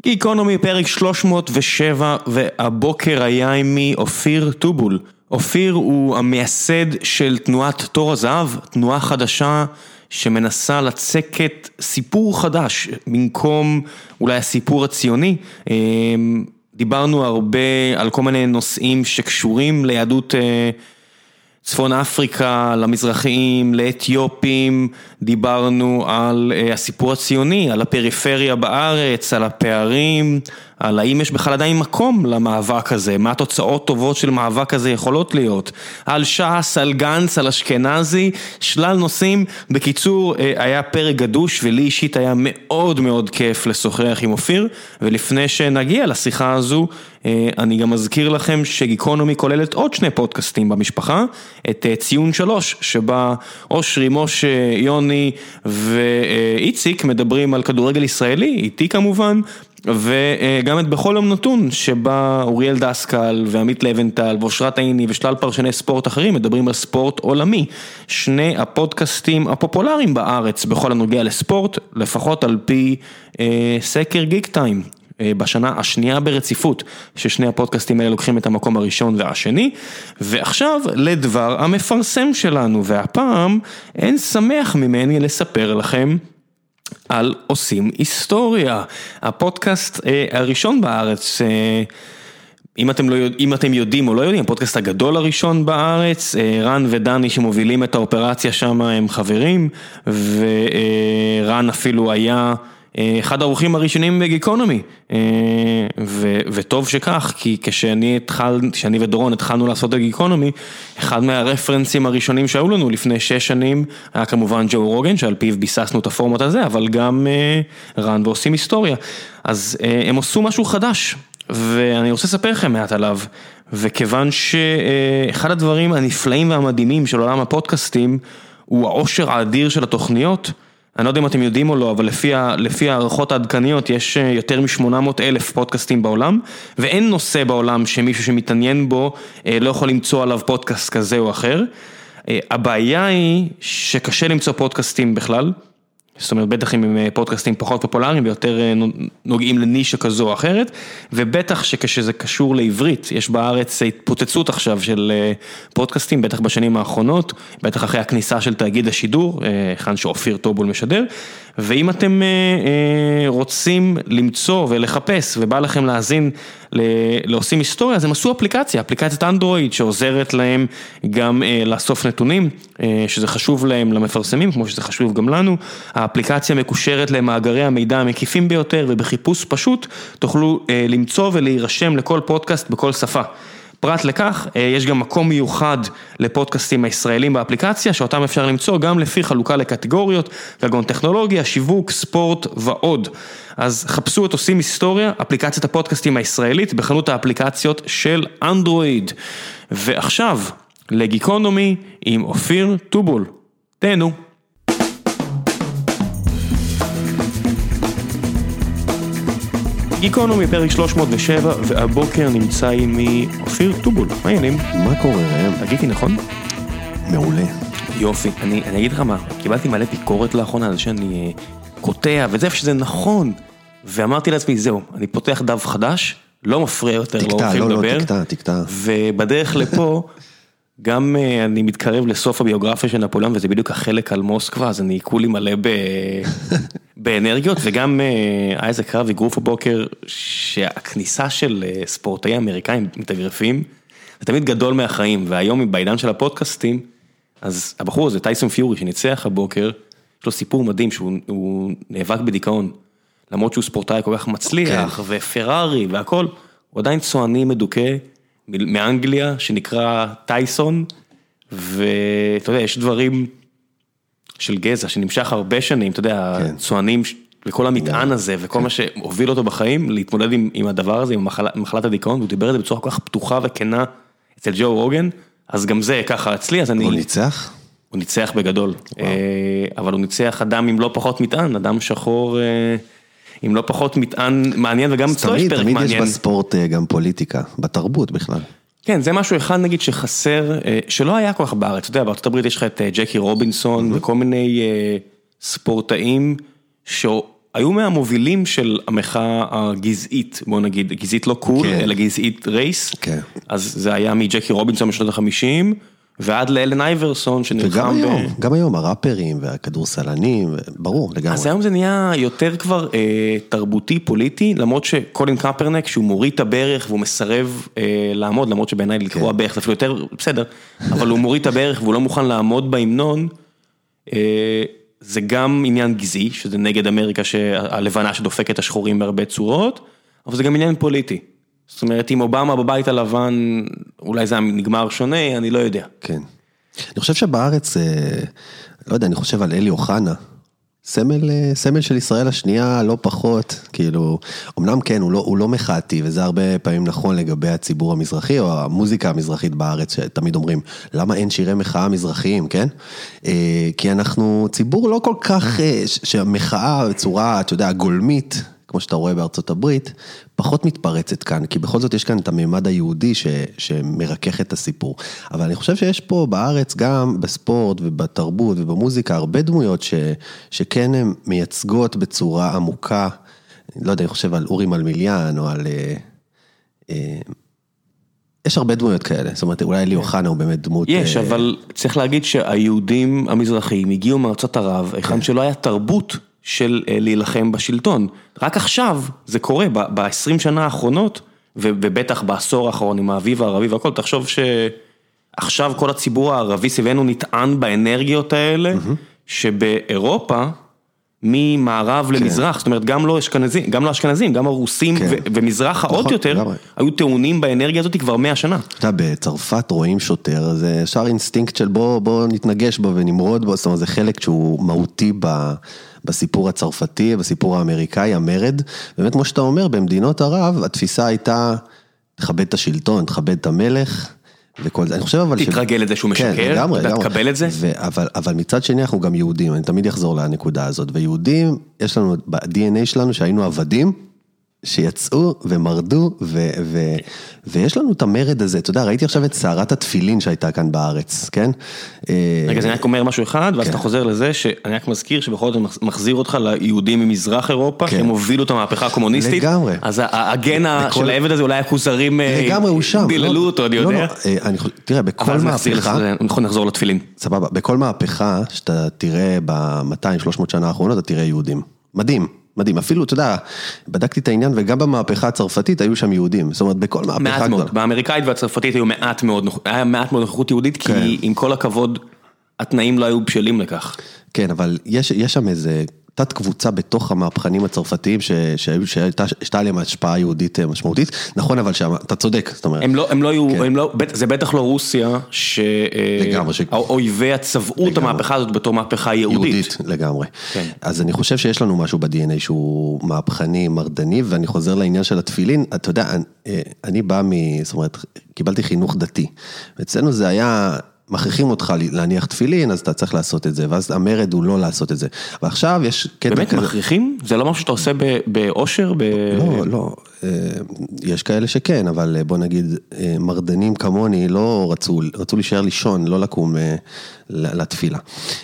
גיקונומי פרק 307, והבוקר היה עמי אופיר טובול. אופיר הוא המייסד של תנועת תור הזהב, תנועה חדשה שמנסה לצקת סיפור חדש, במקום אולי הסיפור הציוני. דיברנו הרבה על כל מיני נושאים שקשורים ליהדות צפון אפריקה, למזרחיים, לאתיופים, דיברנו על הסיפור הציוני, על הפריפריה בארץ, על הפערים, על האם יש בכלל עדיין מקום למאבק הזה, מה התוצאות טובות של מאבק הזה יכולות להיות, על ש"ס, על גנץ, על אשכנזי, שלל נושאים. בקיצור, היה פרק גדוש, ולי אישית היה מאוד מאוד כיף לשוחח עם אופיר, ולפני שנגיע לשיחה הזו, אני גם אזכיר לכם שגיקונומי כוללת עוד שני פודקאסטים במשפחה, את ציון 3, שבה אושרי, משה, יוני ואיציק מדברים על כדורגל ישראלי, איתי כמובן, וגם את בכל יום נתון, שבה אוריאל דסקל ועמית לבנטל ואושרת עיני ושלל פרשני ספורט אחרים מדברים על ספורט עולמי. שני הפודקאסטים הפופולריים בארץ בכל הנוגע לספורט, לפחות על פי סקר גיק טיים, בשנה השנייה ברציפות, ששני הפודקאסטים האלה לוקחים את המקום הראשון והשני. ועכשיו לדבר המפרסם שלנו, והפעם אין שמח ממני לספר לכם על עושים היסטוריה, הפודקאסט הראשון בארץ, אם אתם יודעים או לא יודעים, הפודקאסט הגדול הראשון בארץ. רן ודני שמובילים את האופרציה שם הם חברים, ורן אפילו היה אחד האורחים הראשונים בגיקונומי, וטוב שכך, כי כשאני ודורון התחלנו לעשות את גיקונומי, אחד מהרפרנסים הראשונים שהיו לנו לפני 6 שנים, היה כמובן ג'ו רוגן, שעל פיו ביססנו את הפורמט הזה, אבל גם רן ועושים היסטוריה. אז הם עשו משהו חדש, ואני רוצה לספר לכם מעט עליו, וכיוון שאחד הדברים הנפלאים והמדהימים של עולם הפודקאסטים, הוא העושר האדיר של התוכניות. אני לא יודע אם אתם יודעים או לא, אבל לפי הערכות העדכניות יש יותר מ-800,000 פודקאסטים בעולם, ואין נושא בעולם שמישהו שמתעניין בו לא יכול למצוא עליו פודקאסט כזה או אחר. הבעיה היא שקשה למצוא פודקאסטים בכלל, זאת אומרת בטח אם הם פודקאסטים פחות פופולריים ויותר נוגעים לנישה כזו או אחרת, ובטח שכשזה קשור לעברית, יש בארץ התפוצצות עכשיו של פודקאסטים, בטח בשנים האחרונות, בטח אחרי הכניסה של תאגיד השידור, כאן שאופיר טובול משדר. ואם אתם רוצים למצוא ולחפש ובא לכם להאזין לעושים היסטוריה, אז הם עשו אפליקציית אנדרואיד שעוזרת להם גם לאסוף נתונים, שזה חשוב להם למפרסמים, כמו שזה חשוב גם לנו. האפליקציה מקושרת למאגרי המידע המקיפים ביותר, ובחיפוש פשוט תוכלו למצוא ולהירשם לכל פודקאסט בכל שפה. פרט לכך, יש גם מקום מיוחד לפודקאסטים הישראלים באפליקציה, שאותם אפשר למצוא גם לפי חלוקה לקטגוריות, כגון טכנולוגיה, שיווק, ספורט ועוד. אז חפשו את עושים היסטוריה, אפליקציית הפודקאסטים הישראלית, בחנות האפליקציות של אנדרואיד. ועכשיו, לגיקונומי עם אופיר טובול. תהנו. גיקונומי פרק 307, והבוקר נמצא עמי אופיר טובול. מה העניינים? מה קורה ראם? תגידי נכון? מעולה. יופי, אני אגיד לך מה, קיבלתי מלא ביקורת לאחרונה על זה שאני קוטע, וזה איפה שזה נכון, ואמרתי לעצמי, זהו, אני פותח דף חדש, לא מפריע יותר, לא הולכים לדבר, תקטע. ובדרך לפה, גם אני מתקרב לסוף הביוגרפיה של נפוליאון, וזה בדיוק החלק על מוסקבה, אז אני כולי מלא באנרגיות, וגם היה איזה קרב אגרוף הבוקר, שהכניסה של ספורטאי אמריקאים מתאגרפים, זה תמיד גדול מהחיים, והיום בעידן של הפודקאסטים, אז הבחור הזה, טייסון פיורי, שניצח הבוקר, יש לו סיפור מדהים, שהוא נאבק בדיכאון, למרות שהוא ספורטאי כל כך מצליח, ופרארי והכל, הוא עדיין צועני מדוכא, מאנגליה, שנקרא טייסון, ואתה יודע, יש דברים של גזע, שנמשך הרבה שנים, אתה יודע, צוענים, וכל המטען הזה, וכל מה שהוביל אותו בחיים, להתמודד עם הדבר הזה, עם מחלת הדיכאון, והוא דיבר את זה בצורה כל כך פתוחה וכנה, אצל ג'ו רוגן, אז גם זה ככה אצלי, אז אני... הוא ניצח? הוא ניצח בגדול, אבל הוא ניצח אדם עם לא פחות מטען, אדם שחור... אם לא פחות מטען מעניין, וגם אצלו יש פרק מעניין. תמיד יש בספורט גם פוליטיקה, בתרבות בכלל. כן, זה משהו אחד נגיד שחסר, שלא היה כל כך בארץ, אתה יודע, בארצות הברית יש לך את ג'קי רובינסון, וכל מיני ספורטאים היו מהמובילים של המחאה הגזעית, בוא נגיד, גזעית לא קול, אלא גזעית רייס, אז זה היה מג'קי רובינסון בשנות ה-50, ועד לאלן אייברסון שנלחם גם היום, הראפרים והכדורסלנים, ברור, לגמרי. אז היום זה נהיה יותר כבר תרבותי, פוליטי, למרות שקולין קפרנק, שהוא מוריד את הברך והוא מסרב לעמוד, למרות שבעיניי לקרוא הברך, זה אפילו יותר בסדר, אבל הוא מוריד את הברך והוא לא מוכן לעמוד בהמנון, זה גם עניין גזעי, שזה נגד אמריקה, הלבנה שדופקת את השחורים בהרבה צורות, אבל זה גם עניין פוליטי. זאת אומרת, אם אובמה בבית הלבן, אולי זה נגמר שונה, אני לא יודע. כן. אני חושב שבארץ, לא יודע, אני חושב על אלי אוחנה, סמל של ישראל השנייה, לא פחות, כאילו, אמנם כן, הוא לא מחאתי, וזה הרבה פעמים נכון לגבי הציבור המזרחי, או המוזיקה המזרחית בארץ, שתמיד אומרים, למה אין שירי מחאה מזרחיים, כן? כי אנחנו ציבור לא כל כך, שהמחאה בצורה, אתה יודע, גולמית, כמו שאתה רואה בארצות הברית, פחות מתפרצת כאן, כי בכל זאת יש כאן את הממד היהודי שמרכך את הסיפור. אבל אני חושב שיש פה בארץ גם בספורט ובתרבות ובמוזיקה הרבה דמויות שכן הן מייצגות בצורה עמוקה, לא יודע, אני חושב על אורי מלמיליאן או על... יש הרבה דמויות כאלה, זאת אומרת, אולי אלי אוחנה הוא באמת דמות... יש, אבל צריך להגיד שהיהודים המזרחיים הגיעו מארצות ערב, היכן שלא היה תרבות של להילחם בשלטון. רק עכשיו זה קורה, ב-20 שנה האחרונות, ובטח בעשור האחרון עם האביב הערבי והכל, תחשוב שעכשיו כל הציבור הערבי סביבנו נטען באנרגיות האלה, שבאירופה, ממערב למזרח, זאת אומרת, גם לא אשכנזים, גם הרוסים ומזרח העוד יותר, היו טעונים באנרגיה הזאת כבר 100 שנה. אתה יודע, בצרפת רואים שוטר, זה שער אינסטינקט של בוא נתנגש בו ונמרוד בו, זאת אומרת, זה חלק שהוא מהותי בסיפור הצרפתי, בסיפור האמריקאי, המרד, באמת כמו שאתה אומר, במדינות ערב, התפיסה הייתה, תכבד את השלטון, תכבד את המלך, וכל זה, אני חושב אבל... תתרגל את זה שהוא משקר, תקבל את זה. אבל מצד שני אנחנו גם יהודים, אני תמיד אחזור לנקודה הזאת, ויהודים, יש לנו ב-DNA שלנו שהיינו עבדים, שיצאו ומרדו, ויש לנו את המרד הזה, אתה יודע, ראיתי עכשיו את סערת התפילין שהייתה כאן בארץ, כן? רגע, אז אני רק אומר משהו אחד, ואז אתה חוזר לזה, שאני רק מזכיר שבכל זאת מחזיר אותך ליהודים ממזרח אירופה, שהם הובילו את המהפכה הקומוניסטית, לגמרי. אז הגנה של העבד הזה, אולי הכוזרים דיללו אותו, אני יודע. תראה, בכל מהפכה... נכון, נחזור לתפילין. סבבה, בכל מהפכה שאתה תראה ב-200-300 שנה האחרונות, אתה תראה יהודים. מדהים. מדהים, אפילו, אתה יודע, בדקתי את העניין, וגם במהפכה הצרפתית היו שם יהודים, זאת אומרת, בכל מהפכה גדולה. באמריקאית והצרפתית היו היה מעט מאוד נוכחות יהודית, כי עם כל הכבוד, התנאים לא היו בשלים לכך. כן, אבל יש שם איזה תת קבוצה בתוך המהפכנים הצרפתיים, שהייתה עליהם השפעה יהודית משמעותית, נכון, אבל אתה צודק, זאת אומרת. הם לא היו, זה בטח לא רוסיה, שהאויביה צבעו את המהפכה הזאת בתור מהפכה יהודית. לגמרי. אז אני חושב שיש לנו משהו ב-DNA שהוא מהפכני, מרדני, ואני חוזר לעניין של התפילין, אתה יודע, אני בא זאת אומרת, קיבלתי חינוך דתי, ואצלנו זה היה... מכריחים אותך להניח תפילין, אז אתה צריך לעשות את זה, ואז המרד הוא לא לעשות את זה. ועכשיו יש... באמת מכריחים? זה לא משהו שאתה עושה באושר? לא, יש כאלה שכן, אבל בוא נגיד, מרדנים כמוני לא רצו להישאר לישון, לא לקום לתפילה.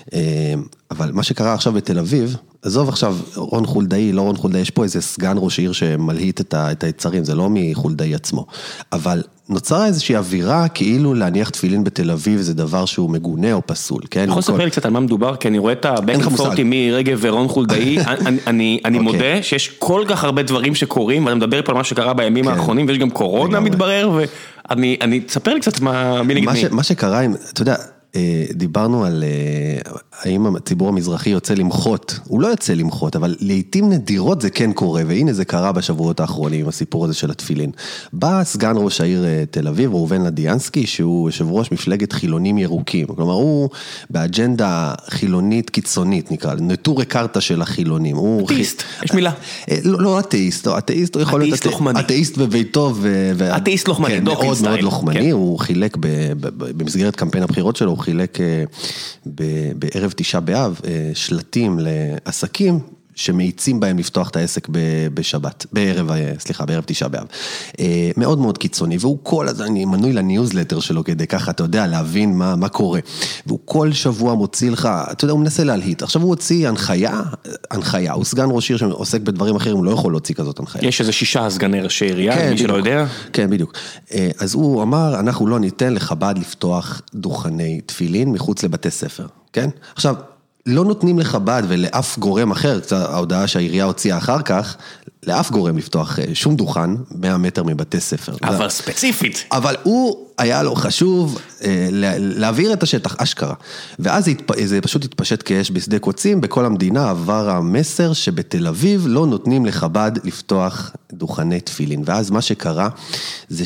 אבל מה שקרה עכשיו בתל אביב, עזוב עכשיו רון חולדאי, לא רון חולדאי, יש פה איזה סגן ראש עיר שמלהיט את היצרים, זה לא מחולדאי עצמו. אבל נוצרה איזושהי אווירה, כאילו להניח תפילין בתל אביב, זה דבר שהוא מגונה או פסול, כן? יכול לספר לי קצת על מה מדובר, כי אני רואה את הבקנפורטי מרגב ורון חולדאי, אני מודה שיש כל כך הרבה דברים שקורים, ואני מדבר פה על מה שקרה בימים האחרונים, ויש גם קורונה מתברר, ואני תספר לי קצת מי נגד מי. מה שקרה, אתה יודע, דיברנו על האם הציבור המזרחי יוצא למחות, הוא לא יוצא למחות, אבל לעתים נדירות זה כן קורה, והנה זה קרה בשבועות האחרונים, הסיפור הזה של התפילין. בא סגן ראש העיר תל אביב, ראובן לדיאנסקי, שהוא יושב ראש מפלגת חילונים ירוקים, כלומר הוא באג'נדה חילונית קיצונית, נקרא, נטורי קרתא של החילונים. אתאיסט, יש מילה. לא אתאיסט, אתאיסט הוא יכול להיות אתאיסט בביתו, אתאיסט לוחמני, מאוד מאוד לוחמני, הוא חילק במסגרת קמפיין הבחירות שלו, הוא חילק בערב תשעה באב שלטים לעסקים שמאיצים בהם לפתוח את העסק בשבת, בערב תשעה באב. מאוד מאוד קיצוני, והוא כל הזמן, אני מנוי לניוזלטר שלו כדי ככה, אתה יודע, להבין מה קורה. והוא כל שבוע מוציא לך, אתה יודע, הוא מנסה להלהיט. עכשיו הוא הוציא הנחיה, הוא סגן ראש עיר שעוסק בדברים אחרים, הוא לא יכול להוציא כזאת הנחיה. יש איזה 6 סגני ראשי עירייה, מי שלא יודע. כן, בדיוק. אז הוא אמר, אנחנו לא ניתן לחב"ד לפתוח דוכני תפילין מחוץ לבתי ספר, כן? עכשיו, לא נותנים לחב"ד ולאף גורם אחר, ההודעה שהעירייה הוציאה אחר כך, לאף גורם לפתוח שום דוכן 100 מטר מבתי ספר. אבל ספציפית. אבל הוא היה לו חשוב להעביר את השטח, אשכרה. ואז זה פשוט התפשט כאש בשדה קוצים, בכל המדינה עבר המסר שבתל אביב לא נותנים לחב"ד לפתוח דוכני תפילין. ואז מה שקרה זה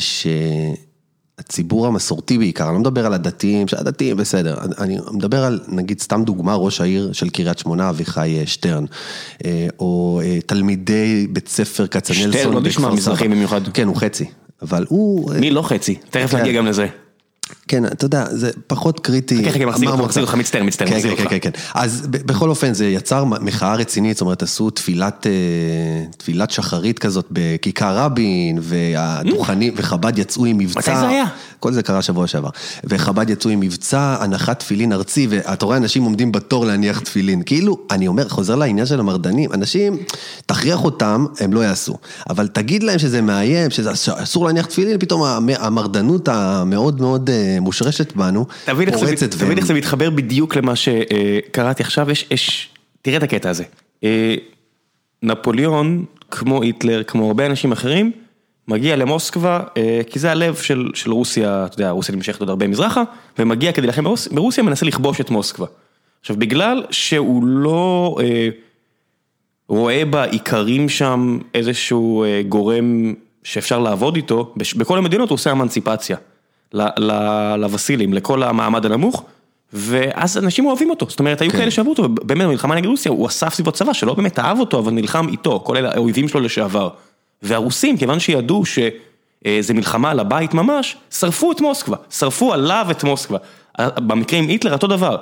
הציבור המסורתי בעיקר, אני לא מדבר על הדתיים, שהדתיים בסדר, אני מדבר על, נגיד, סתם דוגמה, ראש העיר של קריית שמונה, אביחי שטרן, או תלמידי בית ספר כצנלסון. שטרן לא נשמע מזרחי במיוחד. כן, הוא חצי, אבל הוא... מי לא חצי? תכף נגיע גם לזה. כן, אתה יודע, זה פחות קריטי. כן, מחזיר אותך, מצטער. כן. אז בכל אופן זה יצר מחאה רצינית, זאת אומרת, עשו תפילת שחרית כזאת בכיכר רבין, והדוכנים, וחב"ד יצאו עם מבצע. מתי זה היה? כל זה קרה שבוע שעבר. וחב"ד יצאו עם מבצע, הנחת תפילין ארצי, ואתה רואה אנשים עומדים בתור להניח תפילין. כאילו, אני אומר, חוזר לעניין של המרדנים, אנשים, תכריח אותם, הם לא יעשו. אבל תגיד להם שזה מאיים, שאסור להניח תפילין, פתאום המרדנות המאוד מאוד מושרשת בנו, פורצת. תבין איך זה מתחבר בדיוק למה שקראתי עכשיו, תראה את הקטע הזה. נפוליאון, כמו היטלר, כמו הרבה אנשים אחרים, מגיע למוסקבה, כי זה הלב של רוסיה, אתה יודע, רוסיה נמשכת עוד הרבה מזרחה, ומגיע כדי לכם ברוסיה, מנסה לכבוש את מוסקבה. עכשיו, בגלל שהוא לא רואה בעיקרים שם איזשהו גורם שאפשר לעבוד איתו, בכל המדינות הוא עושה אמנציפציה. לוסילים, לכל המעמד הנמוך, ואז אנשים אוהבים אותו, זאת אומרת, היו כאלה שאהבו אותו, באמת במלחמה נגד רוסיה, הוא אסף סביבו צבא שלא באמת אהב אותו, אבל נלחם איתו, כל אלה האויבים שלו לשעבר, והרוסים, כיוון שידעו שזה מלחמה על הבית ממש, שרפו את מוסקבה, שרפו עליו את מוסקבה, במקרה עם היטלר, אותו דבר,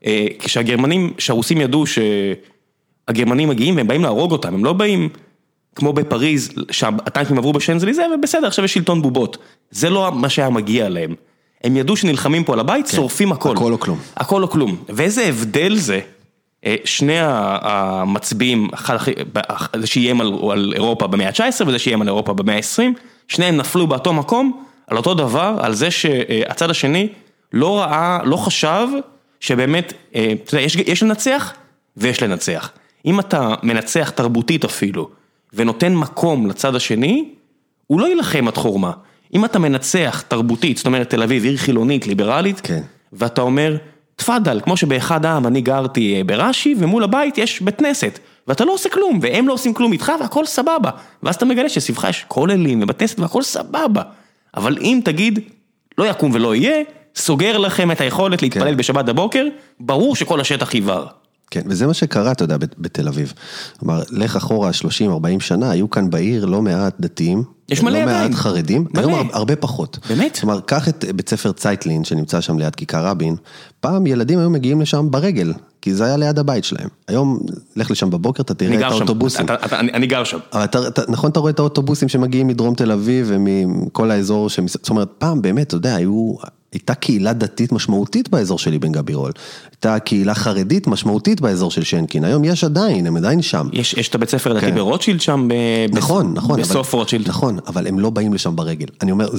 כשהרוסים ידעו שהגרמנים מגיעים, והם באים להרוג אותם, הם לא באים כמו בפריז, שהטנקים עברו בשנזליזה, ובסדר, עכשיו יש שלטון בובות. זה לא מה שהיה מגיע להם. הם ידעו שנלחמים פה על הבית, שורפים הכל. הכל או כלום. הכל או כלום. ואיזה הבדל זה, שני המצביעים, זה שאיים על אירופה במאה ה-19, וזה שאיים על אירופה במאה ה-20, שניהם נפלו באותו מקום, על אותו דבר, על זה שהצד השני לא ראה, לא חשב, שבאמת, אתה יודע, יש לנצח, ויש לנצח. אם אתה מנצח תרבותית אפילו, ונותן מקום לצד השני, הוא לא ילחם עד חורמה. אם אתה מנצח תרבותית, זאת אומרת תל אביב, עיר חילונית, ליברלית, כן. ואתה אומר, תפדל, כמו שבאחד העם אני גרתי ברש"י, ומול הבית יש בית כנסת, ואתה לא עושה כלום, והם לא עושים כלום איתך, והכל סבבה. ואז אתה מגלה שסביבך יש כוללים ובית כנסת, והכל סבבה. אבל אם תגיד, לא יקום ולא יהיה, סוגר לכם את היכולת להתפלל בשבת בבוקר, ברור שכל השטח עיוור. כן, וזה מה שקרה, אתה יודע, בתל אביב. כלומר, לך אחורה 30-40 שנה, היו כאן בעיר לא מעט דתיים, יש מלא לא עדיין. מעט חרדים, היום הרבה פחות. באמת? כלומר, קח את בית ספר צייטלין, שנמצא שם ליד כיכר רבין, פעם ילדים היו מגיעים לשם ברגל, כי זה היה ליד הבית שלהם. היום, לך לשם בבוקר, אתה תראה את האוטובוסים. אני גר שם. נכון, אתה רואה את האוטובוסים שמגיעים מדרום תל אביב, ומכל האזור, זאת אומרת, פעם באמת, אתה יודע, הייתה קהילה דתית משמעותית באזור שלי בן גבירול, הייתה קהילה חרדית משמעותית באזור של שנקין, היום יש עדיין, הם עדיין שם. יש את הבית ספר דתי ברוטשילד שם, נכון, בסוף רוטשילד. נכון, אבל הם לא באים לשם ברגל. אני אומר,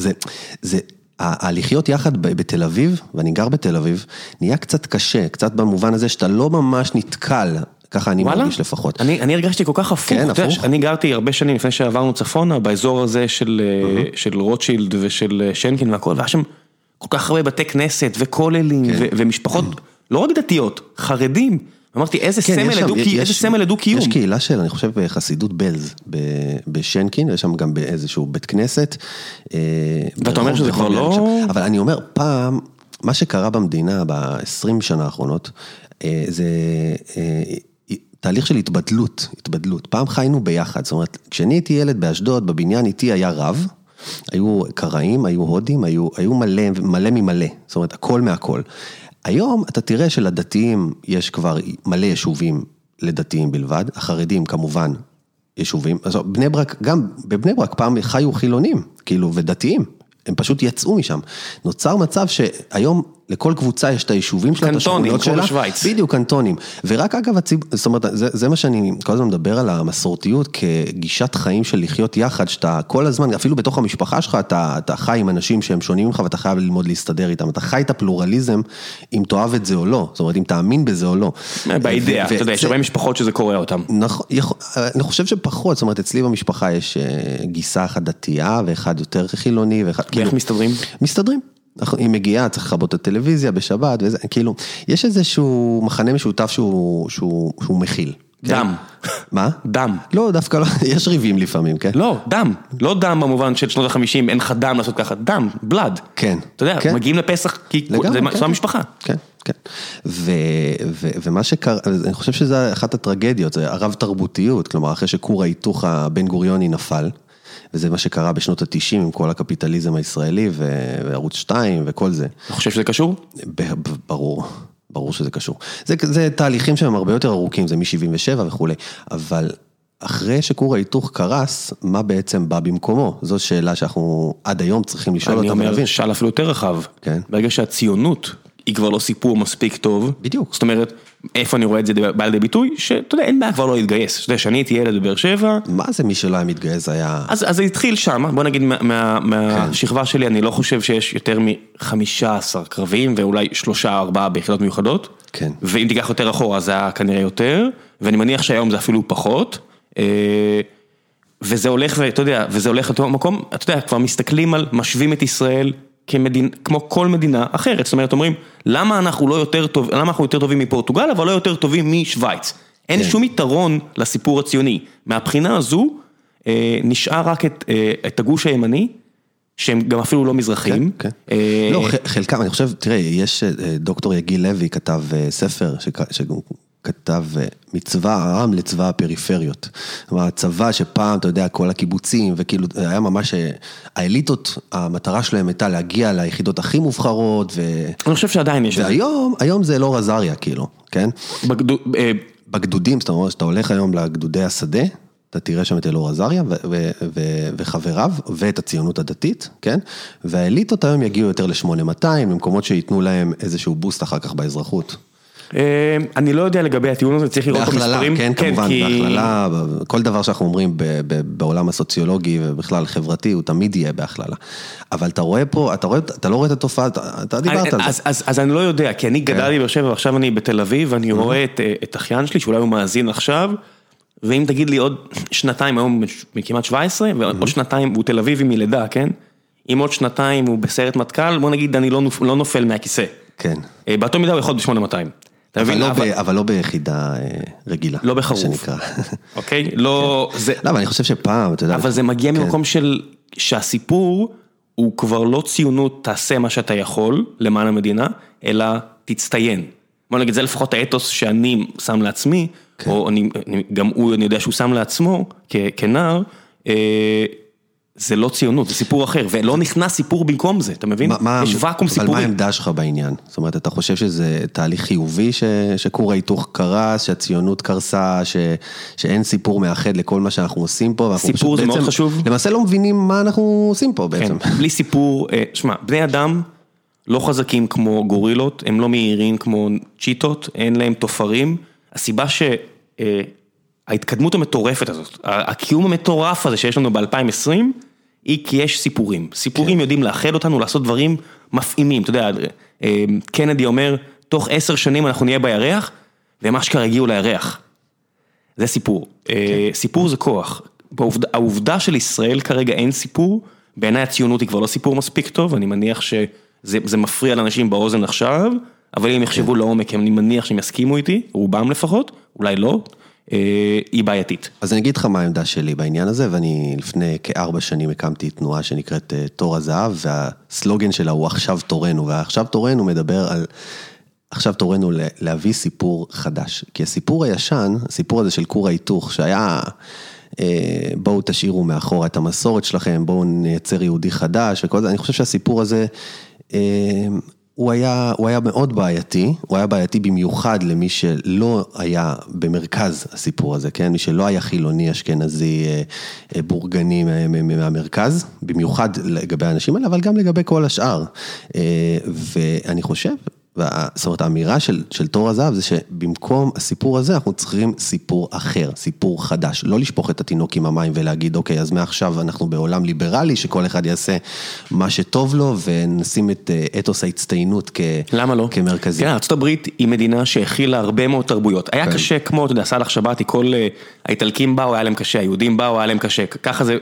הלחיות יחד בתל אביב, ואני גר בתל אביב, נהיה קצת קשה, קצת במובן הזה שאתה לא ממש נתקל, ככה אני מרגיש לפחות. אני הרגשתי כל כך הפוך. כן, הפוך. אני גרתי הרבה שנים לפני שעברנו צפונה, באזור הזה של רוטשילד ושל שנקין והכל, והיה שם כל כך הרבה בתי כנסת וכוללים ומשפחות, לא רק דתיות, חרדים. אמרתי, איזה סמל לדו-קיום. יש קהילה של, אני חושב, חסידות בלז בשנקין, יש שם גם באיזשהו בית כנסת. ואתה אומר שזה כבר לא... אבל אני אומר, פעם, מה שקרה במדינה ב-20 שנה האחרונות, זה תהליך של התבדלות. פעם חיינו ביחד, זאת אומרת, כשאני הייתי ילד באשדוד, בבניין איתי היה רב, היו קראים, היו הודים, היו מלא ממלא, זאת אומרת, הכל מהכל. היום אתה תראה שלדתיים יש כבר מלא יישובים לדתיים בלבד, החרדים כמובן יישובים, בני ברק, גם בבני ברק פעם חיו חילונים, כאילו, ודתיים, הם פשוט יצאו משם. נוצר מצב שהיום לכל קבוצה יש את היישובים שלה, קנטונים, כל השוויץ. בדיוק, קנטונים. ורק אגב, זאת אומרת, זה מה שאני כל הזמן מדבר על המסורתיות, כגישת חיים של לחיות יחד, שאתה כל הזמן, אפילו בתוך המשפחה שלך, אתה חי עם אנשים שהם שונים ממך, ואתה חייב ללמוד להסתדר איתם. אתה חי את הפלורליזם, אם תאהב את זה או לא. זאת אומרת, אם תאמין בזה או לא. באידאה, אתה יודע, יש הרבה משפחות שזה קורה אותם. אני חושב שפחות, זאת אומרת, אצלי במשפחה יש גיסה אחת דתייה, ואחד יותר חילוני, ואיך מסתדרים? מסתדרים. היא מגיעה, צריך לחבות את הטלוויזיה בשבת, וזה, כאילו, יש איזשהו מחנה משותף שהוא מכיל. דם. מה? דם. לא, דווקא לא, יש ריבים לפעמים, כן? לא, דם. לא דם במובן של שנות ה-50, אין לך דם לעשות ככה, דם, בלד. כן. אתה יודע, מגיעים לפסח, כי זה המשפחה. כן, כן. ומה שקרה, אני חושב שזה אחת הטרגדיות, זה הרב תרבותיות, כלומר, אחרי שכור ההיתוך הבן גוריוני נפל, וזה מה שקרה בשנות ה-90 עם כל הקפיטליזם הישראלי וערוץ 2 וכל זה. אתה חושב שזה קשור? ברור שזה קשור. זה תהליכים שהם הרבה יותר ארוכים, זה מ-77 וכו', אבל אחרי שכור ההיתוך קרס, מה בעצם בא במקומו? זו שאלה שאנחנו עד היום צריכים לשאול אותה. אני אומר, שאל אפילו יותר רחב. כן. ברגע שהציונות היא כבר לא סיפור מספיק טוב. בדיוק. זאת אומרת, איפה אני רואה את זה בא לידי ביטוי? שאתה יודע, אין בעיה כבר לא להתגייס. אתה יודע, שאני הייתי ילד בבאר שבע. מה זה מי שלא היה מתגייס היה... אז זה התחיל שם, בוא נגיד מהשכבה שלי, אני לא חושב שיש יותר מ-15 קרבים, ואולי 3-4 ביחידות מיוחדות. כן. ואם תיקח יותר אחורה, זה היה כנראה יותר, ואני מניח שהיום זה אפילו פחות. וזה הולך, ואתה יודע, וזה הולך לאותו מקום, אתה יודע, כבר מסתכלים על, משווים את ישראל כמו כל מדינה אחרת, זאת אומרת, אומרים, למה אנחנו יותר טובים מפורטוגל, אבל לא יותר טובים משוויץ? אין שום יתרון לסיפור הציוני. מהבחינה הזו, נשאר רק את הגוש הימני, שהם גם אפילו לא מזרחים. לא, חלקם, אני חושב, תראה, יש דוקטור יגיל לוי, כתב ספר, כתב מצבא העם לצבא הפריפריות. כלומר, הצבא שפעם, אתה יודע, כל הקיבוצים, וכאילו, היה ממש, האליטות, המטרה שלהם הייתה להגיע ליחידות הכי מובחרות, אני חושב שעדיין יש. והיום זה לא רזריה, כאילו, כן? בגדודים, זאת אומרת, שאתה הולך היום לגדודי השדה, אתה תראה שם את אלאור עזריה וחבריו, ואת הציונות הדתית, כן? והאליטות היום יגיעו יותר ל-8200, במקומות שיתנו להם איזשהו בוסט אחר כך באזרחות. אני לא יודע לגבי הטיעון הזה, צריך לראות את המספרים. כן, כמובן, בהכללה, כל דבר שאנחנו אומרים בעולם הסוציולוגי ובכלל חברתי, הוא תמיד יהיה בהכללה. אבל אתה רואה פה, אתה לא רואה את התופעה, אתה דיברת על זה. אז אני לא יודע, כי אני גדלתי באר שבע, ועכשיו אני בתל אביב, ואני רואה את אחיין שלי, שאולי הוא מאזין עכשיו, ואם תגיד לי עוד שנתיים, היום כמעט 17, ועוד שנתיים הוא תל אביבי מלידה, כן? אם עוד שנתיים הוא בסרט מטכ"ל, בוא נגיד, אני לא נופל מהכיסא. כן. באותו מידה הוא יכול ב-8200. אבל לא ביחידה רגילה. לא בחרוף. אוקיי? לא, אבל אני חושב שפעם, אתה יודע. אבל זה מגיע ממקום שהסיפור הוא כבר לא ציונות, תעשה מה שאתה יכול למען המדינה, אלא תצטיין. בוא נגיד, זה לפחות האתוס שאני שם לעצמי, או גם הוא, אני יודע שהוא שם לעצמו, כנער, זה לא ציונות, זה סיפור אחר, ולא נכנס סיפור במקום זה, אתה מבין? יש ואקום סיפורי. אבל מה העמדה שלך בעניין? זאת אומרת, אתה חושב שזה תהליך חיובי שכור ההיתוך קרס, שהציונות קרסה, שאין סיפור מאחד לכל מה שאנחנו עושים פה? סיפור זה מאוד חשוב. למעשה לא מבינים מה אנחנו עושים פה בעצם. כן, בלי סיפור, שמע, בני אדם לא חזקים כמו גורילות, הם לא מהירים כמו צ'יטות, אין להם תופרים. הסיבה שההתקדמות המטורפת הזאת, הקיום המטורף הזה שיש לנו ב-2020, היא כי יש סיפורים. סיפורים יודעים לאחד אותנו, לעשות דברים מפעימים. אתה יודע, קנדי אומר, תוך 10 שנים אנחנו נהיה בירח, והם אשכרה הגיעו לירח. זה סיפור. סיפור זה כוח. העובדה של ישראל כרגע אין סיפור, בעיניי הציונות היא כבר לא סיפור מספיק טוב, אני מניח שזה מפריע לאנשים באוזן עכשיו, אבל אם יחשבו לעומק, אני מניח שהם יסכימו איתי, רובם לפחות, אולי לא, היא בעייתית. אז אני אגיד לך מה העמדה שלי בעניין הזה, ואני לפני כ4 שנים הקמתי תנועה שנקראת תור הזהב, והסלוגן שלה הוא עכשיו תורנו, ועכשיו תורנו מדבר על, עכשיו תורנו להביא סיפור חדש, כי הסיפור הישן, הסיפור הזה של כור ההיתוך, שהיה, בואו תשאירו מאחורה את המסורת שלכם, בואו נייצר יהודי חדש, וכל זה, אני חושב שהסיפור הזה, הוא היה מאוד בעייתי, הוא היה בעייתי במיוחד למי שלא היה במרכז הסיפור הזה, כן? מי שלא היה חילוני, אשכנזי, בורגני מהמרכז, במיוחד לגבי האנשים האלה, אבל גם לגבי כל השאר. ואני חושב, זאת אומרת, האמירה של תור הזהב זה שבמקום הסיפור הזה אנחנו צריכים סיפור אחר, סיפור חדש, לא לשפוך את התינוק עם המים ולהגיד, אוקיי, אז מעכשיו אנחנו בעולם ליברלי, שכל אחד יעשה מה שטוב לו, ונשים את אתוס ההצטיינות למה לא? כמרכזי. כן, ארצות הברית היא מדינה שהכילה הרבה מאוד תרבויות. היה קשה כמו, אתה יודע, סלאח שבתי, כל האיטלקים באו, היה להם קשה, היהודים באו, היה להם קשה. ככה זה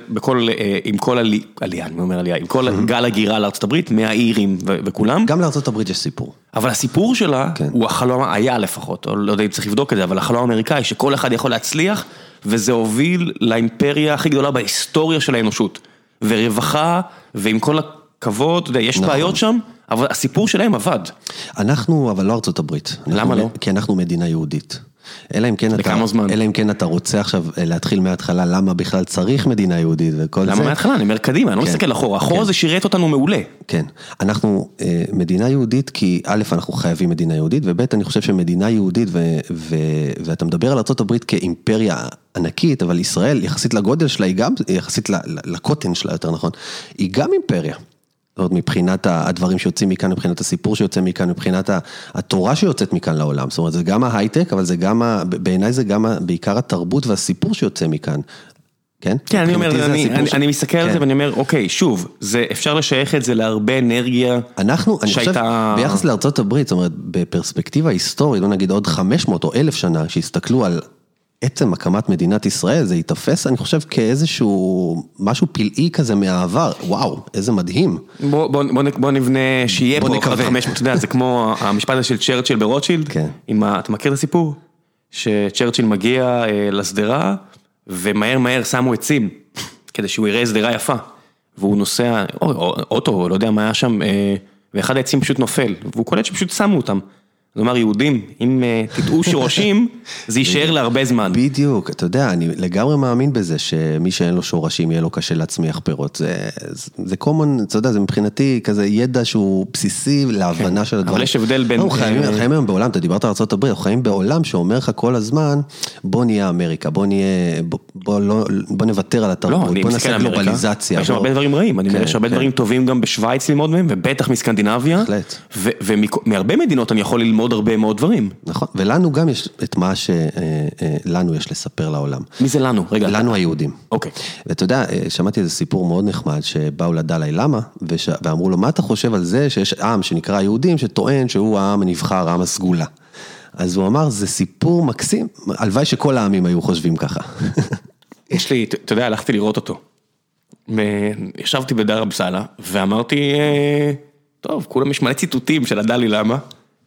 עם כל עלייה, אני אומר עלייה, עם כל גל הגירה לארצות הברית, מהאירים וכולם. גם לארצות הברית יש סיפור. אבל הסיפור שלה, הוא החלום, היה לפחות, לא יודע אם צריך לבדוק את זה, אבל החלום האמריקאי, שכל אחד יכול להצליח, וזה הוביל לאימפריה הכי גדולה בהיסטוריה של האנושות. ורווחה, ועם כל הכבוד, אתה יודע, יש בעיות שם, אבל הסיפור שלהם עבד. אנחנו, אבל לא ארצות הברית. למה לא? כי אנחנו מדינה יהודית. אלא אם כן אתה רוצה עכשיו להתחיל מההתחלה, למה בכלל צריך מדינה יהודית וכל זה. למה מההתחלה? אני אומר קדימה, אני לא מסתכל אחורה. אחורה זה שירת אותנו מעולה. כן, אנחנו מדינה יהודית כי א', אנחנו חייבים מדינה יהודית, וב', אני חושב שמדינה יהודית, ואתה מדבר על ארצות הברית כאימפריה ענקית, אבל ישראל, יחסית לגודל שלה, היא גם, יחסית לקוטן שלה, יותר נכון, היא גם אימפריה. זאת אומרת, מבחינת הדברים שיוצאים מכאן, מבחינת הסיפור שיוצא מכאן, מבחינת התורה שיוצאת מכאן לעולם. זאת אומרת, זה גם ההייטק, אבל זה גם, בעיניי זה גם בעיקר התרבות והסיפור שיוצא מכאן. כן? כן, אני אומר, אני מסתכל על זה ואני אומר, אוקיי, שוב, אפשר לשייך את זה להרבה אנרגיה. אני חושב, ביחס לארצות הברית, זאת אומרת, בפרספקטיבה היסטורית, לא נגיד עוד 500 או 1000 שנה, שהסתכלו על עצם הקמת מדינת ישראל, זה יתפס, אני חושב, כאיזשהו משהו פלאי כזה מהעבר. וואו, איזה מדהים. בוא נבנה שיהיה פה 500, אתה יודע, זה כמו המשפט הזה של צ'רצ'יל ברוטשילד. כן. אתה מכיר את הסיפור? שצ'רצ'יל מגיע לסדרה, ומהר מהר שמו עצים, כדי שהוא יראה סדרה יפה. והוא נוסע, אוטו, לא יודע מה היה שם, ואחד העצים פשוט נופל, והוא קולט שפשוט שמו אותם. זאת אומרת, יהודים, אם תטעו שורשים, זה יישאר להרבה זמן. בדיוק, אתה יודע, אני לגמרי מאמין בזה, שמי שאין לו שורשים, יהיה לו קשה להצמיח פירות. זה common, אתה יודע, זה מבחינתי כזה ידע שהוא בסיסי להבנה של הדברים. אבל יש הבדל בין... אנחנו חיים היום בעולם, אתה דיברת על ארצות הברית, אנחנו חיים בעולם שאומר לך כל הזמן, בוא נהיה אמריקה, בוא נוותר על התרבות, בוא נעשה גלובליזציה. יש הרבה דברים רעים, אני אומר, יש הרבה דברים טובים גם בשוויץ ללמוד מהם, ובטח מסקנדינביה, ומהרבה מדינות אני יכול ללמוד הרבה מאוד דברים. נכון, ולנו גם יש את מה שלנו יש לספר לעולם. מי זה לנו? רגע. לנו היהודים. אוקיי. ואתה יודע, שמעתי איזה סיפור מאוד נחמד, שבאו לדלי למה, ואמרו לו, מה אתה חושב על זה שיש עם שנקרא היהודים, שטוען שהוא העם הנבחר, העם הסגולה. אז הוא אמר, זה סיפור מקסים, הלוואי שכל העמים היו חושבים ככה. יש לי, אתה יודע, הלכתי לראות אותו. ישבתי בדר אבסלה, ואמרתי, טוב, כולם יש מלא ציטוטים של הדלי למה,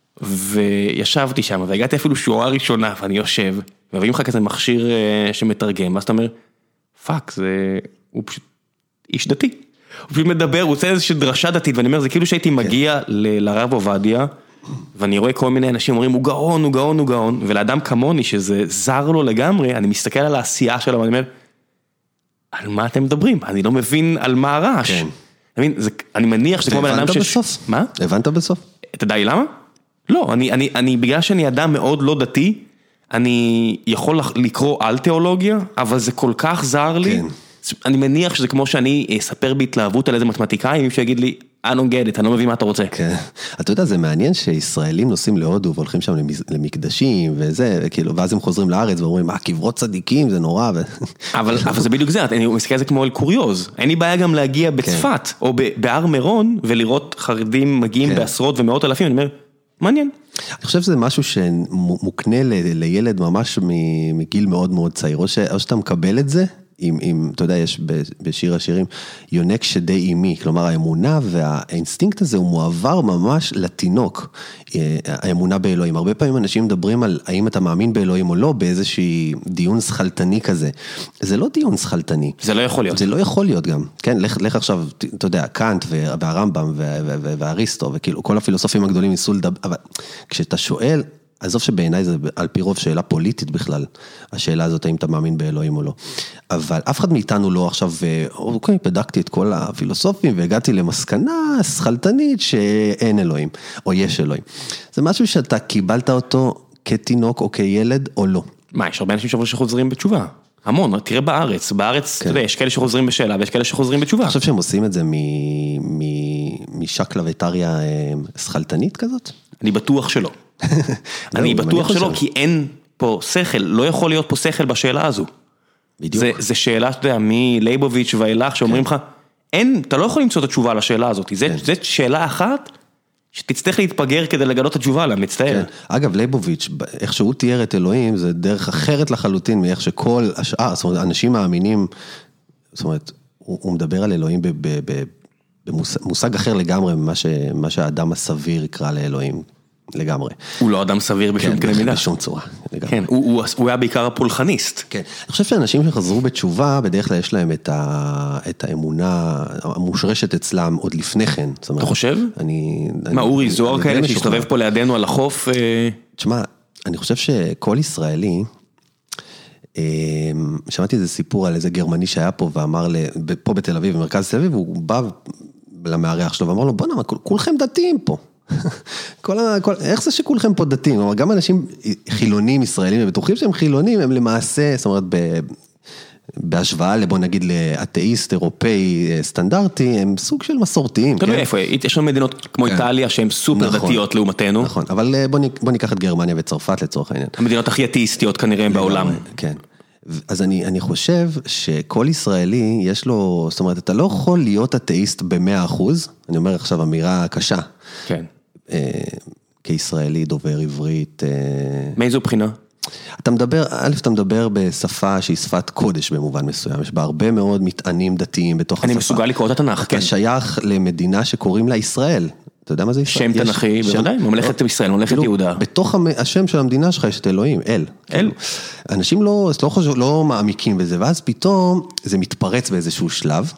וישבתי שם, והגעתי אפילו שורה ראשונה, ואני יושב, והבאים לך כזה מכשיר שמתרגם, ואז אתה אומר, פאק, הוא פשוט איש דתי. הוא פשוט מדבר, הוא עושה איזושהי דרשה דתית, ואני אומר, זה כאילו שהייתי מגיע לרב עובדיה, ואני רואה כל מיני אנשים אומרים, הוא גאון, הוא גאון, הוא גאון, ולאדם כמוני, שזה זר לו לגמרי, אני מסתכל על העשייה שלו, ואני אומר, על מה אתם מדברים? אני לא מבין על מה הרעש. אני מניח שזה כמו בן אדם מה? הבנת בסוף? אתה יודע למה? לא, בגלל שאני אדם מאוד לא דתי, אני יכול לקרוא על תיאולוגיה, אבל זה כל כך זר לי, אני מניח שזה כמו שאני אספר בהתלהבות על איזה מתמטיקאי, אם שיגיד לי, I don't get it, אני לא מבין מה אתה רוצה. כן, אתה יודע, זה מעניין שישראלים נוסעים להודו, והולכים שם למקדשים, וזה, ואז הם חוזרים לארץ, ואומרים, קברות צדיקים, זה נורא. אבל זה בדיוק זה, אני מסתכל על זה כמו על קוריוז, אין לי בעיה גם להגיע בצפת, או בהר מירון, ולראות חרדים מגיעים בעשרות ומאות אלפים, אני אומר, מעניין. אני חושב שזה משהו שמוקנה לילד ממש מגיל מאוד מאוד צעיר, או שאתה מקבל את זה, אתה יודע, יש בשיר השירים, יונק שדי אימי, כלומר האמונה והאינסטינקט הזה הוא מועבר ממש לתינוק, האמונה באלוהים. הרבה פעמים אנשים מדברים על האם אתה מאמין באלוהים או לא, באיזושהי דיון שכלתני כזה. זה לא דיון שכלתני. זה לא יכול להיות. זה לא יכול להיות גם. כן, לך עכשיו, אתה יודע, קאנט והרמב"ם והאריסטו, וכאילו כל הפילוסופים הגדולים ניסו לדבר, אבל כשאתה שואל, עזוב שבעיניי זה על פי רוב שאלה פוליטית בכלל, השאלה הזאת האם אתה מאמין באלוהים או לא. אבל אף אחד מאיתנו לא עכשיו, אוקיי, בדקתי את כל הפילוסופים והגעתי למסקנה שכלתנית שאין אלוהים, או יש אלוהים. זה משהו שאתה קיבלת אותו כתינוק או כילד או לא. מה, יש הרבה אנשים שחוזרים בתשובה. המון, תראה בארץ, אתה יודע, יש כאלה שחוזרים בשאלה, ויש כאלה שחוזרים בתשובה. אני חושב שהם עושים את זה משקלא וטריא שכלתנית כזאת? אני בטוח שלא. אני בטוח שלא, כי אין פה שכל, לא יכול להיות פה שכל בשאלה הזו. בדיוק. זה שאלה, אתה יודע, מלייבוביץ' ואילך, שאומרים לך, אין, אתה לא יכול למצוא את התשובה לשאלה הזאת. זה שאלה אחת, שתצטרך להתפגר כדי לגלות את התשובה לה, מצטער. אגב, לייבוביץ', איך שהוא תיאר את אלוהים, זה דרך אחרת לחלוטין, מאיך שכל השאר, זאת אומרת, אנשים מאמינים, זאת אומרת, הוא מדבר על אלוהים במושג אחר לגמרי, ממה שהאדם הסביר יקרא לאלוהים. לגמרי. הוא לא אדם סביר בשום קנה מידה. בשום צורה. כן, הוא היה בעיקר הפולחניסט. כן. אני חושב שאנשים שחזרו בתשובה, בדרך כלל יש להם את האמונה המושרשת אצלם עוד לפני כן. אתה חושב? מה, אורי זוהר כאלה שהשתובב פה לידינו על החוף? תשמע, אני חושב שכל ישראלי, שמעתי איזה סיפור על איזה גרמני שהיה פה ואמר, פה בתל אביב, במרכז תל אביב, הוא בא למארח שלו ואמר לו, בוא נאמר, כולכם דתיים פה. איך זה שכולכם פה דתיים? גם אנשים חילונים ישראלים ובטוחים שהם חילונים, הם למעשה, זאת אומרת, בהשוואה לבוא נגיד לאתאיסט אירופאי סטנדרטי, הם סוג של מסורתיים. אתה יודע איפה, יש לנו מדינות כמו איטליה שהן סופר דתיות לעומתנו. נכון, אבל בוא ניקח את גרמניה וצרפת לצורך העניין. המדינות הכי אתאיסטיות כנראה בעולם. כן. אז אני חושב שכל ישראלי יש לו, זאת אומרת, אתה לא יכול להיות אתאיסט ב100%, אני אומר עכשיו אמירה קשה. כן. כישראלי דובר עברית. מאיזו בחינה? אתה מדבר בשפה שהיא שפת קודש במובן מסוים, יש בה הרבה מאוד מטענים דתיים בתוך השפה. אני מסוגל לקרוא את התנ"ך, כן. אתה שייך למדינה שקוראים לה ישראל. אתה יודע מה זה ישראל? שם תנ"כי, בוודאי, ממלכת ישראל, ממלכת יהודה. בתוך השם של המדינה שלך יש את אלוהים, אל. אנשים לא מעמיקים בזה, ואז פתאום זה מתפרץ באיזשהו שלב.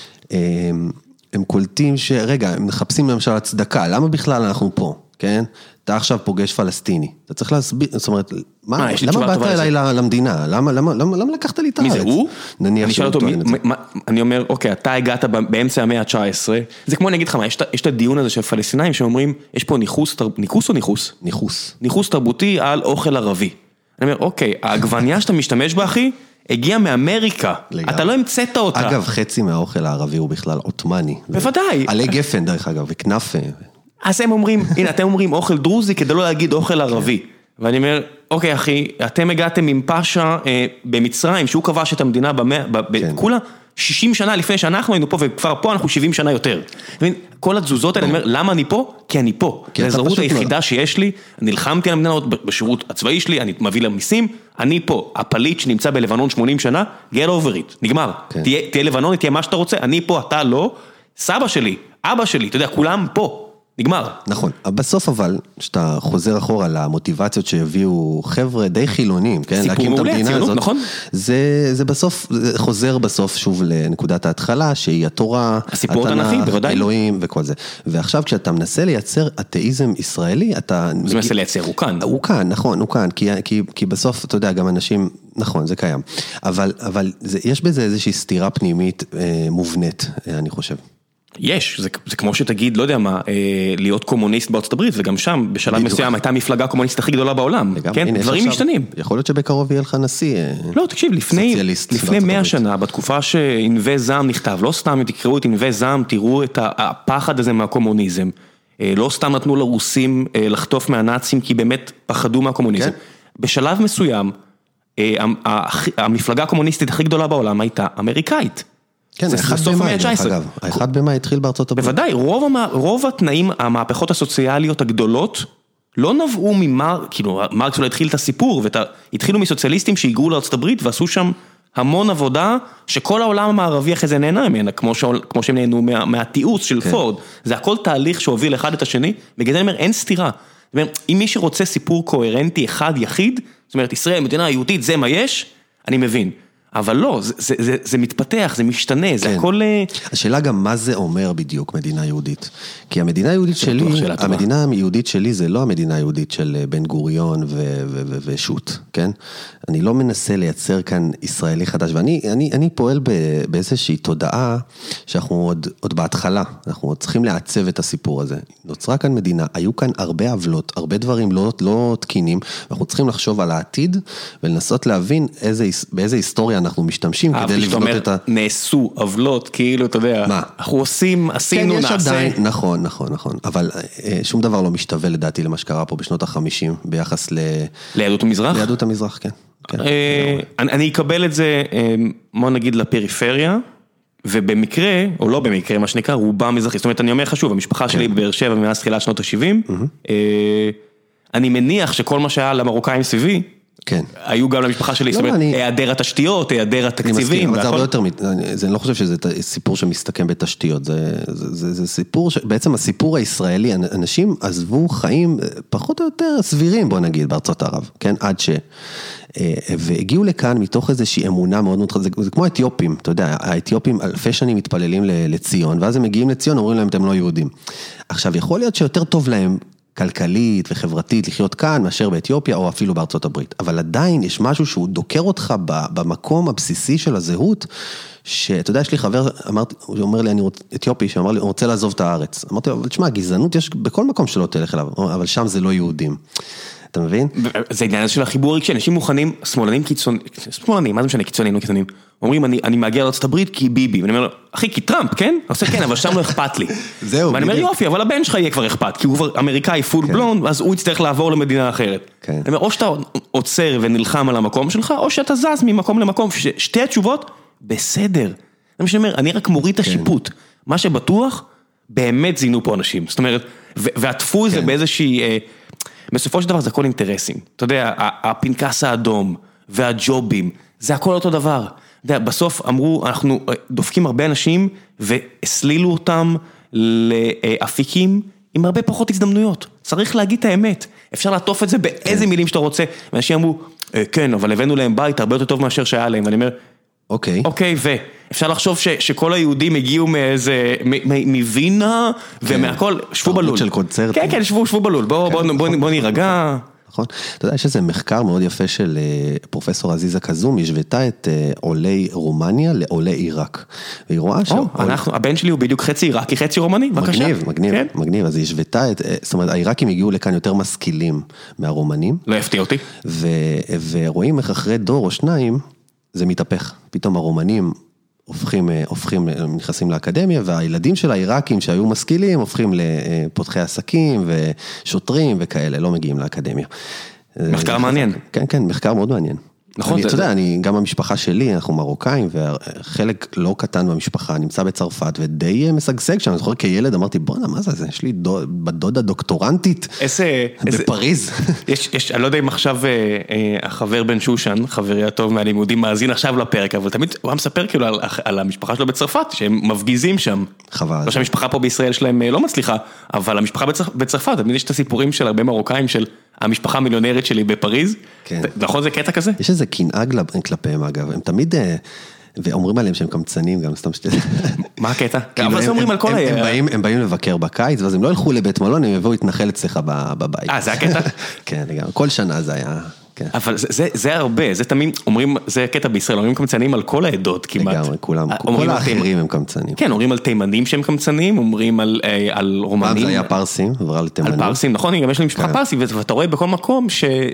הם קולטים שרגע, הם מחפשים למשל הצדקה, למה בכלל אנחנו פה, כן? אתה עכשיו פוגש פלסטיני, אתה צריך להסביר, זאת אומרת, למה באת אליי למדינה? למה לקחת לי את הארץ? מי זה, הוא? נניח שהוא טוען את זה. אני אומר, אוקיי, אתה הגעת באמצע המאה ה-19, זה כמו אני אגיד לך מה, יש את הדיון הזה של פלסטינאים שאומרים, יש פה ניחוס או ניחוס? ניחוס. ניחוס תרבותי על אוכל ערבי. אני אומר, אוקיי, העגבניה שאתה משתמש בה, אחי, הגיע מאמריקה, אתה לא המצאת אותה. אגב, חצי מהאוכל הערבי הוא בכלל עותמני. בוודאי. עלי גפן דרך אגב, וכנף. אז הם אומרים, הנה, אתם אומרים אוכל דרוזי כדי לא להגיד אוכל ערבי. ואני אומר, אוקיי אחי, אתם הגעתם עם פאשה במצרים, שהוא כבש את המדינה כולה 60 שנה לפני שאנחנו היינו פה, וכבר פה אנחנו 70 שנה יותר. כל התזוזות האלה, אני אומר, למה אני פה? כי אני פה. זו האזרחות היחידה שיש לי, נלחמתי על המדינה בשירות הצבאי שלי, אני מביא למיסים, אני פה, הפליט שנמצא בלבנון 80 שנה, get over it, נגמר. תהיה לבנון, תהיה מה שאתה רוצה, אני פה, אתה לא, סבא שלי, אבא שלי, אתה יודע, כולם פה. נגמר. נכון, בסוף אבל, שאתה חוזר אחורה למוטיבציות שהביאו חבר'ה די חילונים, כן? סיפור מעולה, ציונות, נכון? זה בסוף, זה חוזר בסוף שוב לנקודת ההתחלה, שהיא התורה, הסיפור התנ"כי, בוודאי. אלוהים וכל זה. ועכשיו כשאתה מנסה לייצר אתאיזם ישראלי, אתה... זה מנסה לייצר, הוא כאן. הוא כאן, נכון, הוא כאן, כי בסוף, אתה יודע, גם אנשים, נכון, זה קיים. אבל יש בזה איזושהי סתירה פנימית מובנית, אני חושב. יש, זה כמו שתגיד, לא יודע מה, להיות קומוניסט בארצות הברית, וגם שם, בשלב מסוים, הייתה המפלגה הקומוניסטית הכי גדולה בעולם, כן? דברים משתנים. יכול להיות שבקרוב יהיה לך נשיא לא, תקשיב, לפני 100 שנה, בתקופה שענבי זעם נכתב, לא סתם תקראו את ענבי זעם, תראו את הפחד הזה מהקומוניזם, לא סתם נתנו לרוסים לחטוף מהנאצים, כי באמת פחדו מהקומוניזם. בשלב מסוים, המפלגה הקומוניסטית הכי גדולה בעולם הייתה אמריקאית. כן, האחד במאי התחיל בארצות הברית. בוודאי, רוב התנאים, המהפכות הסוציאליות הגדולות, לא נבעו כאילו, מרקס לא התחיל את הסיפור, והתחילו מסוציאליסטים שהיגרו לארצות הברית, ועשו שם המון עבודה, שכל העולם המערבי אחרי זה נהנה ממנה, כמו שהם נהנו מהתיעוץ של פורד. זה הכל תהליך שהוביל אחד את השני, בגלל זה אני אומר, אין סתירה. זאת אומרת, אם מי שרוצה סיפור קוהרנטי אחד יחיד, זאת אומרת, ישראל, מדינה יהודית, זה מה יש, אני מבין. אבל לא, זה מתפתח, זה משתנה, זה הכל... השאלה גם מה זה אומר בדיוק מדינה יהודית. כי המדינה היהודית שלי, המדינה היהודית שלי זה לא המדינה היהודית של בן גוריון ושות, כן? אני לא מנסה לייצר כאן ישראלי חדש, ואני פועל באיזושהי תודעה שאנחנו עוד בהתחלה, אנחנו עוד צריכים לעצב את הסיפור הזה. נוצרה כאן מדינה, היו כאן הרבה עוולות, הרבה דברים לא תקינים, אנחנו צריכים לחשוב על העתיד ולנסות להבין באיזה היסטוריה אנחנו משתמשים כדי לבנות את ה... נעשו עוולות, כאילו, אתה יודע, אנחנו עושים, עשינו, נעשה. נכון, אבל שום דבר לא משתווה לדעתי למה שקרה פה בשנות ה-50 ביחס ליהדות המזרח? ליהדות המזרח, כן. אני אקבל את זה, בוא נגיד לפריפריה, ובמקרה, או לא במקרה, מה שנקרא, רובה מזרחי. זאת אומרת, אני אומר לך שוב, המשפחה שלי בבאר שבע מאז תחילת שנות ה-70, אני מניח שכל מה שהיה למרוקאים סביבי, היו גם למשפחה שלי, זאת אומרת, היעדר התשתיות, היעדר התקציבים. אבל זה הרבה יותר, אני לא חושב שזה סיפור שמסתכם בתשתיות, זה סיפור, בעצם הסיפור הישראלי, אנשים עזבו חיים פחות או יותר סבירים, בוא נגיד, בארצות ערב, כן, עד ש... והגיעו לכאן מתוך איזושהי אמונה מאוד מאוד חזקה, זה כמו האתיופים, אתה יודע, האתיופים אלפי שנים מתפללים לציון, ואז הם מגיעים לציון, אומרים להם, אתם לא יהודים. עכשיו, יכול להיות שיותר טוב להם, כלכלית וחברתית לחיות כאן, מאשר באתיופיה או אפילו בארצות הברית. אבל עדיין יש משהו שהוא דוקר אותך במקום הבסיסי של הזהות, שאתה יודע, יש לי חבר, הוא אומר לי, אתיופי, שאמר לי, הוא רוצה לעזוב את הארץ. אמרתי לו, אבל תשמע, גזענות יש בכל מקום שלא תלך אליו, אבל שם זה לא יהודים. אתה מבין? זה עניין של החיבור רגשי, אנשים מוכנים, שמאלנים קיצוניים, מה זה משנה קיצוניים, לא קיצוניים, אומרים, אני מגיע לארצות הברית כי ביבי, ואני אומר לו, אחי, כי טראמפ, כן? אני עושה כן, אבל שם לא אכפת לי. זהו. ואני אומר, יופי, אבל הבן שלך יהיה כבר אכפת, כי הוא כבר אמריקאי פול בלונד, אז הוא יצטרך לעבור למדינה אחרת. אני אומר, או שאתה עוצר ונלחם על המקום שלך, או שאתה זז ממקום למקום, שתי התשובות, בסדר. אני רק מוריד את השיפוט. מה שבטוח, באמת זינו פה אנשים. זאת אומרת, והתפו זה באיזושהי, בסופו של דבר זה הכל אינטרסים. אתה יודע, הפנקס האדום והג'ובים, זה הכל אותו דבר. בסוף אמרו, אנחנו דופקים הרבה אנשים והסלילו אותם לאפיקים עם הרבה פחות הזדמנויות. צריך להגיד את האמת. אפשר לעטוף את זה באיזה מילים שאתה רוצה. ואנשים אמרו, כן, אבל הבאנו להם בית הרבה יותר טוב מאשר שהיה להם. ואני אומר, אוקיי, ואפשר לחשוב שכל היהודים הגיעו מאיזה, מווינה ומהכל, שבו בלול. תרבות של קונצרטים. כן, שבו בלול. בוא נירגע. נכון. אתה יודע, יש איזה מחקר מאוד יפה של פרופסור עזיזה קזום, השוותה את עולי רומניה לעולי עיראק. והיא רואה הבן שלי הוא בדיוק חצי עיראקי, חצי רומני, בבקשה. מגניב. אז היא השוותה זאת אומרת, העיראקים הגיעו לכאן יותר משכילים מהרומנים. לא יפתיע אותי. ורואים איך אחרי דור או שניים, זה מתהפך. פתאום הרומנים הופכים, נכנסים לאקדמיה, והילדים של העיראקים שהיו משכילים, הופכים לפותחי עסקים ושוטרים וכאלה, לא מגיעים לאקדמיה. מחקר מעניין. כן, מחקר מאוד מעניין. נכון. אתה יודע, גם המשפחה שלי, אנחנו מרוקאים, וחלק לא קטן במשפחה, נמצא בצרפת, ודי משגשג שם, אני זוכר כילד, אמרתי, בוא'נה, מה זה? יש לי בדודה דוקטורנטית בפריז. אני לא יודע אם עכשיו החבר בן שושן, חברי הטוב מהלימודים, מאזין עכשיו לפרק, אבל תמיד הוא מספר כאילו על המשפחה שלו בצרפת, שהם מפגיזים שם. חבל. לא שהמשפחה פה בישראל שלהם לא מצליחה, אבל המשפחה בצרפת, תמיד יש את הסיפורים של הרבה מרוקאים של המשפחה המיליונרית שלי בפריז. נכון, זה קטע כזה? יש איזה קנאה כלפיהם, אגב. הם תמיד, ואומרים עליהם שהם קמצנים, גם סתם שתדע. מה הקטע? אבל זה אומרים על כל הם באים לבקר בקיץ, ואז הם לא ילכו לבית מלון, הם יבואו להתנחל אצלך בבית. זה הקטע? כן, כל שנה זה היה... אבל זה הרבה, זה תמיד, אומרים, זה הקטע בישראל, אומרים קמצנים על כל העדות כמעט. לגמרי, כולם, כל האחרים הם קמצנים. כן, אומרים על תימנים שהם קמצנים, אומרים על רומנים. זה היה פרסים, עברה לתימנים. על פרסים, נכון, גם יש לי משפחה פרסי, ואתה רואה בכל מקום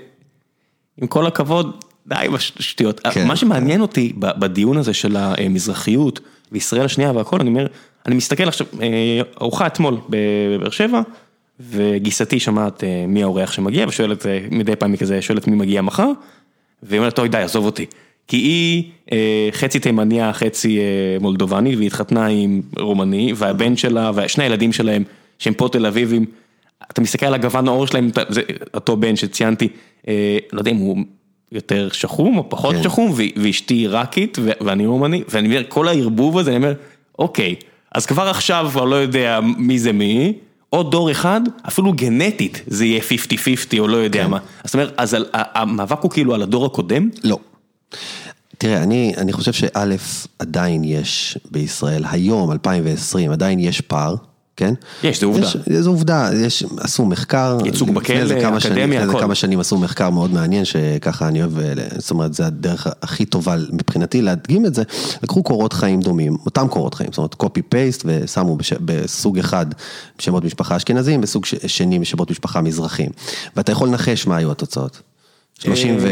שעם כל הכבוד, די בשטויות. מה שמעניין אותי בדיון הזה של המזרחיות, וישראל השנייה והכל, אני אומר, אני מסתכל עכשיו, ארוחה אתמול בבאר שבע, וגיסתי שמעת מי האורח שמגיע, ושואלת מדי פעם כזה, שואלת מי מגיע מחר, והיא אומרת, אוי די, עזוב אותי. כי היא חצי תימניה, חצי מולדובני, והיא התחתנה עם רומני, והבן שלה, ושני הילדים שלהם, שהם פה תל אביבים, אתה מסתכל על הגוון האור שלהם, זה אותו בן שציינתי, לא יודע אם הוא יותר שחום, או פחות שחום, ואשתי עיראקית, ואני רומני, ואני אומר, כל הערבוב הזה, אני אומר, אוקיי, אז כבר עכשיו, אני לא יודע מי זה מי, עוד דור אחד, אפילו גנטית, זה יהיה 50-50 או לא יודע מה. זאת אומרת, אז המאבק הוא כאילו על הדור הקודם? לא. תראה, אני חושב שא' עדיין יש בישראל, היום, 2020, עדיין יש פער, כן? יש, זה עובדה. זו עובדה, עשו מחקר. ייצוג בכלא, אקדמיה, הכל. כמה שנים עשו מחקר מאוד מעניין, שככה אני אוהב, זאת אומרת, זה הדרך הכי טובה מבחינתי להדגים את זה, לקחו קורות חיים דומים, אותם קורות חיים, זאת אומרת, קופי פייסט, ושמו בסוג אחד בשמות משפחה אשכנזים, בסוג שני בשמות משפחה מזרחים. ואתה יכול לנחש מה היו התוצאות. 34%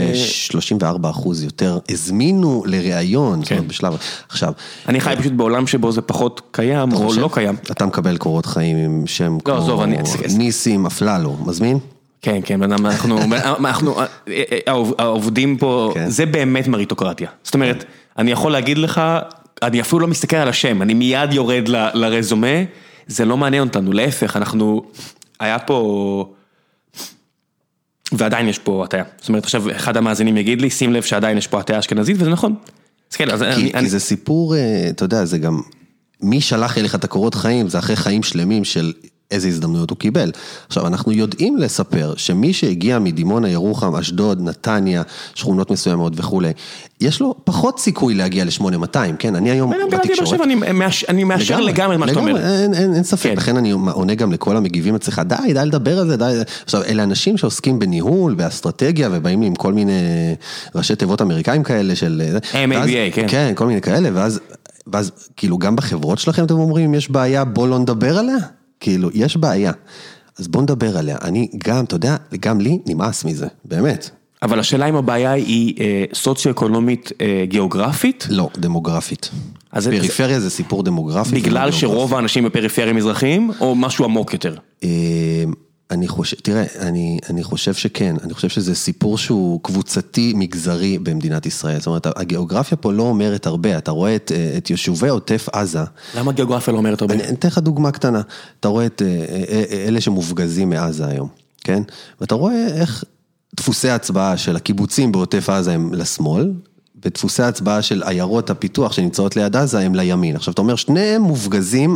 יותר הזמינו לראיון, זאת אומרת בשלב, עכשיו. אני חי פשוט בעולם שבו זה פחות קיים, או לא קיים. אתה מקבל קורות חיים עם שם כמו ניסים אפללו, מזמין? כן, כן, אנחנו העובדים פה, זה באמת מריטוקרטיה. זאת אומרת, אני יכול להגיד לך, אני אפילו לא מסתכל על השם, אני מיד יורד לרזומה, זה לא מעניין אותנו, להפך, היה פה... ועדיין יש פה הטיה. זאת אומרת, עכשיו אחד המאזינים יגיד לי, שים לב שעדיין יש פה הטיה אשכנזית, וזה נכון. כי זה סיפור, אתה יודע, זה גם, מי שלח אליך את הקורות חיים, זה אחרי חיים שלמים של איזה הזדמנויות הוא קיבל. עכשיו, אנחנו יודעים לספר שמי שהגיע מדימונה, ירוחם, אשדוד, נתניה, שכונות מסוימות וכו', יש לו פחות סיכוי להגיע ל-8200, כן? אני היום בתקשורת. אני מאשר לגמרי מה שאתה אומר. אין ספק, לכן אני עונה גם לכל המגיבים אצלך, די לדבר על זה, די. עכשיו, אלה אנשים שעוסקים בניהול, באסטרטגיה, ובאים עם כל מיני ראשי תיבות אמריקאים כאלה של... MABA, כן. כן, כל מיני כאלה, ואז כאילו גם בחברות שלכם אתם אומרים, יש בעיה, בוא לא נדבר עליה? כאילו, יש בעיה. אז בוא נדבר עליה. אני גם, אתה יודע, גם לי נמאס מזה, באמת. אבל השאלה אם הבעיה היא סוציו-אקונומית גיאוגרפית? לא, דמוגרפית. פריפריה זה סיפור דמוגרפי. בגלל שרוב האנשים בפריפריה מזרחיים, או משהו עמוק יותר? תראה, אני חושב שכן, אני חושב שזה סיפור שהוא קבוצתי מגזרי במדינת ישראל, זאת אומרת, הגיאוגרפיה פה לא אומרת הרבה, אתה רואה את יישובי עוטף עזה. למה הגיאוגרפיה לא אומרת הרבה? אני אתן לך דוגמה קטנה, אתה רואה את אלה שמופגזים מעזה היום, כן? ואתה רואה איך דפוסי ההצבעה של הקיבוצים בעוטף עזה הם לשמאל, ודפוסי ההצבעה של עיירות הפיתוח שנמצאות ליד עזה הם לימין. עכשיו, אתה אומר, שניהם מופגזים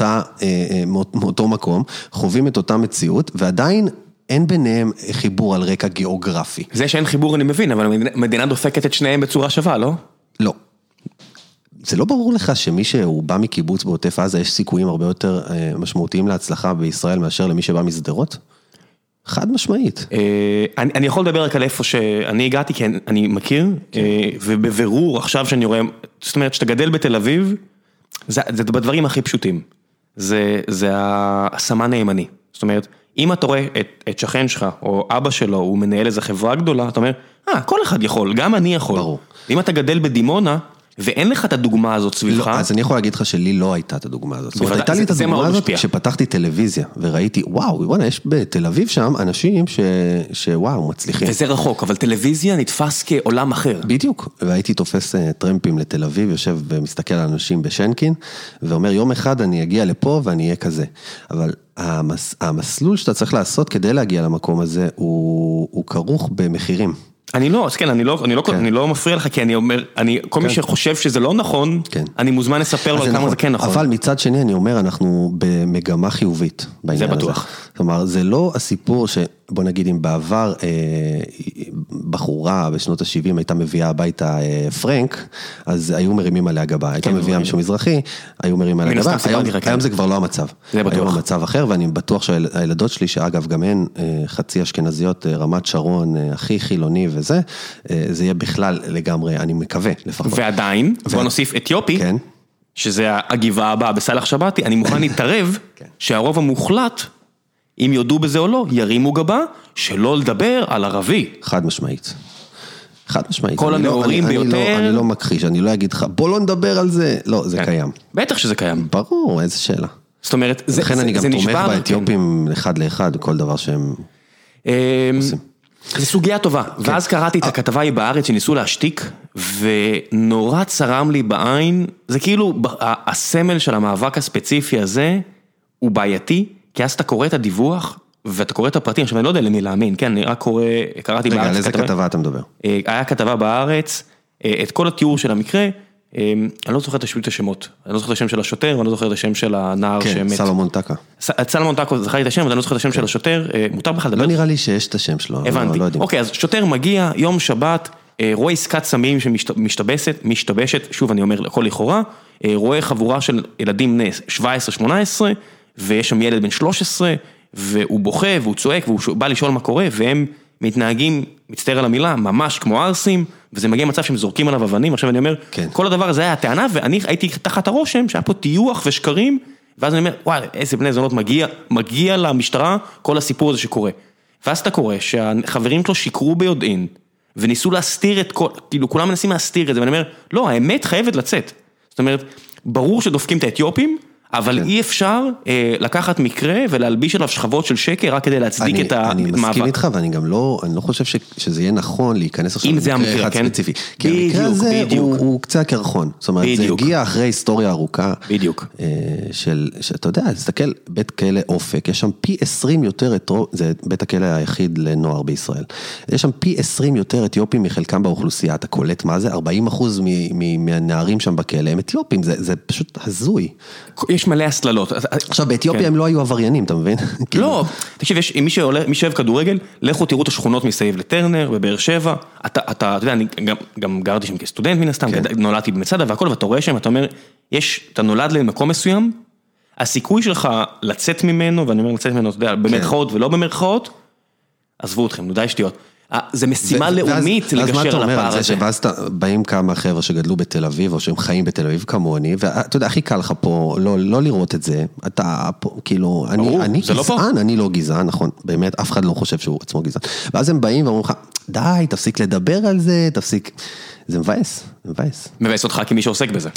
מאותו מקום, חווים את אותה מציאות, ועדיין אין ביניהם חיבור על רקע גיאוגרפי. זה שאין חיבור אני מבין, אבל המדינה דופקת את שניהם בצורה שווה, לא? לא. זה לא ברור לך שמי שהוא בא מקיבוץ בעוטף עזה, יש סיכויים הרבה יותר משמעותיים להצלחה בישראל מאשר למי שבא מסדרות? חד משמעית. אני יכול לדבר רק על איפה שאני הגעתי, כי אני מכיר, ובבירור עכשיו שאני רואה, זאת אומרת, שאתה גדל בתל אביב, זה בדברים הכי פשוטים. זה הסמן הימני. זאת אומרת, אם אתה רואה את שכן שלך, או אבא שלו, הוא מנהל איזו חברה גדולה, אתה אומר, כל אחד יכול, גם אני יכול. ברור. אם אתה גדל בדימונה, ואין לך את הדוגמה הזאת סביבך. לא, אז אני יכול להגיד לך שלי לא הייתה את הדוגמה הזאת. זאת אומרת, הייתה לי את הדוגמה הזאת כשפתחתי טלוויזיה, וראיתי, וואו, יש בתל אביב שם אנשים שוואו, מצליחים. וזה רחוק, אבל טלוויזיה נתפס כעולם אחר. בדיוק, והייתי תופס טרמפים לתל אביב, יושב ומסתכל על אנשים בשנקין, ואומר, יום אחד אני אגיע לפה ואני אהיה כזה. אבל המסלול שאתה צריך לעשות כדי להגיע למקום הזה, הוא כרוך במחירים. אני לא מפריע לך, כי אני אומר, כל מי שחושב שזה לא נכון, אני מוזמן לספר לו כמה זה כן נכון. אבל מצד שני אני אומר, אנחנו במגמה חיובית בעניין הזה. זה בטוח. זאת אומרת, זה לא הסיפור שבוא נגיד, אם בעבר בחורה בשנות ה-70 הייתה מביאה הביתה פרנק, אז היו מרימים עליה גבה. הייתה מביאה משהו מזרחי, היו מרימים עליה גבה. היום זה כבר לא המצב. זה בטוח. היום המצב אחר, ואני בטוח שהילדות שלי, שאגב גם הן חצי אשכנזיות, רמת שרון, הכי חילוני וזה, זה יהיה בכלל לגמרי, אני מקווה לפחות. ועדיין, בוא נוסיף אתיופי, שזה הגבעה הבאה בסלח שבתי, אני מוכן להתערב שהרוב המוחלט, אם יודו בזה או לא, ירימו גבה, שלא לדבר על ערבי. חד משמעית. חד משמעית. כל הנאורים ביותר. אני לא מכחיש, אני לא אגיד לך, בוא לא נדבר על זה. לא, זה קיים. בטח שזה קיים. ברור, איזה שאלה. זאת אומרת, זה נשבר. לכן אני גם תומך באתיופים אחד לאחד, כל דבר שהם עושים. זו סוגיה טובה, ואז קראתי את הכתבה היא בארץ שניסו להשתיק, ונורא צרם לי בעין, זה כאילו הסמל של המאבק הספציפי הזה, הוא בעייתי, כי אז אתה קורא את הדיווח, ואתה קורא את הפרטים, עכשיו אני לא יודע למי להאמין, כן, אני רק קראתי בארץ. רגע, על איזה כתבה אתה מדבר? היה כתבה בארץ, את כל התיאור של המקרה, אני לא זוכר את השמות, אני לא זוכר את השם של השוטר, ואני לא זוכר את השם של הנער שמת. כן, סלומון טקה. סלומון טקה, זכרתי את השם, אבל אני לא זוכר את השם של השוטר, מותר בכלל לדבר? לא נראה לי שיש את השם שלו. הבנתי. אוקיי, אז שוטר מגיע, יום שבת, רואה עסקת סמים שמשתבשת, שוב אני אומר לכל לכאורה, רואה חבורה של ילדים 17-18, ויש שם ילד בן 13, והוא בוכה והוא צועק, והוא בא לשאול מה קורה, והם מתנהגים, מצטער על המילה, ממש כמו ארסים, וזה מגיע מצב שהם זורקים עליו אבנים, עכשיו אני אומר, כל הדבר הזה היה הטענה, ואני הייתי תחת הרושם, שהיה פה טיוח ושקרים, ואז אני אומר, וואי, איזה בני זונות מגיע למשטרה, כל הסיפור הזה שקורה. ואז אתה קורא שהחברים שלו שיקרו ביודעין, וניסו להסתיר את כל, כאילו כולם מנסים להסתיר את זה, ואני אומר, לא, האמת חייבת לצאת. זאת אומרת, ברור שדופקים את האתיופים, אבל אי אפשר לקחת מקרה ולהלביש עליו שכבות של שקר רק כדי להצדיק את המאבק. אני מסכים איתך ואני גם לא חושב שזה יהיה נכון להיכנס עכשיו למקרה אחד ספציפי. כי המקרה הזה הוא קצה הקרחון. זאת אומרת, זה הגיע אחרי היסטוריה ארוכה. בדיוק. שאתה יודע, תסתכל, בית כלא אופק, יש שם פי 20 יותר, זה בית הכלא היחיד לנוער בישראל. יש שם פי 20 יותר אתיופים מחלקם באוכלוסייה. אתה קולט מה זה? 40% מהנערים שם בכלא הם אתיופים. זה פשוט הזוי. יש מלא הסללות. עכשיו, באתיופיה הם לא היו עבריינים, אתה מבין? לא, תקשיב, מי שאוהב כדורגל, לכו תראו את השכונות מסביב לטרנר, בבאר שבע, אתה יודע, אני גם גרתי שם כסטודנט מן הסתם, נולדתי במצדה והכל, ואתה רואה שם, אתה אומר, אתה נולד למקום מסוים, הסיכוי שלך לצאת ממנו, ואני אומר לצאת ממנו, אתה יודע, במרכאות ולא במרכאות, עזבו אתכם, נו די שטויות. זה משימה לאומית לגשר על הפער הזה. ואז באים כמה חבר'ה שגדלו בתל אביב, או שהם חיים בתל אביב כמוני, ואתה יודע, הכי קל לך פה לא לראות את זה, אתה כאילו, אני גזען, אני לא גזען, נכון, באמת, אף אחד לא חושב שהוא עצמו גזען. ואז הם באים ואומרים לך, די, תפסיק לדבר על זה, תפסיק, זה מבאס, זה מבאס. מבאס אותך כמי שעוסק בזה.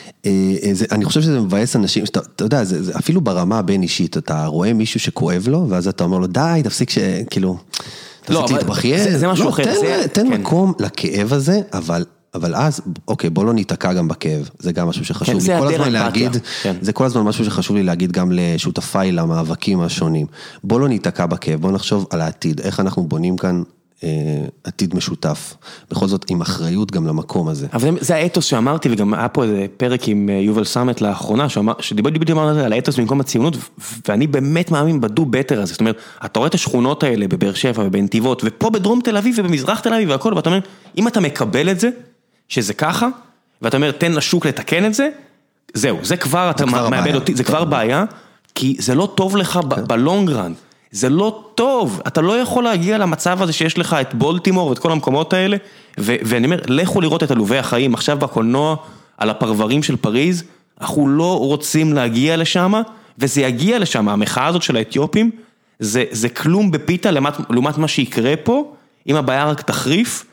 אני חושב שזה מבאס אנשים, אתה יודע, אפילו ברמה הבין אישית, אתה רואה מישהו שכואב לו, ואז אתה אומר לו, די, תפסיק שכאילו לא, זה משהו אחר. תן מקום לכאב הזה, אבל אז, אוקיי, בוא לא ניתקע גם בכאב, זה גם משהו שחשוב לי כל הזמן להגיד, זה כל הזמן משהו שחשוב לי להגיד גם לשותפיי למאבקים השונים, בוא לא ניתקע בכאב, בוא נחשוב על העתיד, איך אנחנו בונים כאן עתיד משותף, בכל זאת עם אחריות גם למקום הזה. אבל זה האתוס שאמרתי, וגם היה פה איזה פרק עם יובל סמט לאחרונה, שדיברתי על האתוס במקום הציונות, ואני באמת מאמין בדו בטר הזה, זאת אומרת, אתה רואה את השכונות האלה בבאר שבע ובנתיבות, ופה בדרום תל אביב ובמזרח תל אביב והכל, ואתה אומר, אם אתה מקבל את זה, שזה ככה, ואתה אומר, תן לשוק לתקן את זה, זהו, זה כבר, אתה מאבד אותי, זה כבר בעיה, כי זה לא טוב לך בלונגרן. זה לא טוב, אתה לא יכול להגיע למצב הזה שיש לך את בולטימור ואת כל המקומות האלה, ואני אומר, לכו לראות את עלובי החיים, עכשיו בקולנוע, על הפרברים של פריז, אנחנו לא רוצים להגיע לשם, וזה יגיע לשם, המחאה הזאת של האתיופים, זה כלום בפיתה, לעומת מה שיקרה פה, אם הבעיה רק תחריף,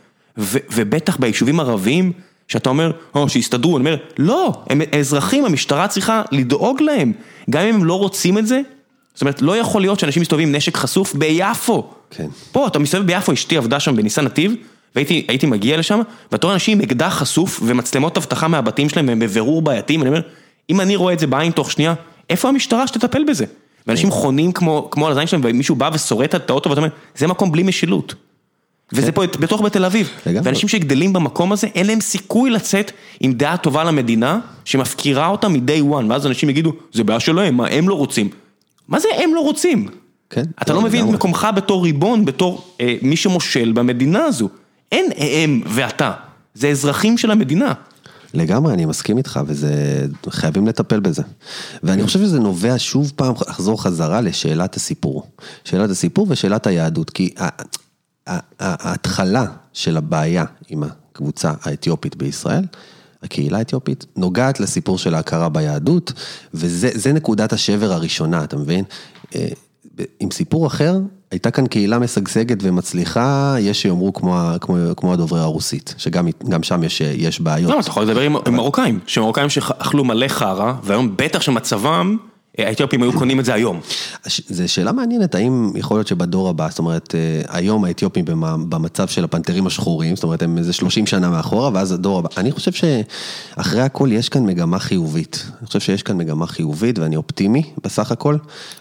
ובטח ביישובים ערביים, שאתה אומר, שיסתדרו, אני אומר, לא, הם אזרחים, המשטרה צריכה לדאוג להם, גם אם הם לא רוצים את זה, זאת אומרת, לא יכול להיות שאנשים מסתובבים נשק חשוף ביפו. כן. פה, אתה מסתובב ביפו, אשתי עבדה שם בניסן נתיב, והייתי מגיע לשם, ואתה רואה אנשים עם אקדח חשוף, ומצלמות אבטחה מהבתים שלהם, והם בבירור בעייתיים, אני אומר, אם אני רואה את זה בעין תוך שנייה, איפה המשטרה שתטפל בזה? ואנשים חונים כמו על הזין שלהם, ומישהו בא ושורט את האוטו, ואתה אומר, זה מקום בלי משילות. וזה פה בתוך בתל אביב. ואנשים שגדלים במקום הזה, אין להם סיכוי לצאת עם דעה טובה למדינה, שמפקירה אותה מ-day one, ואז אנשים יגידו, זה בעיה שלהם, מה הם לא רוצים? מה זה הם לא רוצים? כן. אתה לא מבין את מקומך בתור ריבון, בתור מי שמושל במדינה הזו. אין הם ואתה, זה אזרחים של המדינה. לגמרי, אני מסכים איתך, וזה, חייבים לטפל בזה. ואני חושב שזה נובע שוב פעם, לחזור חזרה לשאלת הסיפור. שאלת הסיפור ושאלת היהדות, כי ההתחלה של הבעיה עם הקבוצה האתיופית בישראל, הקהילה האתיופית, נוגעת לסיפור של ההכרה ביהדות, וזה נקודת השבר הראשונה, אתה מבין? עם סיפור אחר, הייתה כאן קהילה משגשגת ומצליחה, יש שיאמרו כמו הדוברי הרוסית, שגם שם יש בעיות. לא, אתה יכול לדבר עם מרוקאים, שמרוקאים שאכלו מלא חרה, והיום בטח שמצבם, האתיופים היו קונים את זה היום. זו שאלה מעניינת, האם יכול להיות שבדור הבא, זאת אומרת, היום האתיופים במצב של הפנתרים השחורים, זאת אומרת, הם איזה 30 שנה מאחורה, ואז הדור הבא. אני חושב שאחרי הכל יש כאן מגמה חיובית. אני חושב שיש כאן מגמה חיובית, ואני אופטימי בסך הכל.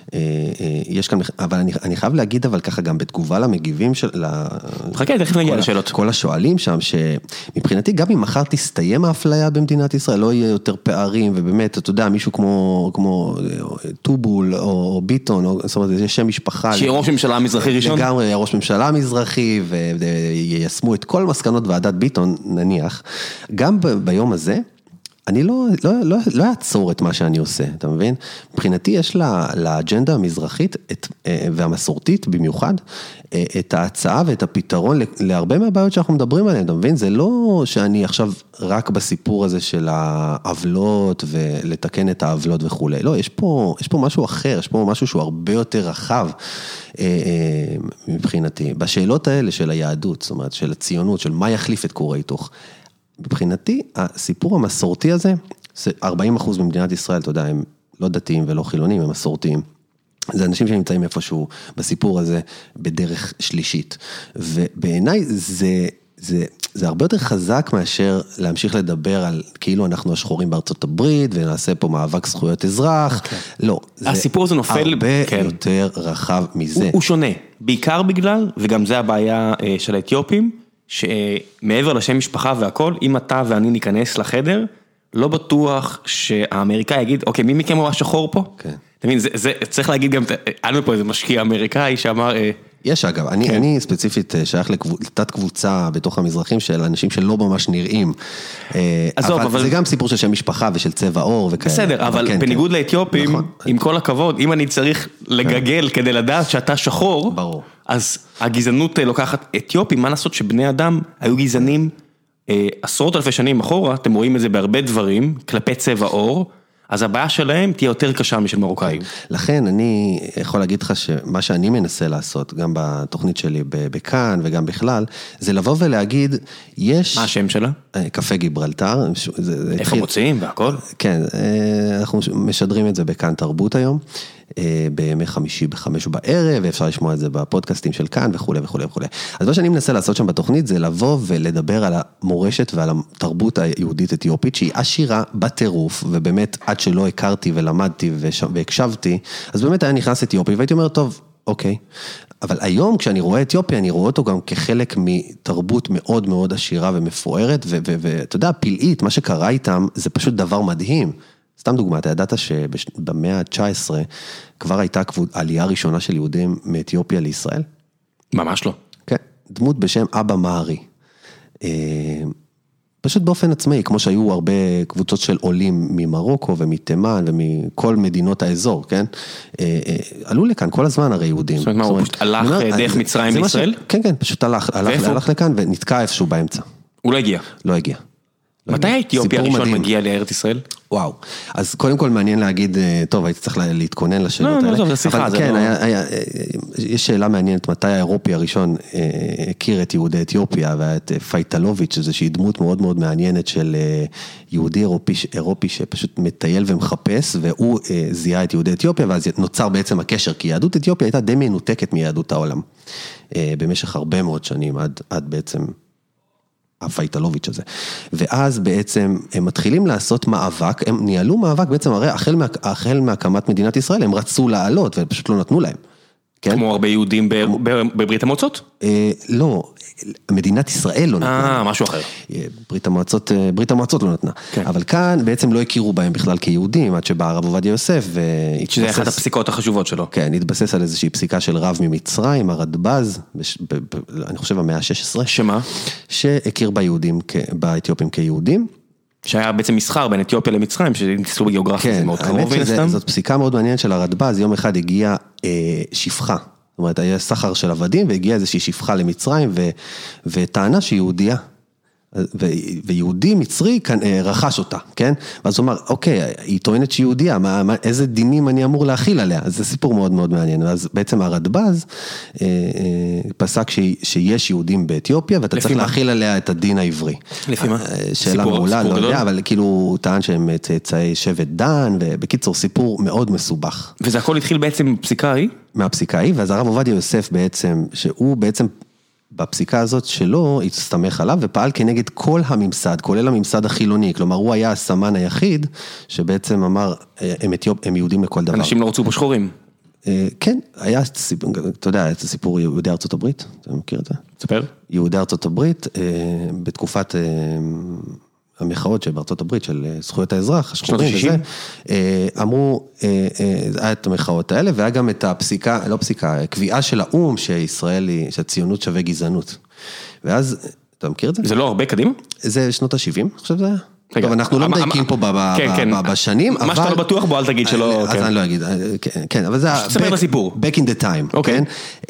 יש כאן, אבל אני חייב להגיד, אבל ככה גם בתגובה למגיבים של... חכה, תכף נגיע לשאלות. כל השואלים שם, שמבחינתי, גם אם מחר תסתיים האפליה במדינת ישראל, לא יהיה יותר פערים, ובאמת, אתה יודע, מישהו כמו טובול או ביטון, זאת אומרת, זה שם משפחה. שיהיה ראש ממשלה מזרחי ראשון? לגמרי, יהיה ראש ממשלה מזרחי, ויישמו את כל מסקנות ועדת ביטון, נניח. גם ביום הזה, אני לא אעצור את מה שאני עושה, אתה מבין? מבחינתי יש לאג'נדה המזרחית והמסורתית במיוחד, את ההצעה ואת הפתרון להרבה מהבעיות שאנחנו מדברים עליהן, אתה מבין? זה לא שאני עכשיו רק בסיפור הזה של העוולות ולתקן את העוולות וכו'. לא, יש פה משהו אחר, יש פה משהו שהוא הרבה יותר רחב מבחינתי. בשאלות האלה של היהדות, זאת אומרת, של הציונות, של מה יחליף את כור ההיתוך. מבחינתי, הסיפור המסורתי הזה, זה 40% במדינת ישראל, אתה יודע, הם לא דתיים ולא חילונים, הם מסורתיים. זה אנשים שנמצאים איפשהו בסיפור הזה בדרך שלישית. ובעיניי זה הרבה יותר חזק מאשר להמשיך לדבר על כאילו אנחנו השחורים בארצות הברית, ונעשה פה מאבק זכויות אזרח. לא. הסיפור הזה נופל הרבה יותר רחב מזה. הוא שונה, בעיקר בגלל, וגם זה הבעיה של האתיופים, שמעבר לשם משפחה והכל, אם אתה ואני ניכנס לחדר, לא בטוח שהאמריקאי יגיד, אוקיי, מי מכם הוא השחור פה? כן. אתה מבין, צריך להגיד גם, היה פה איזה משקיע אמריקאי שאמר... יש אגב, אני ספציפית שייך לתת קבוצה בתוך המזרחים של אנשים שלא ממש נראים, אבל זה גם סיפור של שם משפחה ושל צבע עור וכאלה. בסדר, אבל בניגוד לאתיופים, עם כל הכבוד, אם אני צריך לגגל כדי לדעת שאתה שחור, אז הגזענות לוקחת אתיופים, מה לעשות שבני אדם היו גזענים עשרות אלפי שנים אחורה, אתם רואים את זה בהרבה דברים, כלפי צבע עור, אז הבעיה שלהם תהיה יותר קשה משל מרוקאים. לכן אני יכול להגיד לך שמה שאני מנסה לעשות, גם בתוכנית שלי בכאן וגם בכלל, זה לבוא ולהגיד, יש... מה השם שלה? קפה גיברלטר. איפה מוצאים והכל? כן, אנחנו משדרים את זה בכאן תרבות היום, בימי חמישי ב5 בערב, ואפשר לשמוע את זה בפודקאסטים של כאן וכו' וכו' וכו'. אז מה שאני מנסה לעשות שם בתוכנית, זה לבוא ולדבר על המורשת ועל התרבות היהודית אתיופית, שהיא עשירה בטירוף, ובאמת עד שלא הכרתי ולמדתי והקשבתי, אז באמת היה נכנס אתיופי, והייתי אומר, טוב, אוקיי. אבל היום כשאני רואה אתיופיה, אני רואה אותו גם כחלק מתרבות מאוד מאוד עשירה ומפוארת, ואתה יודע, פלאית, מה שקרה איתם, זה פשוט דבר מדהים. סתם דוגמה, אתה ידעת שבמאה ה-19 כבר הייתה עלייה ראשונה של יהודים מאתיופיה לישראל? ממש לא. כן, דמות בשם אבא מארי. פשוט באופן עצמאי, כמו שהיו הרבה קבוצות של עולים ממרוקו ומתימן ומכל מדינות האזור, כן? עלו לכאן כל הזמן הרי יהודים. זאת אומרת, מה, הוא פשוט הלך דרך מצרים לישראל? כן, כן, פשוט הלך לכאן ונתקע איפשהו באמצע. הוא לא הגיע? לא הגיע. מתי האתיופי הראשון מגיע לארץ ישראל? וואו, אז קודם כל מעניין להגיד, טוב, הייתי צריך להתכונן לשאלות האלה. לא, זה שיחה, זה לא... יש שאלה מעניינת, מתי האירופי הראשון הכיר את יהודי אתיופיה, ואת פייטלוביץ', שזושהי דמות מאוד מאוד מעניינת של יהודי אירופי שפשוט מטייל ומחפש, והוא זיהה את יהודי אתיופיה, ואז נוצר בעצם הקשר, כי יהדות אתיופיה הייתה די מנותקת מיהדות העולם, במשך הרבה מאוד שנים, עד בעצם... הפייטלוביץ' הזה. ואז בעצם הם מתחילים לעשות מאבק, הם ניהלו מאבק בעצם, הרי החל מהקמת מדינת ישראל, הם רצו לעלות, ופשוט לא נתנו להם. כן? כמו הרבה יהודים בברית המועצות? לא, מדינת ישראל לא נתנה. משהו אחר. ברית המועצות לא נתנה. כן. אבל כאן בעצם לא הכירו בהם בכלל כיהודים, עד שבא הרב עובדיה יוסף, שזה אחת הפסיקות החשובות שלו. כן, התבסס על איזושהי פסיקה של רב ממצרים, הרדב"ז, אני חושב המאה ה-16. שמה? שהכיר באתיופים כיהודים. שהיה בעצם מסחר בין אתיופיה למצרים, שניסו בגיאוגרפיה, זה מאוד קרוב מן הסתם. זאת פסיקה מאוד מעניינת של הרדב"ז, יום אחד הגיעה שפחה, זאת אומרת, היה סחר של עבדים, והגיעה איזושהי שפחה למצרים, וטענה שהיא יהודייה, ויהודי מצרי רכש אותה, כן? ואז הוא אמר, אוקיי, היא טוענת שהיא יהודייה, איזה דינים אני אמור להכיל עליה? אז זה סיפור מאוד מאוד מעניין, ואז בעצם הרדב"ז פסק שיש יהודים באתיופיה, ואתה צריך להכיל עליה את הדין העברי. לפי מה? שאלה מעולה, לא יודע, אבל כאילו הוא טען שהם צאצאי שבט דן, ובקיצור סיפור מאוד מסובך. וזה הכל התחיל בעצם בפסיקה ההיא? מהפסיקה ההיא, ואז הרב עובדיה יוסף בעצם, שהוא בעצם בפסיקה הזאת שלו, הסתמך עליו ופעל כנגד כל הממסד, כולל הממסד החילוני, כלומר הוא היה הסמן היחיד, שבעצם אמר, הם יהודים לכל דבר. אנשים לא רצו פה שחורים. כן, היה, אתה יודע, את הסיפור יהודי ארצות הברית, אתה מכיר את זה? תספר. יהודי ארצות הברית, בתקופת המחאות שבארצות הברית של זכויות האזרח, השחורים וזה, אמרו, היה את המחאות האלה, והיה גם את הפסיקה, לא פסיקה, קביעה של האום שישראל היא, שהציונות שווה גזענות. ואז, אתה מכיר את זה? זה לא הרבה קדימה? זה שנות ה-70, אני חושב זה היה. טוב, אנחנו לא מדייקים פה בשנים, מה שאתה לא בטוח בו, אל תגיד שלא... אז אני לא אגיד, כן, אבל זה... תספר בסיפור. Back in the time, כן?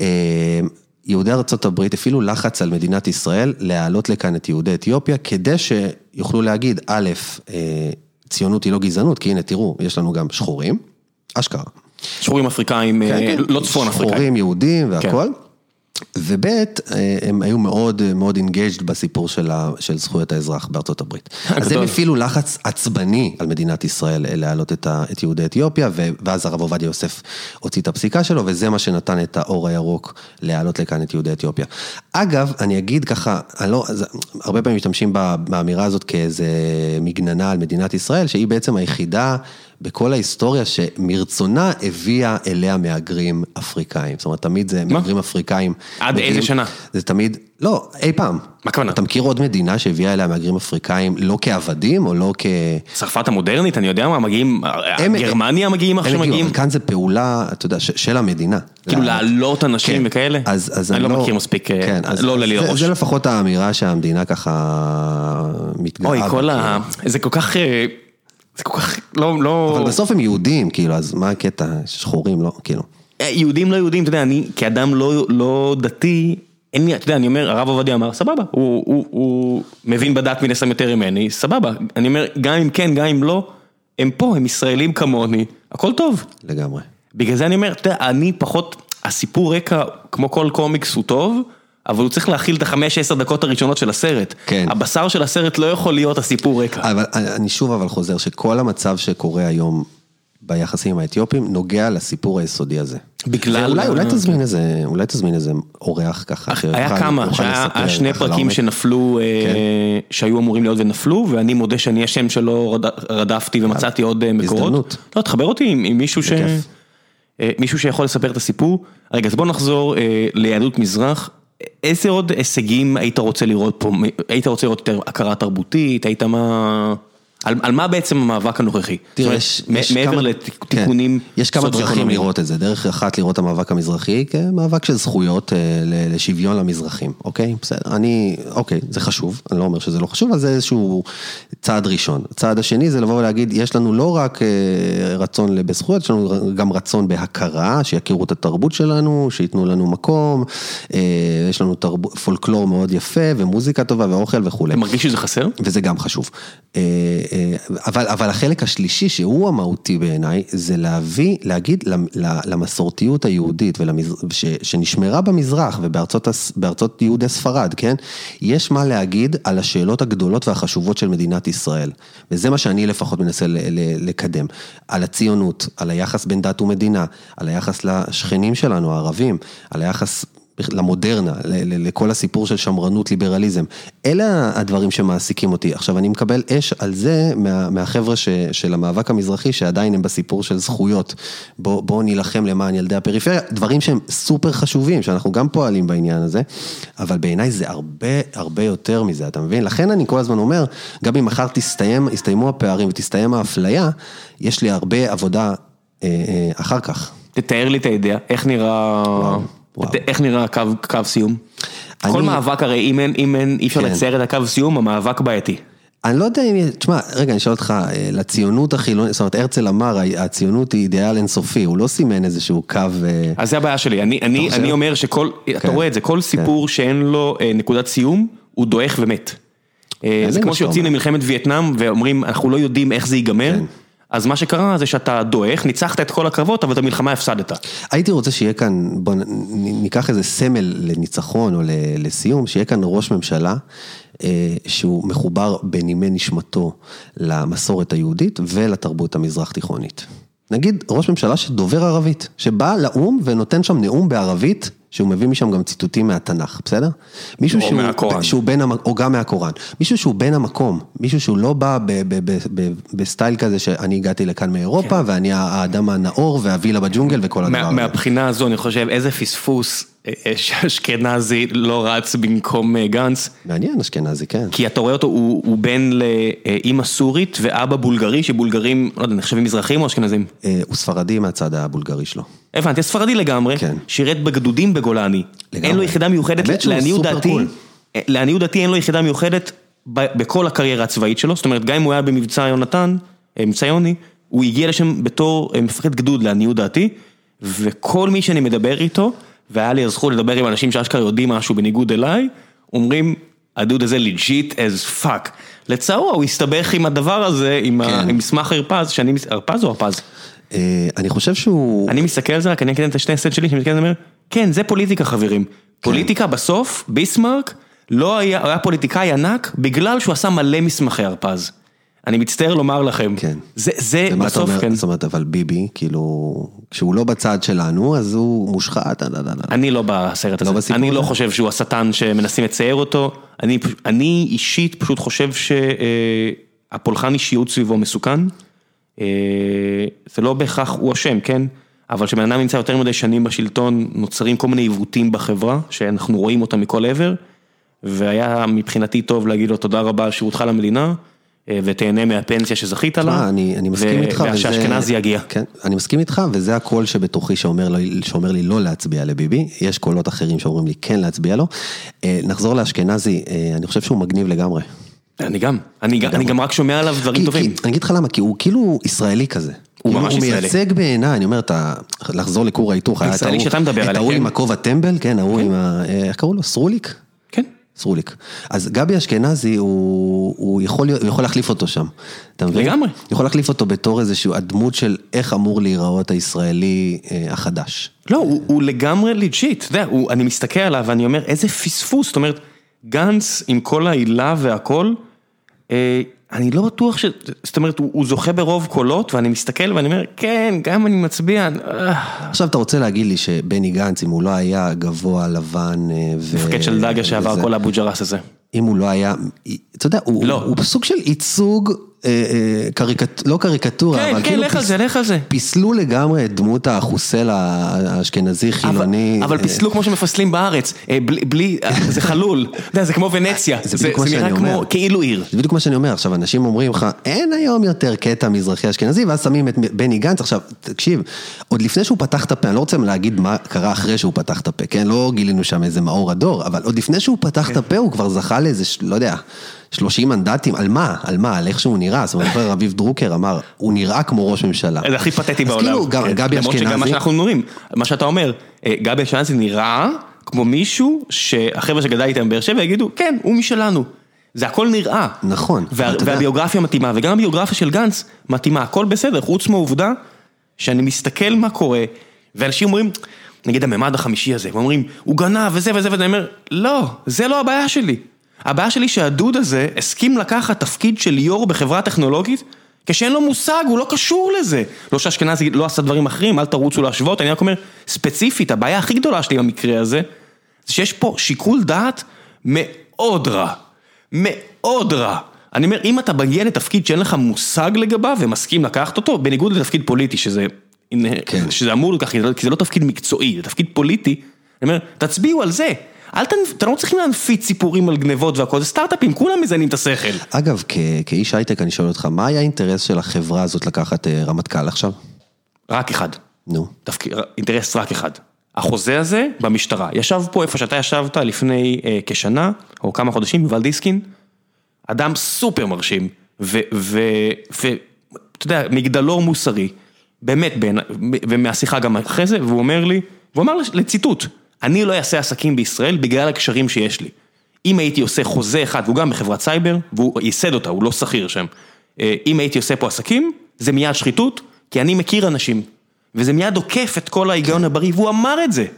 יהודי ארצות הברית אפילו לחץ על מדינת ישראל להעלות לכאן את יהודי אתיופיה, כדי שיוכלו להגיד, א', ציונות היא לא גזענות, כי הנה תראו, יש לנו גם שחורים, אשכרה. שחורים אפריקאים, לא צפון אפריקאים. שחורים יהודים והכל. ובית, הם היו מאוד מאוד engaged בסיפור של זכויות האזרח בארצות הברית. אז הם אפילו לחץ עצבני על מדינת ישראל להעלות את יהודי אתיופיה, ואז הרב עובדיה יוסף הוציא את הפסיקה שלו, וזה מה שנתן את האור הירוק להעלות לכאן את יהודי אתיופיה. אגב, אני אגיד ככה, הרבה פעמים משתמשים באמירה הזאת כאיזה מגננה על מדינת ישראל, שהיא בעצם היחידה בכל ההיסטוריה שמרצונה הביאה אליה מהגרים אפריקאים. זאת אומרת, תמיד זה מהגרים אפריקאים. עד איזה שנה? זה תמיד, לא, אי פעם. מה כוונה? אתה מכיר עוד מדינה שהביאה אליה מהגרים אפריקאים, לא כעבדים או לא צרפת המודרנית, אני יודע מה, מגיעים, גרמניה מגיעים עכשיו מגיעים. כאן זה פעולה, אתה יודע, של המדינה. כאילו לעלות אנשים וכאלה? אני לא מכיר מספיק, לא עולה לי לראש. זה לפחות האמירה שהמדינה ככה מתגאה. אוי, זה כל כך... זה כל כך, לא... אבל בסוף הם יהודים, כאילו, אז מה הקטע? שחורים, לא, כאילו. יהודים לא יהודים, אתה יודע, אני כאדם לא דתי, אין לי, אתה יודע, אני אומר, הרב עובדיה אמר, סבבה, הוא מבין בדת מן הסתם יותר ממני, סבבה. אני אומר, גם אם כן, גם אם לא, הם פה, הם ישראלים כמוני, הכל טוב. לגמרי. בגלל זה אני אומר, אתה יודע, אני פחות, הסיפור רקע, כמו כל קומיקס הוא טוב, אבל הוא צריך להכיל את 5-10 דקות הראשונות של הסרט. כן. הבשר של הסרט לא יכול להיות הסיפור רקע. אבל אני שוב חוזר, שכל המצב שקורה היום ביחסים עם האתיופים, נוגע לסיפור היסודי הזה. בגלל... אולי תזמין איזה אורח ככה. היה כמה, היה שני פרקים שנפלו, שהיו אמורים להיות ונפלו, ואני מודה שאני השם שלא רדפתי ומצאתי עוד מקורות. הזדמנות. לא, תחבר אותי עם מישהו שיכול לספר את הסיפור. רגע, אז בוא נחזור ליהדות מזרח. איזה עוד הישגים היית רוצה לראות פה? היית רוצה לראות יותר הכרה תרבותית? היית מה... על מה בעצם המאבק הנוכחי? תראה, מעבר לתיקונים... יש כמה דרכים לראות את זה. דרך אחת לראות המאבק המזרחי כמאבק של זכויות לשוויון למזרחים. אוקיי? בסדר. אוקיי, זה חשוב. אני לא אומר שזה לא חשוב, אבל זה איזשהו צעד ראשון. הצעד השני זה לבוא ולהגיד, יש לנו לא רק רצון בזכויות, יש לנו גם רצון בהכרה, שיכירו את התרבות שלנו, שיתנו לנו מקום, יש לנו פולקלור מאוד יפה, ומוזיקה טובה, ואוכל וכו'. אתה מרגיש שזה חסר? וזה גם חשוב. אבל החלק השלישי שהוא המהותי בעיניי, זה להגיד למסורתיות היהודית, שנשמרה במזרח ובארצות יהודי ספרד, כן? יש מה להגיד על השאלות הגדולות והחשובות של מדינת ישראל. וזה מה שאני לפחות מנסה לקדם. על הציונות, על היחס בין דת ומדינה, על היחס לשכנים שלנו, הערבים, על היחס... למודרנה, לכל הסיפור של שמרנות, ליברליזם. אלה הדברים שמעסיקים אותי. עכשיו, אני מקבל אש על זה מהחבר'ה של המאבק המזרחי, שעדיין הם בסיפור של זכויות. בואו נילחם למען ילדי הפריפריה. דברים שהם סופר חשובים, שאנחנו גם פועלים בעניין הזה, אבל בעיניי זה הרבה יותר מזה, אתה מבין? לכן אני כל הזמן אומר, גם אם מחר יסתיימו הפערים ותסתיים האפליה, יש לי הרבה עבודה אחר כך. תתאר לי את הידיעה, איך נראה קו סיום? כל מאבק הרי, אם אי אפשר לצייר את הקו סיום, המאבק בעייתי. אני לא יודע אם, תשמע, רגע, אני אשאל אותך, לציונות החילונית, זאת אומרת, הרצל אמר, הציונות היא אידיאל אינסופי, הוא לא סימן איזשהו קו... אז זה הבעיה שלי, אני אומר שכל, אתה רואה את זה, כל סיפור שאין לו נקודת סיום, הוא דועך ומת. זה כמו שיוצאים למלחמת וייטנאם, ואומרים, אנחנו לא יודעים איך זה ייגמר, אז מה שקרה זה שאתה דועך, ניצחת את כל הקרבות, אבל את המלחמה הפסדת. הייתי רוצה שיהיה כאן, בוא ניקח איזה סמל לניצחון או לסיום, שיהיה כאן ראש ממשלה, שהוא מחובר בנימי נשמתו למסורת היהודית ולתרבות המזרח תיכונית. נגיד ראש ממשלה שדובר ערבית, שבא לאום ונותן שם נאום בערבית, שהוא מביא משם גם ציטוטים מהתנ"ך, בסדר? מישהו או גם מהקוראן. מישהו שהוא בין המקום, מישהו שהוא לא בא בסטייל כזה שאני הגעתי לכאן מאירופה, ואני האדם הנאור והווילה בג'ונגל וכל הדבר הזה. מהבחינה הזו אני חושב איזה פספוס שאשכנזי לא רץ במקום גנץ. מעניין אשכנזי, כן. כי אתה רואה אותו, הוא בן לאמא סורית ואבא בולגרי, שבולגרים, לא יודע, נחשבים מזרחים או אשכנזים? הוא ספרדי מהצד הבולגרי שלו. הבנתי, ספרדי לגמרי, שירת בגדודים בגולני. אין לו יחידה מיוחדת, לעניות דעתי אין לו יחידה מיוחדת בכל הקריירה הצבאית שלו, זאת אומרת, גם אם הוא היה במבצע יונתן, מבצע יוני, הוא הגיע לשם בתור מפקד גדוד לעניות דעתי, וכל מי שאני מדבר איתו, והיה לי הזכות לדבר עם אנשים שאשכרה יודעים משהו בניגוד אליי, אומרים, הדוד הזה legit as fuck. לצערו, הוא הסתבך עם הדבר הזה, עם מסמך הרפז, הרפז או הרפז? אני חושב שהוא... אני מסתכל על זה, רק אני אקדם את השני הסט שלי, שאני מסתכל על זה, אומר, כן, זה פוליטיקה חברים. פוליטיקה בסוף, ביסמרק, לא היה פוליטיקאי ענק, בגלל שהוא עשה מלא מסמכי הרפז. אני מצטער לומר לכם, זה בסוף, כן. זאת אומרת, אבל ביבי, כאילו, כשהוא לא בצד שלנו, אז הוא מושחת. אני לא בסרט הזה, אני לא חושב שהוא השטן שמנסים לצייר אותו, אני אישית פשוט חושב שהפולחן אישיות סביבו מסוכן, זה לא בהכרח הוא אשם, כן? אבל כשבן אדם נמצא יותר מדי שנים בשלטון, נוצרים כל מיני עיוותים בחברה, שאנחנו רואים אותם מכל עבר, והיה מבחינתי טוב להגיד לו תודה רבה על שירותך למדינה, ותהנה מהפנסיה שזכית לה, אני מסכים איתך, ושאשכנזי יגיע. כן, אני מסכים איתך, וזה הקול שבתוכי שאומר לי לא להצביע לביבי, יש קולות אחרים שאומרים לי כן להצביע לו, נחזור לאשכנזי, אני חושב שהוא מגניב לגמרי. אני גם רק שומע עליו דברים טובים. אני אגיד לך למה, כי הוא כאילו ישראלי כזה. הוא ממש ישראלי. הוא מייצג בעיניי, אני אומר, לחזור לכור ההיתוך, הישראלי שאתה מדבר עליו. את ההוא עם הכובע טמבל, כן, ההוא עם, איך קראו לו? סרוליק? כן. סרוליק. אז גבי אשכנזי, הוא יכול להחליף אותו שם. לגמרי. יכול להחליף אותו בתור איזשהו הדמות של איך אמור להיראות הישראלי החדש. לא, הוא לגמרי לג'יט. אתה יודע, אני מסתכל עליו ואני אומר, איזה פספוס, זאת אומרת, גנץ עם כל העילה והכל, אני לא בטוח זאת אומרת, הוא זוכה ברוב קולות, ואני מסתכל ואני אומר, כן, גם אני מצביע. עכשיו אתה רוצה להגיד לי שבני גנץ, אם הוא לא היה גבוה, לבן, מפקד של דגה שעבר כל אבו ג'רס הזה. אם הוא לא היה, אתה יודע, הוא בסוג של ייצוג, לא קריקטורה, אבל כאילו פיסלו לגמרי את דמות החוסל האשכנזי חילוני. אבל פיסלו כמו שמפסלים בארץ, בלי, זה חלול, זה כמו ונציה, זה נראה כמו כאילו עיר. זה בדיוק מה שאני אומר, עכשיו אנשים אומרים לך, אין היום יותר קטע מזרחי אשכנזי, ואז שמים את בני גנץ, עכשיו תקשיב, עוד לפני שהוא פתח את הפה, אני לא רוצה להגיד מה קרה אחרי שהוא פתח את הפה, כן, לא גילינו שם איזה מאור הדור, אבל עוד לפני שהוא פתח את הפה, הוא כבר זכה לאיזה, לא יודע, 30 מנדטים, על מה? על איך שהוא נראה, זאת אומרת, רביב דרוקר אמר, הוא נראה כמו ראש ממשלה. זה הכי פתטי בעולם. אז כאילו, גבי אשכנזי... למרות שגם מה שאנחנו אומרים, מה שאתה אומר, גבי אשכנזי נראה כמו מישהו שהחבר'ה שגדל איתם באר שבע יגידו, כן, הוא משלנו. זה הכל נראה. נכון. והביוגרפיה מתאימה, וגם הביוגרפיה של גנץ מתאימה, הכל בסדר, חוץ מהעובדה שאני מסתכל מה קורה, ואנשים אומרים, נגיד הממד החמישי הזה, ואומרים, הוא גנב וזה וזה, ואני אומר, לא, זה לא הבעיה שלי. הבעיה שלי שהדוד הזה הסכים לקחת תפקיד של יור בחברה טכנולוגית, כשאין לו מושג, הוא לא קשור לזה. לא שאשכנזי לא עשה דברים אחרים, אל תרוצו להשוות, אני רק אומר, ספציפית, הבעיה הכי גדולה שלי במקרה הזה, זה שיש פה שיקול דעת מאוד רע. מאוד רע. אני אומר, אם אתה מגיע לתפקיד שאין לך מושג לגביו, ומסכים לקחת אותו, בניגוד לתפקיד פוליטי, שזה אמור לכך, כי זה לא תפקיד מקצועי, זה תפקיד פוליטי, אני אומר, תצביעו על זה. אתם לא צריכים להנפיץ סיפורים על גנבות והכל, זה סטארט-אפים, כולם מזיינים את השכל. אגב, כאיש הייטק אני שואל אותך, מה היה האינטרס של החברה הזאת לקחת רמטכ"ל עכשיו? רק אחד. נו. אינטרס רק אחד. החוזה הזה במשטרה. ישב פה איפה שאתה ישבת לפני כשנה, או כמה חודשים, יובל דיסקין, אדם סופר מרשים, ואתה יודע, מגדלור מוסרי, באמת, ומהשיחה גם אחרי זה, והוא אומר לי, והוא אמר לציטוט, אני לא אעשה עסקים בישראל בגלל הקשרים שיש לי. אם הייתי עושה חוזה אחד, והוא גם בחברת סייבר, והוא ייסד אותה, הוא לא שכיר שם. אם הייתי עושה פה עסקים, זה מיד שחיתות, כי אני מכיר אנשים. וזה מיד עוקף את כל ההיגיון הבריא, והוא אמר את זה.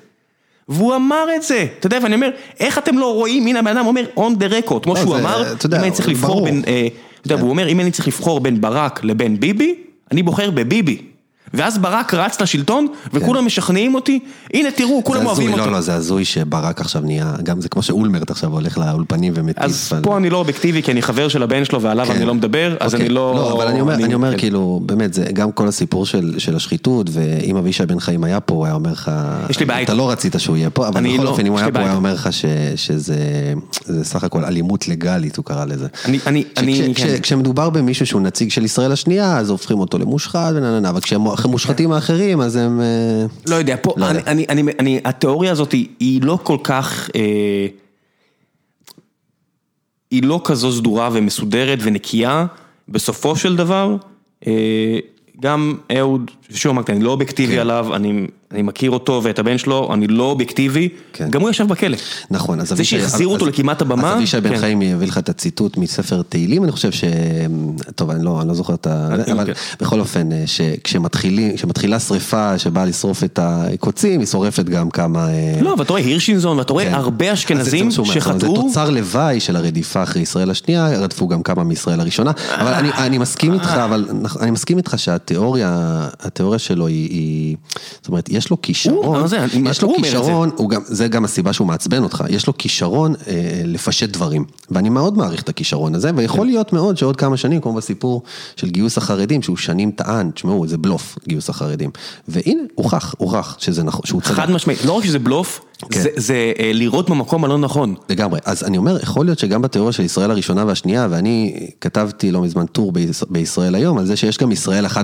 אתה יודע, ואני אומר, איך אתם לא רואים, הנה הבן אדם אומר, on the record, כמו שהוא אמר, אם אני צריך לבחור בין, אתה יודע, והוא אומר, אם אני צריך לבחור בין ברק לבין ביבי, אני בוחר בביבי. ואז ברק רץ לשלטון, וכולם משכנעים אותי, הנה תראו, כולם אוהבים אותו. לא, זה הזוי שברק עכשיו נהיה, גם זה כמו שאולמרט עכשיו הולך לאולפנים ומטיף. אז פה אני לא אובייקטיבי, כי אני חבר של הבן שלו, ועליו אני לא מדבר, אז אני לא... לא, אבל אני אומר כאילו, באמת, זה גם כל הסיפור של השחיתות, ואם אבישי בן חיים היה פה, הוא היה אומר לך, אתה לא רצית שהוא יהיה פה, אבל בכל אופן, אם הוא היה פה, הוא היה אומר לך שזה סך הכל אלימות לגלית, הוא קרא לזה. כשמדובר במישהו שהוא נציג של ישראל השנייה, אז הופכים אותו למושחת, אבל כשהם מושחתים האחרים, אז הם... לא יודע, פה, התיאוריה הזאת היא לא כל כך, היא לא כזו סדורה ומסודרת ונקייה, בסופו של דבר, גם אהוד, שוב אמרתי, אני לא אובייקטיבי עליו, אני מכיר אותו ואת הבן שלו, אני לא אובייקטיבי, גם הוא ישב בכלא. נכון. זה שהחזירו אותו לכמעט הבמה. אז אבישי בן חיים יביא לך את הציטוט מספר תהילים, אני חושב טוב, אני לא זוכר את אבל בכל אופן, כשמתחילה שריפה שבאה לשרוף את הקוצים, היא שורפת גם כמה... לא, ואתה רואה הירשינזון, ואתה רואה הרבה אשכנזים שחטאו... זה תוצר לוואי של הרדיפה אחרי ישראל השנייה, רדפו גם כמה מישראל הראשונה, אבל אני מסכים איתך שהתיאוריה שלו היא, זאת אומרת, יש לו כישרון, זה גם הסיבה שהוא מעצבן אותך, יש לו כישרון לפשט דברים, ואני מאוד מעריך את הכישרון הזה, ויכול להיות מאוד שעוד כמה שנים, כמו בסיפור של גיוס החרדים, שהוא שנים טען, תשמעו, זה בלוף, גיוס החרדים, והנה, הוכח שזה נכון, שהוא צדק. חד משמעית, לא רק שזה בלוף, זה לראות במקום הלא נכון. לגמרי, אז אני אומר, יכול להיות שגם בתיאוריה של ישראל הראשונה והשנייה, ואני כתבתי לא מזמן טור בישראל היום, על זה שיש גם ישראל 1.5.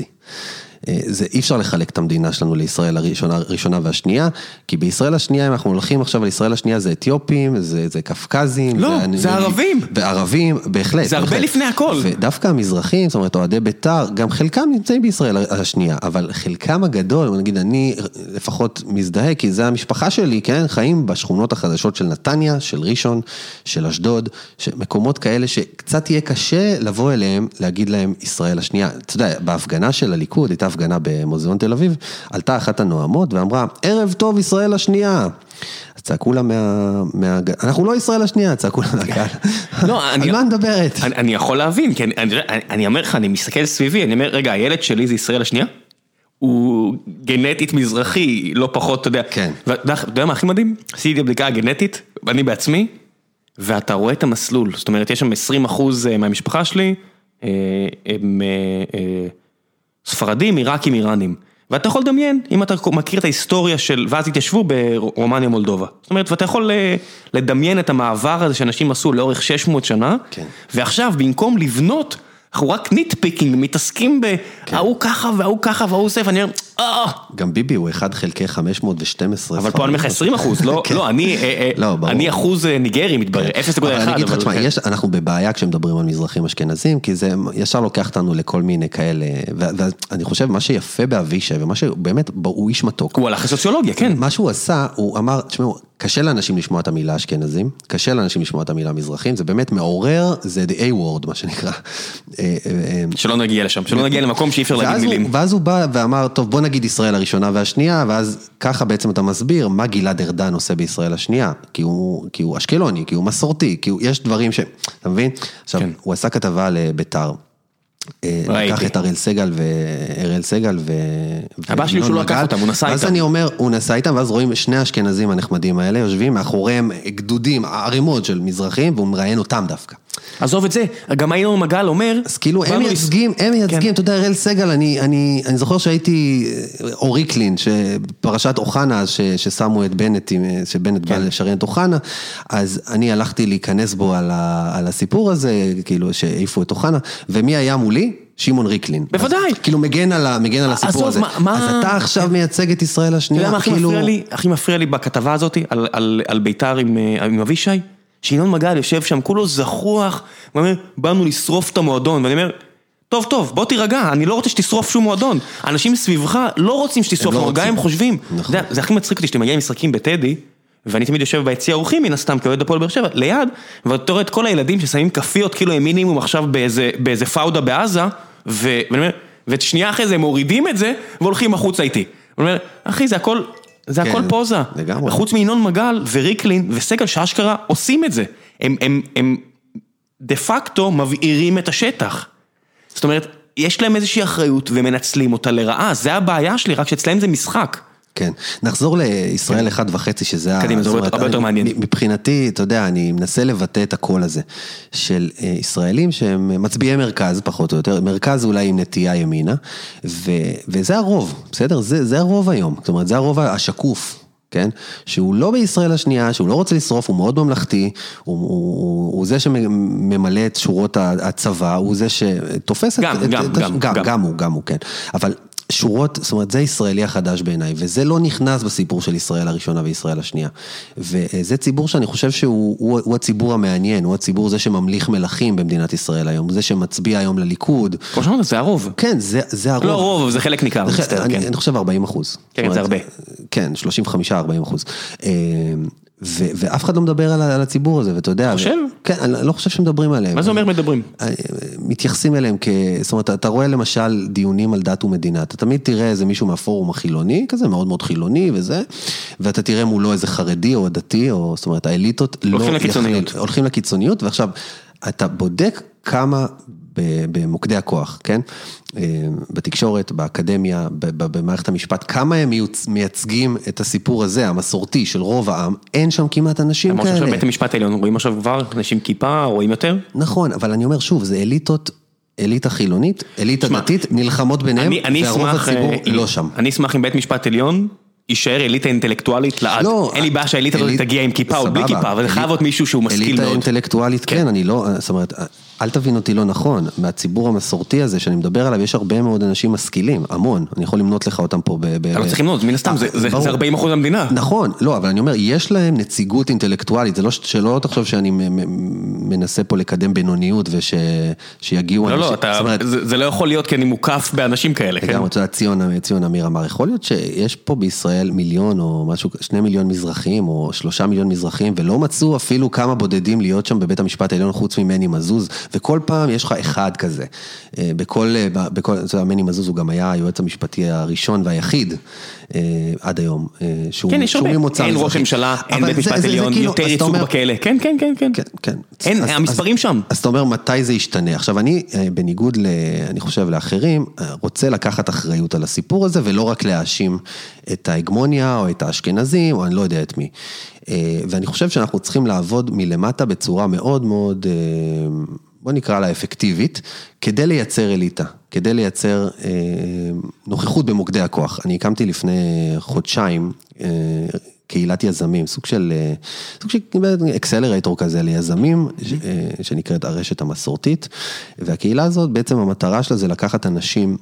זה אי אפשר לחלק את המדינה שלנו לישראל הראשונה והשנייה, כי בישראל השנייה, אם אנחנו הולכים עכשיו על ישראל השנייה, זה אתיופים, זה קפקזים. לא, זה ערבים. וערבים, בהחלט. זה הרבה לפני הכל. ודווקא המזרחים, זאת אומרת, אוהדי בית"ר, גם חלקם נמצאים בישראל השנייה, אבל חלקם הגדול, נגיד, אני לפחות מזדהה, כי זה המשפחה שלי, כן, חיים בשכונות החדשות של נתניה, של ראשון, של אשדוד, מקומות כאלה שקצת יהיה קשה לבוא אליהם, להגיד להם ישראל השנייה. אתה יודע, בהפגנה של הליכוד, הייתה הפגנה במוזיאון תל אביב, עלתה אחת הנואמות ואמרה, ערב טוב ישראל השנייה. אז צעקו לה אנחנו לא ישראל השנייה, צעקו לה מהקהל. על מה נדברת? אני יכול להבין, כי אני אומר לך, אני מסתכל סביבי, אני אומר, רגע, הילד שלי זה ישראל השנייה? הוא גנטית מזרחי, לא פחות, אתה יודע. כן. אתה יודע מה הכי מדהים? עשיתי הבדיקה הגנטית, אני בעצמי, ואתה רואה את המסלול, זאת אומרת, יש שם 20% מהמשפחה שלי, הם ספרדים, עיראקים, איראנים. ואתה יכול לדמיין, אם אתה מכיר את ההיסטוריה של, ואז התיישבו ברומניה מולדובה. זאת אומרת, ואתה יכול לדמיין את המעבר הזה שאנשים עשו לאורך 600 שנה, כן. ועכשיו, במקום לבנות, אנחנו רק ניטפיקינג, מתעסקים ההוא ככה וההוא ככה וההוא זה, ואני אומר, גם ביבי הוא 1/512. אבל פה אני אומר 20%, לא, אני אחוז ניגרי, מתברר, 0.1. אבל אני אגיד לך, אנחנו בבעיה כשמדברים על מזרחים אשכנזים, כי זה ישר לוקח אותנו לכל מיני כאלה, ואני חושב, מה שיפה באבישי, ומה שבאמת, הוא איש מתוק. הוא הלך לסוציולוגיה, כן. מה שהוא עשה, הוא אמר, תשמעו, קשה לאנשים לשמוע את המילה אשכנזים, קשה לאנשים לשמוע את המילה מזרחים, זה באמת מעורר, זה the A-word, מה שנקרא. שלא נגיע לשם, שלא נגיע למקום שאי אפשר להגיד מילים. ואז הוא בא ואמר, טוב, בוא נגיד ישראל הראשונה והשנייה, ואז ככה בעצם אתה מסביר מה גלעד ארדן עושה בישראל השנייה, כי הוא אשקלוני, כי הוא מסורתי, כי יש דברים אתה מבין? עכשיו, הוא עשה כתבה לבית"ר, לקח את אראל סגל הבא שלי שהוא לא לקח אותם, הוא נסע איתם. ואז אני אומר, הוא נסע איתם, ואז רואים שני האשכנזים הנחמדים האלה, יושבים מאחוריהם גדודים, ערימות של מזרחים, והוא מראיין אותם דווקא. עזוב את זה, גם ינון מגל אומר... אז כאילו, הם מייצגים, אתה יודע, אראל סגל, אני זוכר שהייתי אוריקלין, שפרשת אוחנה, ששמו את בנט, שבנט בא לשריין את אוחנה, אז אני הלכתי להיכנס בו על הסיפור הזה, כאילו, שהעיפו את אוחנה, ומי היה מולי? שמעון ריקלין. בוודאי. כאילו מגן על הסיפור הזה. אז אתה עכשיו מייצג את ישראל השנייה. אתה יודע מה הכי מפריע לי בכתבה הזאת, על בית"ר עם אבישי? שינון מגל יושב שם, כולו זחוח, ואומר, באנו לשרוף את המועדון, ואני אומר, טוב, בוא תירגע, אני לא רוצה שתשרוף שום מועדון. אנשים סביבך לא רוצים שתשרוף מועדון, גם הם חושבים. זה הכי מצחיק אותי, שאתה מגיע עם משחקים בטדי, ואני תמיד יושב ביציע האורחים, מן הסתם, כאוהד הפועל באר שבע, ליד, ואתה רואה את כל הילדים ששמים כפיות, כאילו הם מינימום עכשיו באיזה פאודה בעזה, ואני אומר, ושנייה אחרי זה הם מורידים את זה, והולכים החוצה איתי. אני אומר, אחי, זה הכל פוזה. חוץ מינון מגל וריקלין וסגל שאשכרה עושים את זה. הם דה פקטו מבעירים את השטח. זאת אומרת, יש להם איזושהי אחריות ומנצלים אותה לרעה, זה הבעיה שלי, רק שאצלהם זה משחק. כן, נחזור לישראל 1.5, שזה... קדימה, זה הרבה יותר מעניין. מבחינתי, אתה יודע, אני מנסה לבטא את הקול הזה, של ישראלים שהם מצביעי מרכז, פחות או יותר, מרכז אולי עם נטייה ימינה, וזה הרוב, בסדר? זה הרוב היום, זאת אומרת, זה הרוב השקוף. כן? שהוא לא בישראל השנייה, שהוא לא רוצה לשרוף, הוא מאוד ממלכתי, הוא זה שממלא את שורות הצבא, הוא זה שתופס את... גם הוא, כן. אבל שורות, זאת אומרת, זה ישראלי החדש בעיניי, וזה לא נכנס בסיפור של ישראל הראשונה וישראל השנייה. וזה ציבור שאני חושב שהוא הציבור המעניין, הוא הציבור זה שממליך מלכים במדינת ישראל היום, זה שמצביע היום לליכוד. כמו שאמרת, זה הרוב. כן, זה הרוב. לא הרוב, זה חלק ניכר. אני חושב 40%. כן, זה הרבה. כן, 35-40%. ואף אחד לא מדבר על הציבור הזה, ואתה יודע... חושב? כן, אני לא חושב שמדברים עליהם. מה זה אומר מדברים? מתייחסים אליהם זאת אומרת, אתה רואה למשל דיונים על דת ומדינה, אתה תמיד תראה איזה מישהו מהפורום החילוני, כזה מאוד מאוד חילוני וזה, ואתה תראה מולו איזה חרדי או דתי, או זאת אומרת, האליטות הולכים לקיצוניות, ועכשיו, אתה בודק כמה במוקדי הכוח, כן? בתקשורת, באקדמיה, במערכת המשפט, כמה הם מייצגים את הסיפור הזה, המסורתי של רוב העם, אין שם כמעט אנשים כאלה. למרות שבית המשפט העליון, רואים עכשיו כבר אנשים כיפה, רואים יותר? נכון, אבל אני אומר שוב, זה אליטה חילונית, אליטה דתית, נלחמות ביניהם, והרוב הציבור לא שם. אני אשמח עם בית משפט עליון, יישאר אליטה אינטלקטואלית לעד. אין לי בעיה שהאליטה הזאת תגיע עם כיפה או בלי כיפה, אבל זה חייב להיות מישהו שהוא משכיל מאוד. אליטה אינטלקטואלית, כן, אני לא, זאת אומרת, אל תבין אותי לא נכון, מהציבור המסורתי הזה שאני מדבר עליו, יש הרבה מאוד אנשים משכילים, המון, אני יכול למנות לך אותם פה. אתה לא צריך למנות, מן הסתם, זה 40% המדינה. נכון, לא, אבל אני אומר, יש להם נציגות אינטלקטואלית, זה לא שלא תחשוב שאני מנסה פה לקדם בינוניות ושיגיעו אנשים. לא, זה לא יכול להיות כי אני מוקף באנשים כאלה. גם, אתה יודע, ציון אמיר אמר, יכול להיות שיש פה בישראל 1,000,000 או משהו, 2 מיליון מזרחים או 3 מיליון מזרחים, ולא מצאו אפילו כמה בודדים להיות שם בבית המשפט העליון חוץ ממני מזוז, וכל פעם יש לך אחד כזה. בכל, מני מזוז הוא גם היה היועץ המשפטי הראשון והיחיד עד היום, כן, יש הרבה, אין ראש ממשלה, אין בית משפט עליון, יותר ייצוג בכאלה, כן. אין, המספרים שם. אז אתה אומר, מתי זה ישתנה? עכשיו, אני, בניגוד, אני חושב, לאחרים, רוצה לקחת אחריות על הסיפור הזה, ולא רק להאשים את ההגמוניה, או את האשכנזים, או אני לא יודע את מי. ואני חושב שאנחנו צריכים לעבוד מלמטה בצורה מאוד מאוד, בוא נקרא לה אפקטיבית, כדי לייצר אליטה, כדי לייצר נוכחות במוקדי הכוח. אני הקמתי לפני חודשיים קהילת יזמים, סוג של אקסלרייטור כזה ליזמים, שנקראת הרשת המסורתית, והקהילה הזאת בעצם המטרה שלה זה לקחת אנשים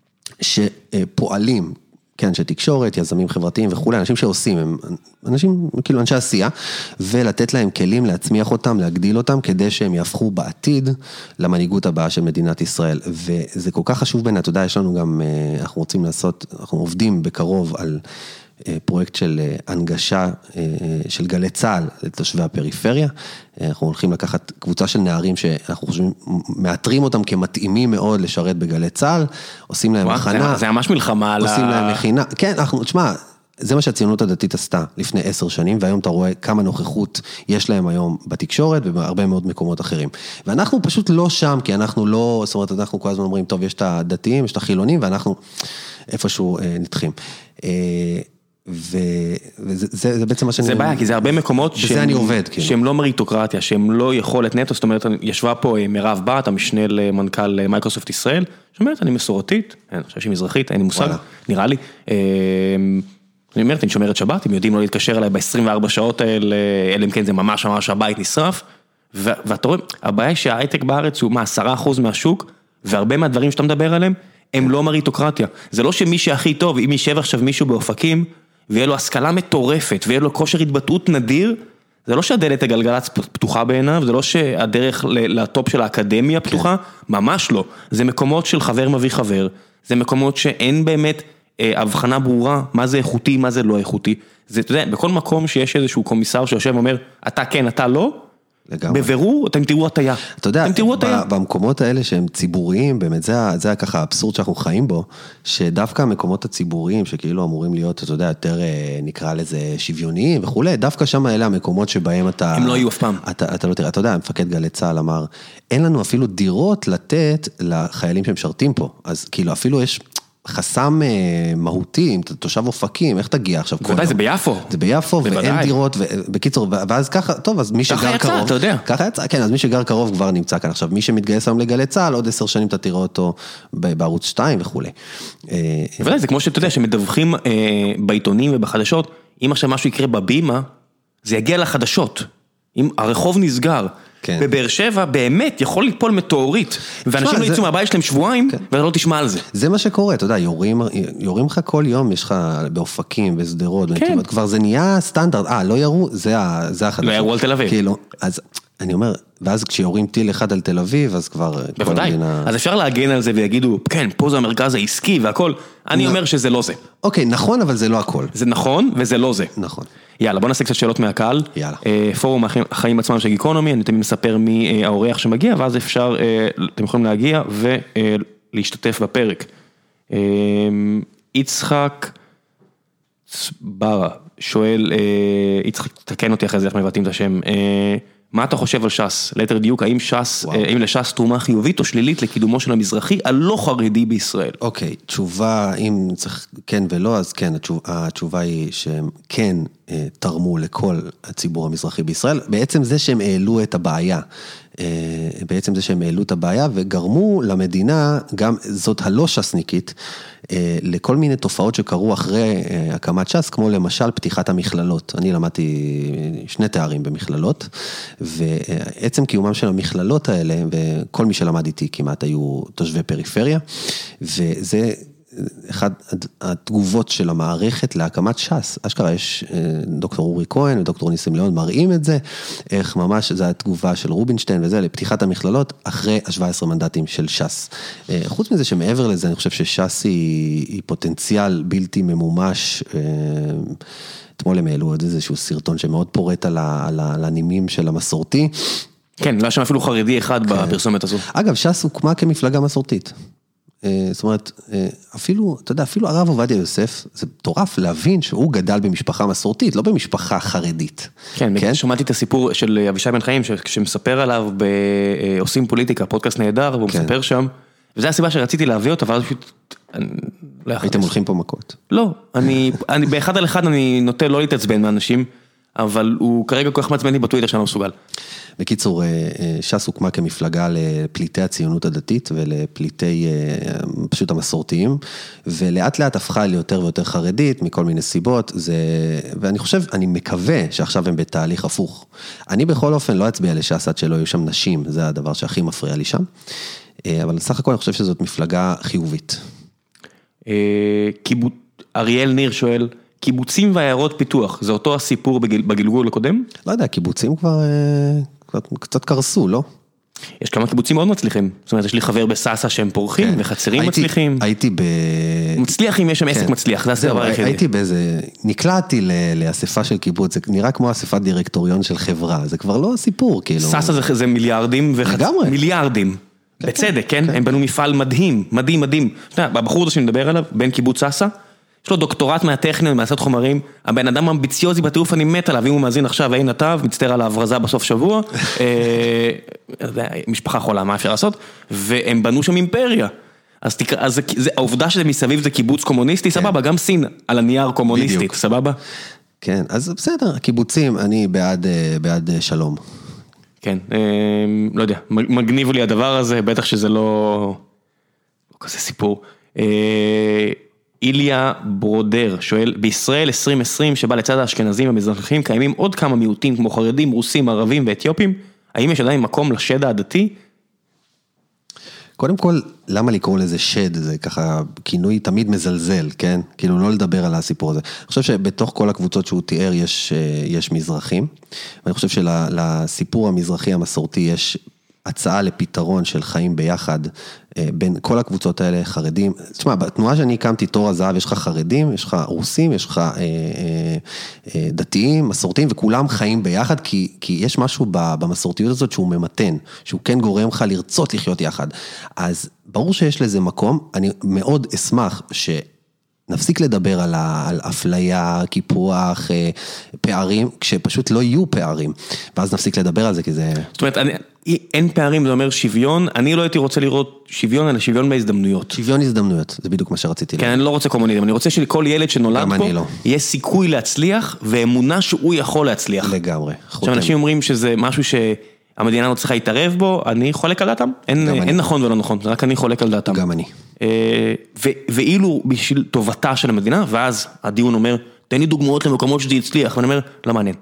שפועלים, כן, שתקשורת, יזמים חברתיים וכולי, אנשים שעושים, הם אנשים, כאילו אנשי עשייה, ולתת להם כלים להצמיח אותם, להגדיל אותם, כדי שהם יהפכו בעתיד למנהיגות הבאה של מדינת ישראל. וזה כל כך חשוב בין, אתה יודע, יש לנו גם, אנחנו רוצים לעשות, אנחנו עובדים בקרוב על פרויקט של הנגשה של גלי צהל לתושבי הפריפריה. אנחנו הולכים לקחת קבוצה של נערים שאנחנו חושבים, מאתרים אותם כמתאימים מאוד לשרת בגלי צהל, עושים להם מכינה. זה ממש מלחמה על עושים להם מכינה. כן, אנחנו, תשמע, זה מה שהציונות הדתית עשתה לפני 10 שנים, והיום אתה רואה כמה נוכחות יש להם היום בתקשורת ובהרבה מאוד מקומות אחרים. ואנחנו פשוט לא שם, כי אנחנו לא, זאת אומרת, אנחנו כל הזמן אומרים, טוב, יש את הדתיים, יש את החילונים, ואנחנו איפשהו נדחים. וזה בעצם מה שאני... זה בעיה, כי זה הרבה מקומות שהם לא מריטוקרטיה, שהם לא יכולת נטו, זאת אומרת, ישבה פה מירב בת, המשנה למנכ"ל מייקרוסופט ישראל, שאומרת, אני מסורתית, אני חושב שהיא מזרחית, אין לי מושג, נראה לי. אני אומרת, אני שומרת שבת, הם יודעים לא להתקשר אליי ב-24 שעות האלה, אלא אם כן זה ממש ממש הבית נשרף, ואתה רואה, הבעיה היא שההייטק בארץ הוא 10% מהשוק, והרבה מהדברים שאתה מדבר עליהם, הם לא מריטוקרטיה. זה לא שמי שהכי טוב, אם יישב עכשיו מישהו באופקים, ויהיה לו השכלה מטורפת, ויהיה לו כושר התבטאות נדיר, זה לא שהדלת הגלגלצ פתוחה בעיניו, זה לא שהדרך לטופ של האקדמיה פתוחה, ממש לא. זה מקומות של חבר מביא חבר, זה מקומות שאין באמת הבחנה ברורה, מה זה איכותי, מה זה לא איכותי. זה, אתה יודע, בכל מקום שיש איזשהו קומיסר שיושב ואומר, אתה כן, אתה לא, לגמרי. בבירור, אתם תראו הטיה. אתה יודע, במקומות האלה שהם ציבוריים, באמת זה ככה האבסורד שאנחנו חיים בו, שדווקא המקומות הציבוריים, שכאילו אמורים להיות, אתה יודע, יותר נקרא לזה שוויוניים וכו', דווקא שם אלה המקומות שבהם אתה... הם לא יהיו אף פעם. אתה לא תראה, אתה יודע, מפקד גלי צהל אמר, אין לנו אפילו דירות לתת לחיילים שמשרתים פה, אז כאילו אפילו יש... חסם מהותי, אם אתה תושב אופקים, איך תגיע עכשיו? בוודאי, זה ביפו. זה ביפו, ואין דירות, בקיצור, ואז ככה, טוב, אז מי שגר קרוב, אתה יודע. ככה יצא, כן, אז מי שגר קרוב כבר נמצא כאן. עכשיו, מי שמתגייס היום לגלי צהל, עוד 10 שנים אתה תראה אותו בערוץ 2 וכו'. בוודאי, זה כמו שאתה יודע, שמדווחים בעיתונים ובחדשות, אם עכשיו משהו יקרה בבימה, זה יגיע לחדשות. אם הרחוב נסגר, בבאר שבע באמת יכול ליפול מטאורית, ואנשים לא יצאו מהבית שלהם שבועיים, ואתה לא תשמע על זה. זה מה שקורה, אתה יודע, יורים לך כל יום, יש לך באופקים, בסדרות, כבר זה נהיה סטנדרט, לא ירו, זה החדשות. לא ירו על תל אביב. כאילו, אז אני אומר, ואז כשיורים טיל אחד על תל אביב, אז כבר... בוודאי, אז אפשר להגן על זה ויגידו, כן, פה זה המרכז העסקי והכל, אני אומר שזה לא זה. אוקיי, נכון, אבל זה לא הכל. זה נכון, וזה לא זה. נכון. יאללה, בוא נעשה קצת שאלות מהקהל. יאללה. פורום החיים עצמם של גיקונומי, אני תמיד מספר מי האורח שמגיע, ואז אפשר, אתם יכולים להגיע ולהשתתף בפרק. יצחק צברה שואל, יצחק, תקן אותי אחרי זה, איך מבטאים את השם, מה אתה חושב על ש"ס? ליתר דיוק, האם לש"ס תרומה חיובית או שלילית לקידומו של המזרחי הלא חרדי בישראל? אוקיי, תשובה, אם צריך כן ולא, אז כן, התשובה היא שהם כן תרמו לכל הציבור המזרחי בישראל, בעצם זה שהם העלו את הבעיה, וגרמו למדינה, גם זאת הלא ש"סניקית, לכל מיני תופעות שקרו אחרי הקמת ש"ס, כמו למשל פתיחת המכללות. אני למדתי 2 תארים במכללות, ועצם קיומם של המכללות האלה, וכל מי שלמד איתי כמעט היו תושבי פריפריה, וזה אחד התגובות של המערכת להקמת ש"ס. אשכרה יש דוקטור אורי כהן ודוקטור ניסים ליאון מראים את זה, איך ממש זה התגובה של רובינשטיין וזה, לפתיחת המכללות אחרי 17 מנדטים של ש"ס. חוץ מזה שמעבר לזה, אני חושב שש"ס היא פוטנציאל בלתי ממומש, אתמול הם העלו עוד איזשהו סרטון שמאוד פורט על הנימים של המסורתי. כן, לא שם אפילו חרדי אחד בפרסומת הזו. אגב, ש"ס הוקמה כמפלגה מסורתית. זאת אומרת, אפילו, אתה יודע, אפילו הרב עובדיה יוסף, זה מטורף להבין שהוא גדל במשפחה מסורתית, לא במשפחה חרדית. כן, שמעתי את הסיפור של אבישי בן חיים, שמספר עליו עושים פוליטיקה, פודקאסט נהדר, והוא מספר שם, וזו הסיבה שרציתי להביא אותו, אבל פשוט... הייתם הולכים פה מכות. לא, באחד על אחד אני נוטה לא להתעצבן מהאנשים, אבל הוא כרגע כל כך מעצבן לי בטוויטר שאני לא מסוגל. בקיצור, ש"ס הוקמה כמפלגה לפליטי הציונות הדתית ולפליטי פשוט המסורתיים, ולאט לאט הפכה ליותר ויותר חרדית מכל מיני סיבות, ואני חושב, אני מקווה שעכשיו הם בתהליך הפוך. אני בכל אופן לא אצביע לש"ס עד שלא יהיו שם נשים, זה הדבר שהכי מפריע לי שם, אבל סך הכל אני חושב שזאת מפלגה חיובית. אריאל ניר שואל, קיבוצים ועיירות פיתוח, זה אותו הסיפור בגלגול הקודם? לא יודע, קיבוצים כבר קצת קרסו, לא? יש כמה קיבוצים מאוד מצליחים, זאת אומרת, יש לי חבר בסאסה שהם פורחים, וחצרים מצליחים. הייתי מצליח אם יש שם עסק מצליח, זה הסדר היחידי. הייתי באיזה, נקלעתי לאספה של קיבוץ, זה נראה כמו אספת דירקטוריון של חברה, זה כבר לא הסיפור, כאילו. סאסה זה מיליארדים, מיליארדים. בצדק, כן? הם בנו מפעל מדהים, מדהים, מדהים. הבחור הזה שנדבר עליו, בן קיבוץ סאסה, יש לו דוקטורט מהטכניון, מעשת חומרים, הבן אדם אמביציוזי בטירוף, אני מת עליו, אם הוא מאזין עכשיו, אין נתב, מצטער על ההברזה בסוף שבוע, משפחה חולה, מה אפשר לעשות? והם בנו שם אימפריה. אז העובדה שזה מסביב זה קיבוץ קומוניסטי, סבבה, גם סין על הנייר קומוניסטית, סבבה? כן, אז בסדר, הקיבוצים, אני בעד שלום. כן, לא יודע, מגניב לי הדבר הזה, בטח שזה לא כזה סיפור. איליה ברודר שואל, בישראל 2020 שבה לצד האשכנזים המזרחים קיימים עוד כמה מיעוטים כמו חרדים, רוסים, ערבים ואתיופים, האם יש עדיין מקום לשד העדתי? קודם כל, למה לקרוא לזה שד? זה ככה כינוי תמיד מזלזל, כן? כאילו לא לדבר על הסיפור הזה. אני חושב שבתוך כל הקבוצות שהוא תיאר יש מזרחים, ואני חושב שלסיפור המזרחי המסורתי יש הצעה לפתרון של חיים ביחד, בין כל הקבוצות האלה, חרדים, תשמע, בתנועה שאני הקמתי תור הזהב, יש לך חרדים, יש לך רוסים, יש לך דתיים, מסורתיים, וכולם חיים ביחד, כי יש משהו במסורתיות הזאת שהוא ממתן, שהוא כן גורם לך לרצות לחיות יחד. אז ברור שיש לזה מקום, אני מאוד אשמח נפסיק לדבר על אפליה, קיפוח, פערים, כשפשוט לא יהיו פערים, ואז נפסיק לדבר על זה, כי זה... זאת אומרת, אין פערים, זה אומר שוויון, אני לא הייתי רוצה לראות שוויון, אלא שוויון בהזדמנויות. שוויון הזדמנויות, זה בדיוק מה שרציתי. כן, אני לא רוצה קומוניזם, אני רוצה שלכל ילד שנולד פה, יהיה סיכוי להצליח, ואמונה שהוא יכול להצליח. לגמרי. עכשיו, אנשים אומרים שזה משהו שהמדינה לא צריכה להתערב בו, אני חולק על דעתם, אין נכון ולא נכון, רק אני חולק על דעתם. גם אני. ואילו בשביל טובתה של המדינה, ואז הדיון אומר, תן לי דוגמאות למקומות שזה יצליח, ואני אומר, לא מעניין.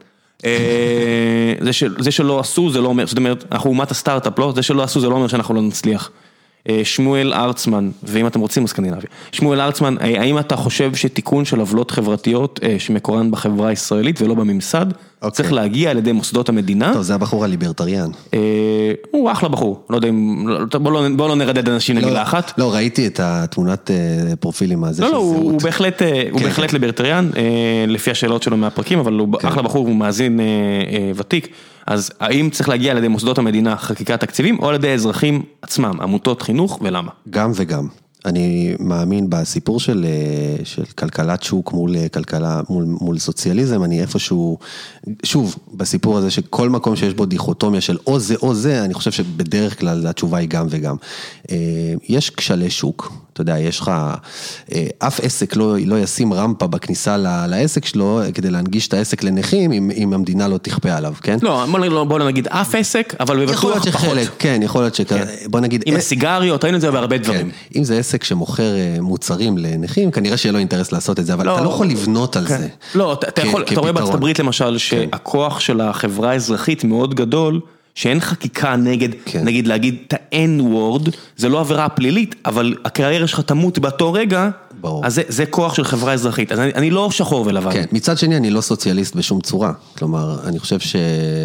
זה שלא עשו, זה לא אומר, זאת אומרת, אנחנו אומת הסטארט-אפ, לא? זה שלא עשו, זה לא אומר שאנחנו לא נצליח. שמואל ארצמן, ואם אתם רוצים, סקנדינביה. שמואל ארצמן, האם אתה חושב שתיקון של עוולות חברתיות שמקורן בחברה הישראלית ולא בממסד, צריך להגיע על ידי מוסדות המדינה? טוב, זה הבחור הליברטריאן. הוא אחלה בחור, לא יודע אם, בוא לא נרדד אנשים למילה אחת. לא, ראיתי את התמונת פרופילים הזה. לא, הוא בהחלט ליברטריאן, לפי השאלות שלו מהפרקים, אבל הוא אחלה בחור, הוא מאזין ותיק. אז האם צריך להגיע על ידי מוסדות המדינה חקיקת תקציבים, או על ידי האזרחים עצמם, עמותות חינוך, ולמה? גם וגם. אני מאמין בסיפור של כלכלת שוק מול סוציאליזם, אני איפשהו, שוב, בסיפור הזה שכל מקום שיש בו דיכוטומיה של או זה או זה, אני חושב שבדרך כלל התשובה היא גם וגם. יש כשלי שוק, אתה יודע, יש לך, אף עסק לא ישים רמפה בכניסה לעסק שלו, כדי להנגיש את העסק לנכים, אם המדינה לא תכפה עליו, כן? לא, בוא לא נגיד אף עסק, אבל בבטוח פחות. כן, יכול להיות שכן. בוא נגיד... עם הסיגריות, ראינו את זה בהרבה דברים. אם זה עסק שמוכר מוצרים לנכים, כנראה שיהיה לו אינטרס לעשות את זה, אבל אתה לא יכול לבנות על זה. לא, אתה רואה בארצות הברית למשל, שהכוח של החברה האזרחית מאוד גדול, שאין חקיקה נגד להגיד את ה-N-word, זה לא עבירה פלילית, אבל הקריירה שלך תמות באותו רגע, אז זה כוח של חברה אזרחית, אז אני לא שחור ולבן. כן, מצד שני אני לא סוציאליסט בשום צורה, כלומר, אני חושב ש...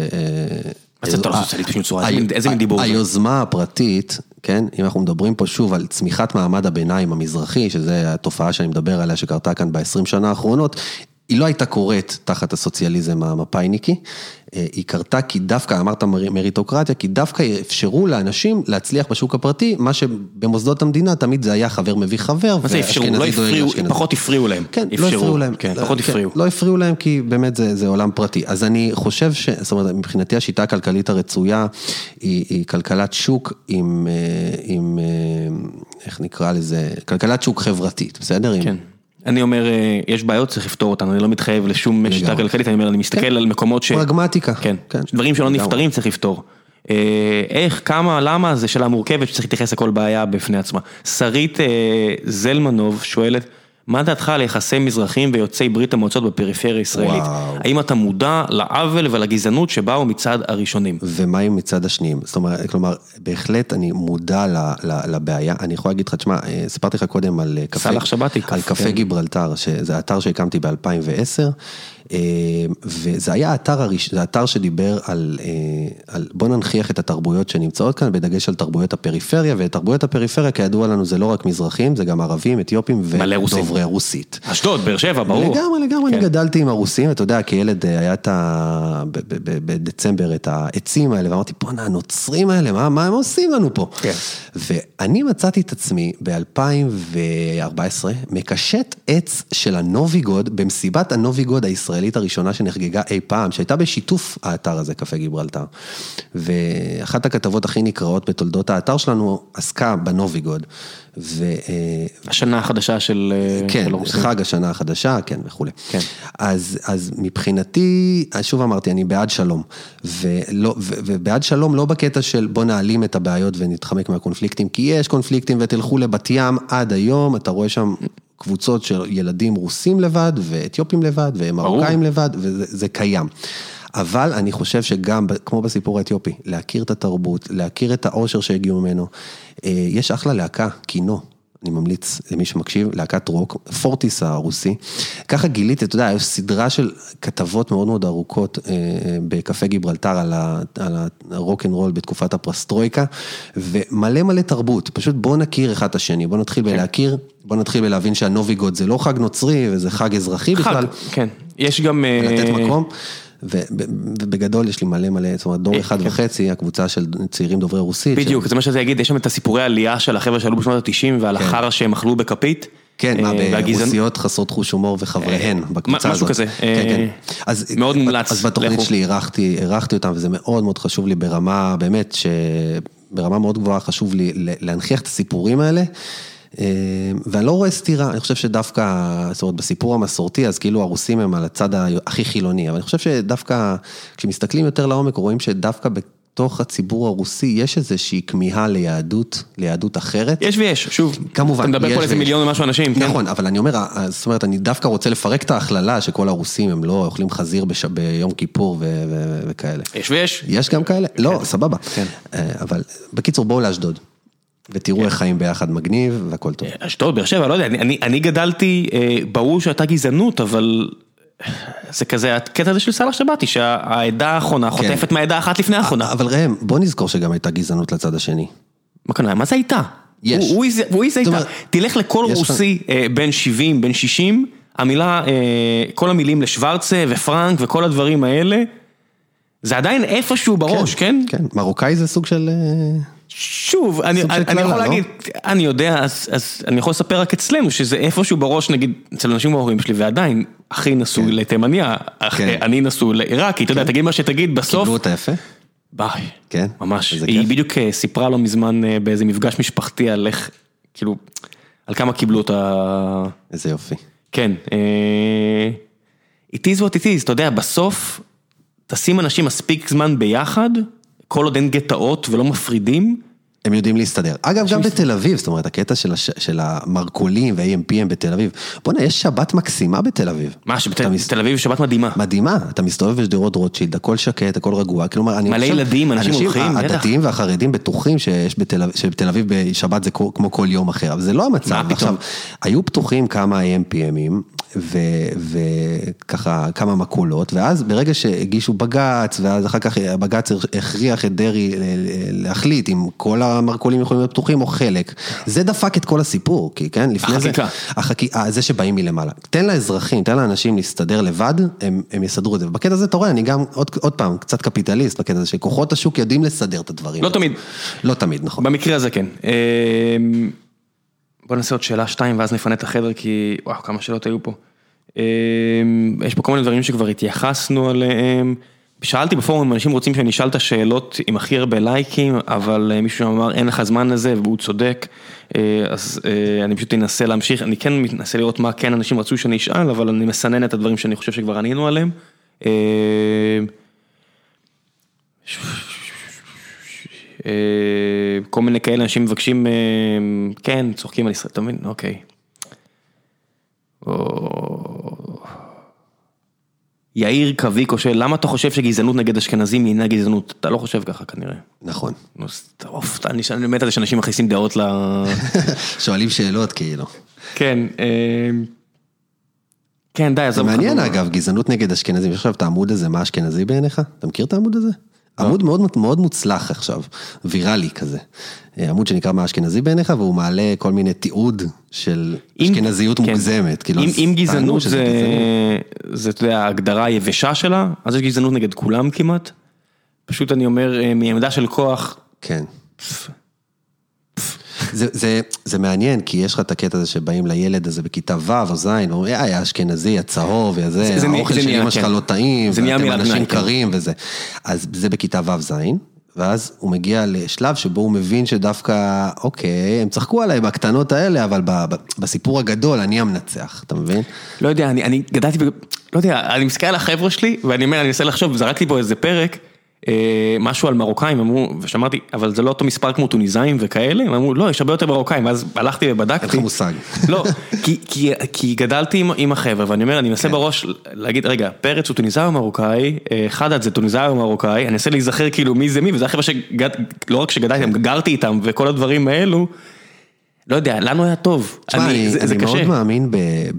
אז אתה לא סוציאליסט בשום צורה, איזה מין דיבור? היוזמה הפרטית, כן, אם אנחנו מדברים פה שוב על צמיחת מעמד הביניים המזרחי, שזה התופעה שאני מדבר עליה שקרתה כאן ב-20 שנה האחרונות, היא לא הייתה קורית תחת הסוציאליזם המפאיניקי, היא קרתה כי דווקא, אמרת מריטוקרטיה, כי דווקא אפשרו לאנשים להצליח בשוק הפרטי, מה שבמוסדות המדינה תמיד זה היה חבר מביא חבר. מה זה אפשרו? לא הפריעו, פחות הפריעו להם. כן, לא הפריעו להם. כן, פחות הפריעו. לא הפריעו להם כי באמת זה עולם פרטי. אז אני חושב זאת אומרת, מבחינתי השיטה הכלכלית הרצויה, היא כלכלת שוק עם, איך נקרא לזה, כלכלת שוק חברתית, בסדר? כן. אני אומר, יש בעיות, צריך לפתור אותנו, אני לא מתחייב לשום שיטה כלכלית, אני אומר, אני מסתכל על מקומות פרגמטיקה. כן, דברים שלא נפתרים צריך לפתור. איך, כמה, למה, זה שאלה מורכבת שצריך להתייחס לכל בעיה בפני עצמה. שרית זלמנוב שואלת, מה דעתך על יחסי מזרחים ויוצאי ברית המועצות בפריפריה הישראלית? האם אתה מודע לעוול ולגזענות שבאו מצד הראשונים? ומה עם מצד השניים? זאת אומרת, כלומר, בהחלט אני מודע לבעיה. אני יכול להגיד לך, תשמע, ספרתי לך קודם על קפה גיברלטר, שזה אתר שהקמתי ב-2010, וזה היה האתר שדיבר על בוא ננחיח את התרבויות שנמצאות כאן, בדגש על תרבויות הפריפריה, ותרבויות הפריפריה, כידוע לנו, זה לא רק מזרחים, זה גם ערבים, אתיופים ודוברי הרוסית. אשדוד, באר שבע, ברור. לגמרי, אני גדלתי עם הרוסים, אתה יודע, כילד היה בדצמבר את העצים האלה, ואמרתי, בוא'נה, הנוצרים האלה, מה הם עושים לנו פה? ואני מצאתי את עצמי ב-2014, מקשט עץ של הנוביגוד, במסיבת הנוביגוד הישראלית הראשונה שנחגגה אי פעם, שהייתה בשיתוף האתר הזה, קפה גיברלטר. ואחת הכתבות הכי נקראות בתולדות האתר שלנו, עסקה בנוביגוד. השנה החדשה של... כן, חג השנה החדשה, כן, וכו'. אז מבחינתי, שוב אמרתי, אני בעד שלום. ובעד שלום לא בקטע של בוא נעלים את הבעיות ונתחמק מהקונפליקטים, כי יש קונפליקטים ותלכו לבת ים עד היום, אתה רואה שם קבוצות של ילדים רוסים לבד, ואתיופים לבד, ומרוקאים לבד, וזה קיים. אבל אני חושב שגם, כמו בסיפור האתיופי, להכיר את התרבות, להכיר את העושר שהגיעו ממנו, יש אחלה להקה, קינו. אני ממליץ למי שמקשיב, להקת רוק, פורטיס הרוסי. ככה גיליתי, אתה יודע, יש סדרה של כתבות מאוד מאוד ארוכות בקפה גיברלטר על הרוק אנד רול בתקופת הפרסטרויקה, ומלא מלא תרבות. פשוט בוא נכיר אחד את השני, בוא נתחיל בלהכיר, בוא נתחיל בלהבין שהנוביגוד זה לא חג נוצרי, וזה חג אזרחי בכלל. חג, כן. יש גם... ולתת מקום. ובגדול יש לי מלא, זאת אומרת, דור אחד וחצי, הקבוצה של צעירים דוברי רוסית. בדיוק, זה מה שזה יגיד, יש שם את הסיפורי העלייה של החבר'ה שעלו בשנות ה-90, ועל החרא שהם אכלו בכפית. כן, מה, ברוסיות חסרות חוש הומור וחבריהן בקבוצה הזאת. משהו כזה. מאוד מומלץ. אז בתוכנית שלי ערכתי אותם, וזה מאוד מאוד חשוב לי ברמה, באמת, ברמה מאוד גבוהה חשוב לי להנכיח את הסיפורים האלה, ואני לא רואה סתירה, אני חושב שדווקא, זאת אומרת, בסיפור המסורתי, אז כאילו הרוסים הם על הצד הכי חילוני, אבל אני חושב שדווקא, כשמסתכלים יותר לעומק, רואים שדווקא בתוך הציבור הרוסי, יש איזושהי כמיהה ליהדות אחרת. יש ויש, שוב. כמובן. אתה מדבר פה על איזה מיליון ומשהו אנשים, כן? נכון, אבל אני אומר, זאת אומרת, אני דווקא רוצה לפרק את ההכללה, שכל הרוסים הם לא אוכלים חזיר ביום כיפור וכאלה. יש ויש. יש גם כאלה? לא, סבבה. אבל בקיצור, בואו לאשדוד. ותראו איך חיים ביחד מגניב, והכל טוב. אשדוד, באר שבע, לא יודע, אני גדלתי, ברור שהייתה גזענות, אבל זה כזה, הקטע הזה של סלח שבתי, שהעדה האחרונה חוטפת מהעדה האחת לפני האחרונה. אבל ראם, בוא נזכור שגם הייתה גזענות לצד השני. מה כנראה? מה זה הייתה? יש. הוא איזה הייתה. תלך לכל רוסי בין 70, בין 60, המילה, כל המילים לשוורצה ופרנק וכל הדברים האלה, זה עדיין איפשהו בראש, כן? כן, מרוקאי זה סוג של... שוב, אני יכול להגיד, אני יודע, אז אני יכול לספר רק אצלנו, שזה איפשהו בראש, נגיד, אצל אנשים ההורים שלי, ועדיין, אחי נשוי לתימניה, אני נשוי לעיראקי, אתה יודע, תגיד מה שתגיד, בסוף... קיבלו אותה יפה? ביי. כן? ממש. היא בדיוק סיפרה לו מזמן באיזה מפגש משפחתי על איך, כאילו, על כמה קיבלו אותה... איזה יופי. כן. It is what it is, אתה יודע, בסוף, תשים אנשים מספיק זמן ביחד, כל עוד אין גטאות ולא מפרידים. הם יודעים להסתדר. אגב, גם בתל אביב, זאת אומרת, הקטע של המרקולים וה-AMPM בתל אביב. בוא'נה, יש שבת מקסימה בתל אביב. מה, בתל אביב שבת מדהימה. מדהימה. אתה מסתובב בשדרות רוטשילד, הכל שקט, הכל רגוע. כלומר, מלא ילדים, אנשים הולכים. הדתיים והחרדים בטוחים שבתל אביב בשבת זה כמו כל יום אחר. אבל זה לא המצב. עכשיו, היו פתוחים כמה AMPMים, וככה כמה מקולות, ואז ברגע שהגישו בגץ, ואז אחר כך הבגץ הכריח את דרי להחליט אם כל המרקולים יכולים להיות פתוחים או חלק, זה דפק את כל הסיפור, כי כן, לפני זה, זה שבאים מלמעלה. תן לאזרחים, תן לאנשים להסתדר לבד, הם יסדרו את זה. ובקטע הזה, אתה רואה, אני גם עוד פעם, קצת קפיטליסט בקטע הזה, שכוחות השוק יודעים לסדר את הדברים. לא תמיד. לא תמיד, נכון. במקרה הזה כן. בוא נעשה עוד שאלה 2, ואז נפנה את החדר, כי וואו, כמה שאלות היו פה. יש פה כל מיני דברים שכבר התייחסנו עליהם. שאלתי בפורום, אנשים רוצים שאני אשאל את השאלות עם הכי הרבה לייקים, אבל מישהו אמר, אין לך זמן לזה, והוא צודק, אז אני פשוט אנסה להמשיך, אני כן מנסה לראות מה כן אנשים רצו שאני אשאל, אבל אני מסנן את הדברים שאני חושב שכבר ענינו עליהם. כל מיני כאלה אנשים מבקשים, כן, צוחקים על ישראל, אתה מבין? אוקיי. יאיר קוויקו שואל, למה אתה חושב שגזענות נגד אשכנזים היא אינה גזענות? אתה לא חושב ככה כנראה. נכון. אני מת על זה שאנשים מכניסים דעות ל... שואלים שאלות כאילו. כן. כן, די, זה מעניין אגב, גזענות נגד אשכנזים. עכשיו, את העמוד הזה, מה אשכנזי בעיניך? אתה מכיר את העמוד הזה? עמוד מאוד מאוד מוצלח עכשיו, ויראלי כזה. עמוד שנקרא מה אשכנזי בעיניך, והוא מעלה כל מיני תיעוד של אשכנזיות מוגזמת. אם גזענות זה ההגדרה היבשה שלה, אז יש גזענות נגד כולם כמעט. פשוט אני אומר, מעמדה של כוח. כן. זה מעניין, כי יש לך את הקטע הזה שבאים לילד הזה בכיתה ו' או ז', ואומרים, היה אשכנזי, הצהוב, האוכל של אמא שלך לא טעים, ואתם אנשים קרים וזה. אז זה בכיתה ו' ז', ואז הוא מגיע לשלב שבו הוא מבין שדווקא, אוקיי, הם צחקו עליי בקטנות האלה, אבל בסיפור הגדול אני המנצח, אתה מבין? לא יודע, אני גדלתי, לא יודע, אני מסתכל על החבר'ה שלי, ואני אומר, אני אנסה לחשוב, זרקתי פה איזה פרק, משהו על מרוקאים, אמרו, ושמרתי, אבל זה לא אותו מספר כמו טוניזאים וכאלה, הם אמרו, לא, יש הרבה יותר מרוקאים, ואז הלכתי ובדקתי. אין לך מושג. לא, כי גדלתי עם החבר'ה, ואני אומר, אני מנסה בראש להגיד, רגע, פרץ הוא טוניזאי או מרוקאי, חדד זה טוניזאי או מרוקאי, אני אנסה להיזכר כאילו מי זה מי, וזה החבר'ה לא רק שגדלתי, גם גרתי איתם, וכל הדברים האלו, לא יודע, לנו היה טוב. אני מאוד מאמין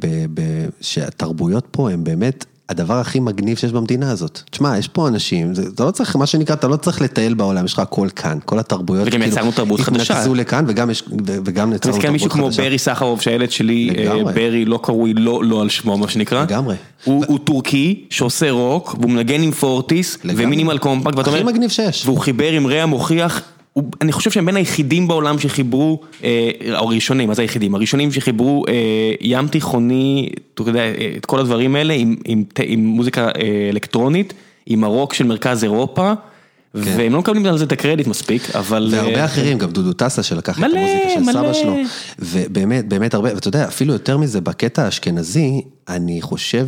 שהתרבויות פה הם באמת הדבר הכי מגניב שיש במדינה הזאת. תשמע, יש פה אנשים, אתה לא צריך, מה שנקרא, אתה לא צריך לטייל בעולם, יש לך הכל כאן, כל התרבויות. וגם יצרנו תרבות חדשה. התנקזו לכאן, וגם יצרנו תרבות חדשה. מישהו כמו ברי סחרוב, שהילד שלי, ברי לא קרוי, לא על שמו, מה שנקרא. לגמרי. הוא טורקי, שעושה רוק, והוא מנגן עם פורטיס, ומינימל קומפקט, הכי מגניב שיש. והוא חיבר עם רע מוכיח, אני חושב שהם בין היחידים בעולם שחיברו, או ראשונים, אז הראשונים שחיברו ים תיכוני, אתה יודע, את כל הדברים האלה, עם מוזיקה אלקטרונית, עם הרוק של מרכז אירופה, והם לא מקבלים על זה את הקרדיט מספיק, אבל... והרבה אחרים, גם דודו טסה שלקח את המוזיקה של סבא שלו, ובאמת, באמת הרבה, ואתה יודע, אפילו יותר מזה, בקטע האשכנזי, אני חושב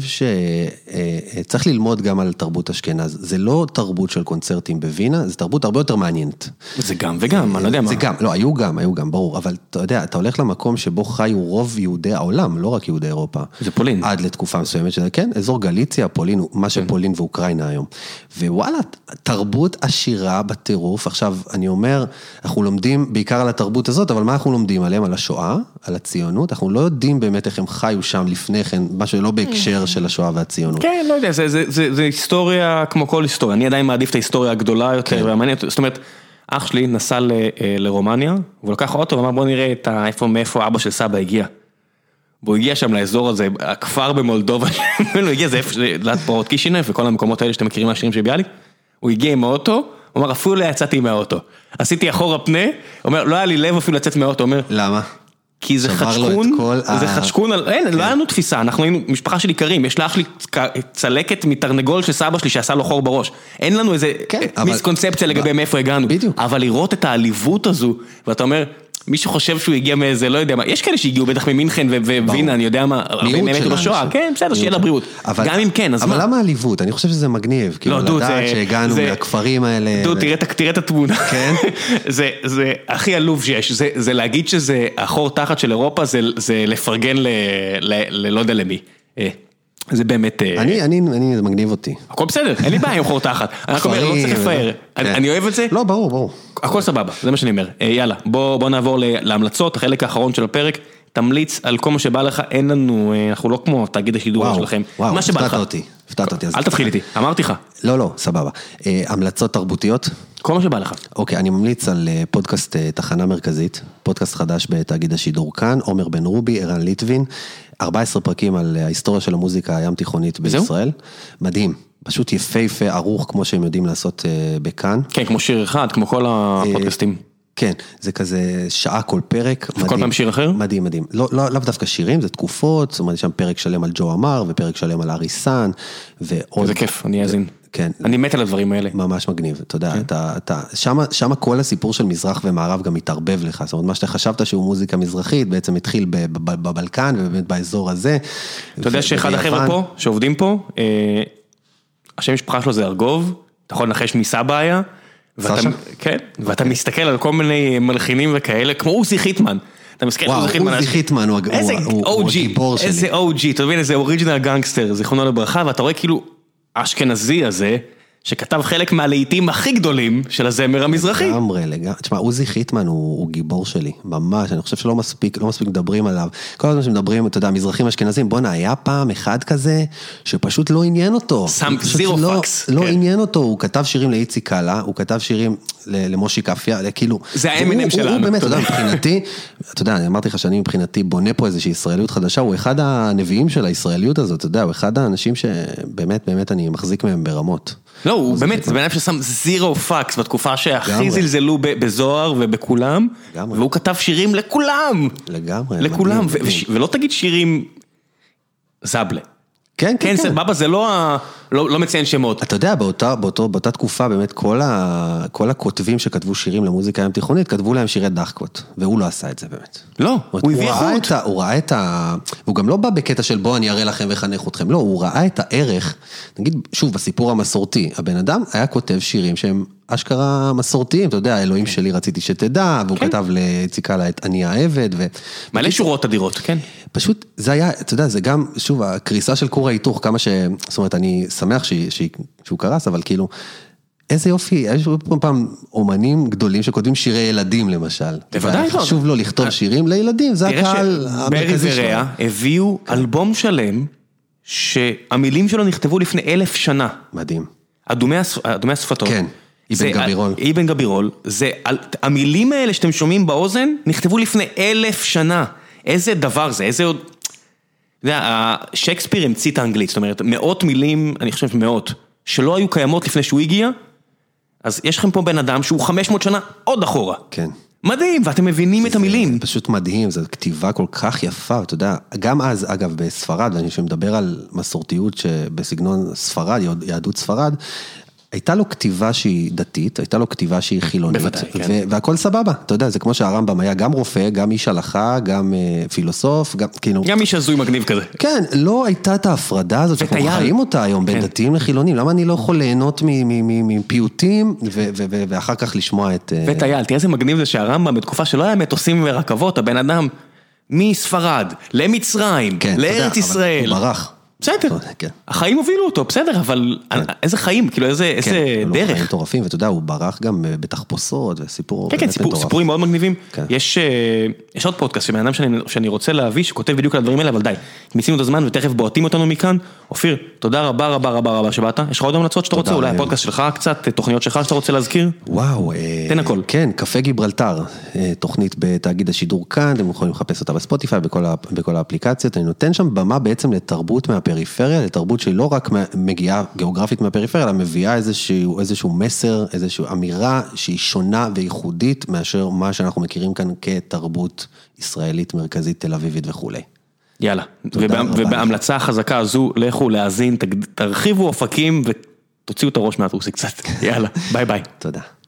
שצריך ללמוד גם על תרבות אשכנז, זה לא תרבות של קונצרטים בווינה, זה תרבות הרבה יותר מעניינת. זה גם וגם, אני לא יודע מה. זה גם, לא, היו גם, ברור, אבל אתה יודע, אתה הולך למקום שבו חיו רוב יהודי העולם, לא רק יהודי אירופה. זה פולין. עד לתקופה מסוימת, כן, אזור גליציה, פולין, מה שפולין ואוקראינה היום. ווואלה, תרבות עשירה בטירוף, עכשיו אני אומר, אנחנו לומדים בעיקר על התרבות הזאת, אבל מה אנחנו לומדים עליהם? על השואה, על הציונות, אנחנו לא יודעים באמת איך הם חיו שם לפני כן, משהו לא בהקשר של השואה והציונות. כן, לא יודע, זה היסטוריה כמו כל היסטוריה, אני עדיין מעדיף את ההיסטוריה הגדולה יותר, והמעניינת, זאת אומרת, אח שלי נסע לרומניה, והוא לקח אוטו, ואמר בוא נראה מאיפה אבא של סבא הגיע. והוא הגיע שם לאזור הזה, הכפר במולדובה, הוא הגיע, זה איפה, ליד פורט קישינב, וכל המקומות האלה שאתם מכירים מהשירים של ביאליק, הוא הגיע עם האוטו, הוא אומר, אפילו לא יצאתי מהאוטו. עשיתי אחורה פנה, הוא אומר, לא היה לי לב אפילו לצאת מהאוטו, הוא אומר, למה? כי זה חשקון, זה חשקון, אין, לא היה לנו תפיסה, אנחנו היינו משפחה של עיקרים, יש לאח שלי צלקת מתרנגול של סבא שלי שעשה לו חור בראש, אין לנו איזה מיסקונספציה לגבי מאיפה הגענו, אבל לראות את העליבות הזו, ואתה אומר, מי שחושב שהוא הגיע מאיזה, לא יודע מה, יש כאלה שהגיעו בטח ממינכן ווינה, אני יודע מה, הרבה מהם מתו בשואה, כן, בסדר, שיהיה לבריאות, גם אם כן, אז מה? אבל למה עליבות? אני חושב שזה מגניב, כאילו לדעת שהגענו מהכפרים האלה. דוד, תראה את התמונה, זה הכי עלוב שיש, זה להגיד שזה החור תחת של אירופה, זה לפרגן לא יודע למי. זה באמת... זה מגניב אותי. הכל בסדר, אין לי בעיה עם חור תחת. אני אומר, לא צריך לפאר. אני אוהב את זה? לא, ברור. הכל סבבה, זה מה שאני אומר. יאללה, בוא נעבור להמלצות, החלק האחרון של הפרק. תמליץ על כל מה שבא לך, אין לנו, אנחנו לא כמו תאגיד השידור שלכם. מה שבא לך. הפתעת אותי. אל תתחיל איתי, אמרתי לך. לא, סבבה. המלצות תרבותיות? כל מה שבא לך. אוקיי, אני ממליץ על פודקאסט תחנה מרכזית, פודקאסט חדש בתאגיד השידור כאן, עומר בן רובי, ערן ליטבין, 14 פרקים על ההיסטוריה של המוזיקה הים תיכונית בישראל. מדהים. פשוט יפהפה, ערוך, כמו שהם יודעים לעשות בכאן. כן, כמו שיר אחד, כמו כל הפודקאסטים. כן, זה כזה שעה כל פרק. כל פעם שיר אחר? מדהים. לא דווקא שירים, זה תקופות, זאת אומרת, יש שם פרק שלם על ג'ו אמר, ופרק שלם על אריסן, ועוד... זה כיף, אני אאזין. כן. אני מת על הדברים האלה. ממש מגניב, אתה יודע, שמה כל הסיפור של מזרח ומערב גם מתערבב לך, זאת אומרת, מה שאתה חשבת שהוא מוזיקה מזרחית, בעצם התחיל בבלקן, ובאמת באזור הזה. אתה יודע שאחד החבר'ה פה, שעובדים פה, השם משפחה שלו זה ארגוב, אתה יכול לנחש מסבא היה, כן, ואתה מסתכל על כל מיני מלחינים וכאלה, כמו עוזי חיטמן. וואו, עוזי חיטמן הוא הגיבור שלי. איזה OG, אתה מבין, איזה אוריג'ינל גנגסטר, זיכרונו לברכה, ואתה רואה כאילו, האשכנזי הזה, שכתב חלק מהלהיטים הכי גדולים של הזמר המזרחי. לגמרי. תשמע, עוזי חיטמן הוא גיבור שלי, ממש, אני חושב שלא מספיק מדברים עליו. כל הזמן שמדברים, אתה יודע, מזרחים אשכנזים, בונה, היה פעם אחד כזה, שפשוט לא עניין אותו. שם זירו פקס. לא עניין אותו, הוא כתב שירים לאיציק קאלה, הוא כתב שירים למושי קפיה, כאילו... זה האמינם שלנו. הוא באמת, אתה יודע, מבחינתי, אתה יודע, אני אמרתי לך שאני מבחינתי בונה פה איזושהי ישראליות חדשה, הוא אחד הנביאים של הישראליות הזאת, אתה יודע, הוא אחד האנשים שבאמת, באמת אני מחזיק מהם ברמות. לא, הוא באמת, זה בעצם ששם זירו פקס, בתקופה שהכי זלזלו בזוהר ובכולם, והוא כתב שירים לכולם. לגמרי. לכולם, ולא תגיד שירים זבלה. כן, כן, כן. סבבה, זה לא מציין שמות. אתה יודע, באותה תקופה, באמת, כל הכותבים שכתבו שירים למוזיקה ים תיכונית, כתבו להם שירי דחקות, והוא לא עשה את זה באמת. לא, הוא הביא איכות. הוא ראה הוא גם לא בא בקטע של בוא אני אראה לכם וחנך אתכם, לא, הוא ראה את הערך, נגיד, שוב, בסיפור המסורתי, הבן אדם היה כותב שירים שהם אשכרה מסורתיים, אתה יודע, האלוהים שלי רציתי שתדע, והוא כתב לציקה את אני העבד, מלא שורות אדירות, כן. פשוט זה היה, אתה יודע, זה גם, שוב, הקריסה של כור ההיתוך, כמה זאת אומרת, אני שמח שהוא קרס, אבל כאילו, איזה יופי, יש פעם אומנים גדולים שכותבים שירי ילדים למשל. בוודאי. חשוב לו לכתוב שירים לילדים, זה הקהל המרכזי שלו. ברי ורע הביאו אלבום שלם, שהמילים שלו נכתבו לפני 1000 שנה. מדהים. אדומי השפתות. כן, אבן גבירול. אבן גבירול, המילים האלה שאתם שומעים באוזן, נכתבו לפני 1000 שנה. איזה דבר זה, איזה עוד... שייקספיר המציא את האנגלית, זאת אומרת, מאות מילים, אני חושב מאות, שלא היו קיימות לפני שהוא הגיע, אז יש לכם פה בן אדם שהוא 500 שנה עוד אחורה. כן. מדהים, ואתם מבינים את המילים. זה פשוט מדהים, זו כתיבה כל כך יפה, אתה יודע, גם אז, אגב, בספרד, ואני שמדבר על מסורתיות שבסגנון ספרד, יהדות ספרד, הייתה לו כתיבה שהיא דתית, הייתה לו כתיבה שהיא חילונית, בוודאי, כן. והכל סבבה, אתה יודע, זה כמו שהרמב"ם היה גם רופא, גם איש הלכה, גם פילוסוף, גם כאילו... גם איש הזוי מגניב כזה. כן, לא הייתה את ההפרדה הזאת, שאנחנו חיים אותה היום, בין דתיים לחילונים, למה אני לא יכול ליהנות מפיוטים, ואחר כך לשמוע את... וטייל, תראה איזה מגניב זה שהרמב"ם, בתקופה שלא היה מטוסים ורכבות, הבן אדם מספרד, למצרים, לארץ ישראל. הוא ברח. בסדר, החיים הובילו אותו, בסדר, אבל איזה חיים, כאילו איזה דרך. חיים מטורפים, ואתה יודע, הוא ברח גם בתחפושות, וסיפור... כן, סיפורים מאוד מגניבים. יש עוד פודקאסט שבן אדם שאני רוצה להביא, שכותב בדיוק על הדברים האלה, אבל די, מיצינו את הזמן ותכף בועטים אותנו מכאן. אופיר, תודה רבה רבה רבה רבה שבאת. יש לך עוד המלצות שאתה רוצה? אולי הפודקאסט שלך קצת, תוכניות שלך שאתה רוצה להזכיר? וואו, תן הכל. כן, קפה גיברלטר, תוכנית בתאגיד השידור כאן, אתם יכולים לחפש אותה בספוטיפיי, בכל האפליקציות. אני נותן שם במה בעצם לתרבות מהפריפריה, לתרבות שהיא לא רק מגיעה גיאוגרפית מהפריפריה, אלא מביאה איזשהו מסר, איזושהי אמירה שהיא שונה וייחודית מאשר מה שאנחנו מכירים כאן כתרבות ישראלית, מרכזית, תל אביבית וכו'. יאללה, ובהמלצה החזקה הזו, לכו להאזין, תרחיבו אופקים ותוציאו את הראש מהטוסי קצת. יאללה, ביי ביי. תודה.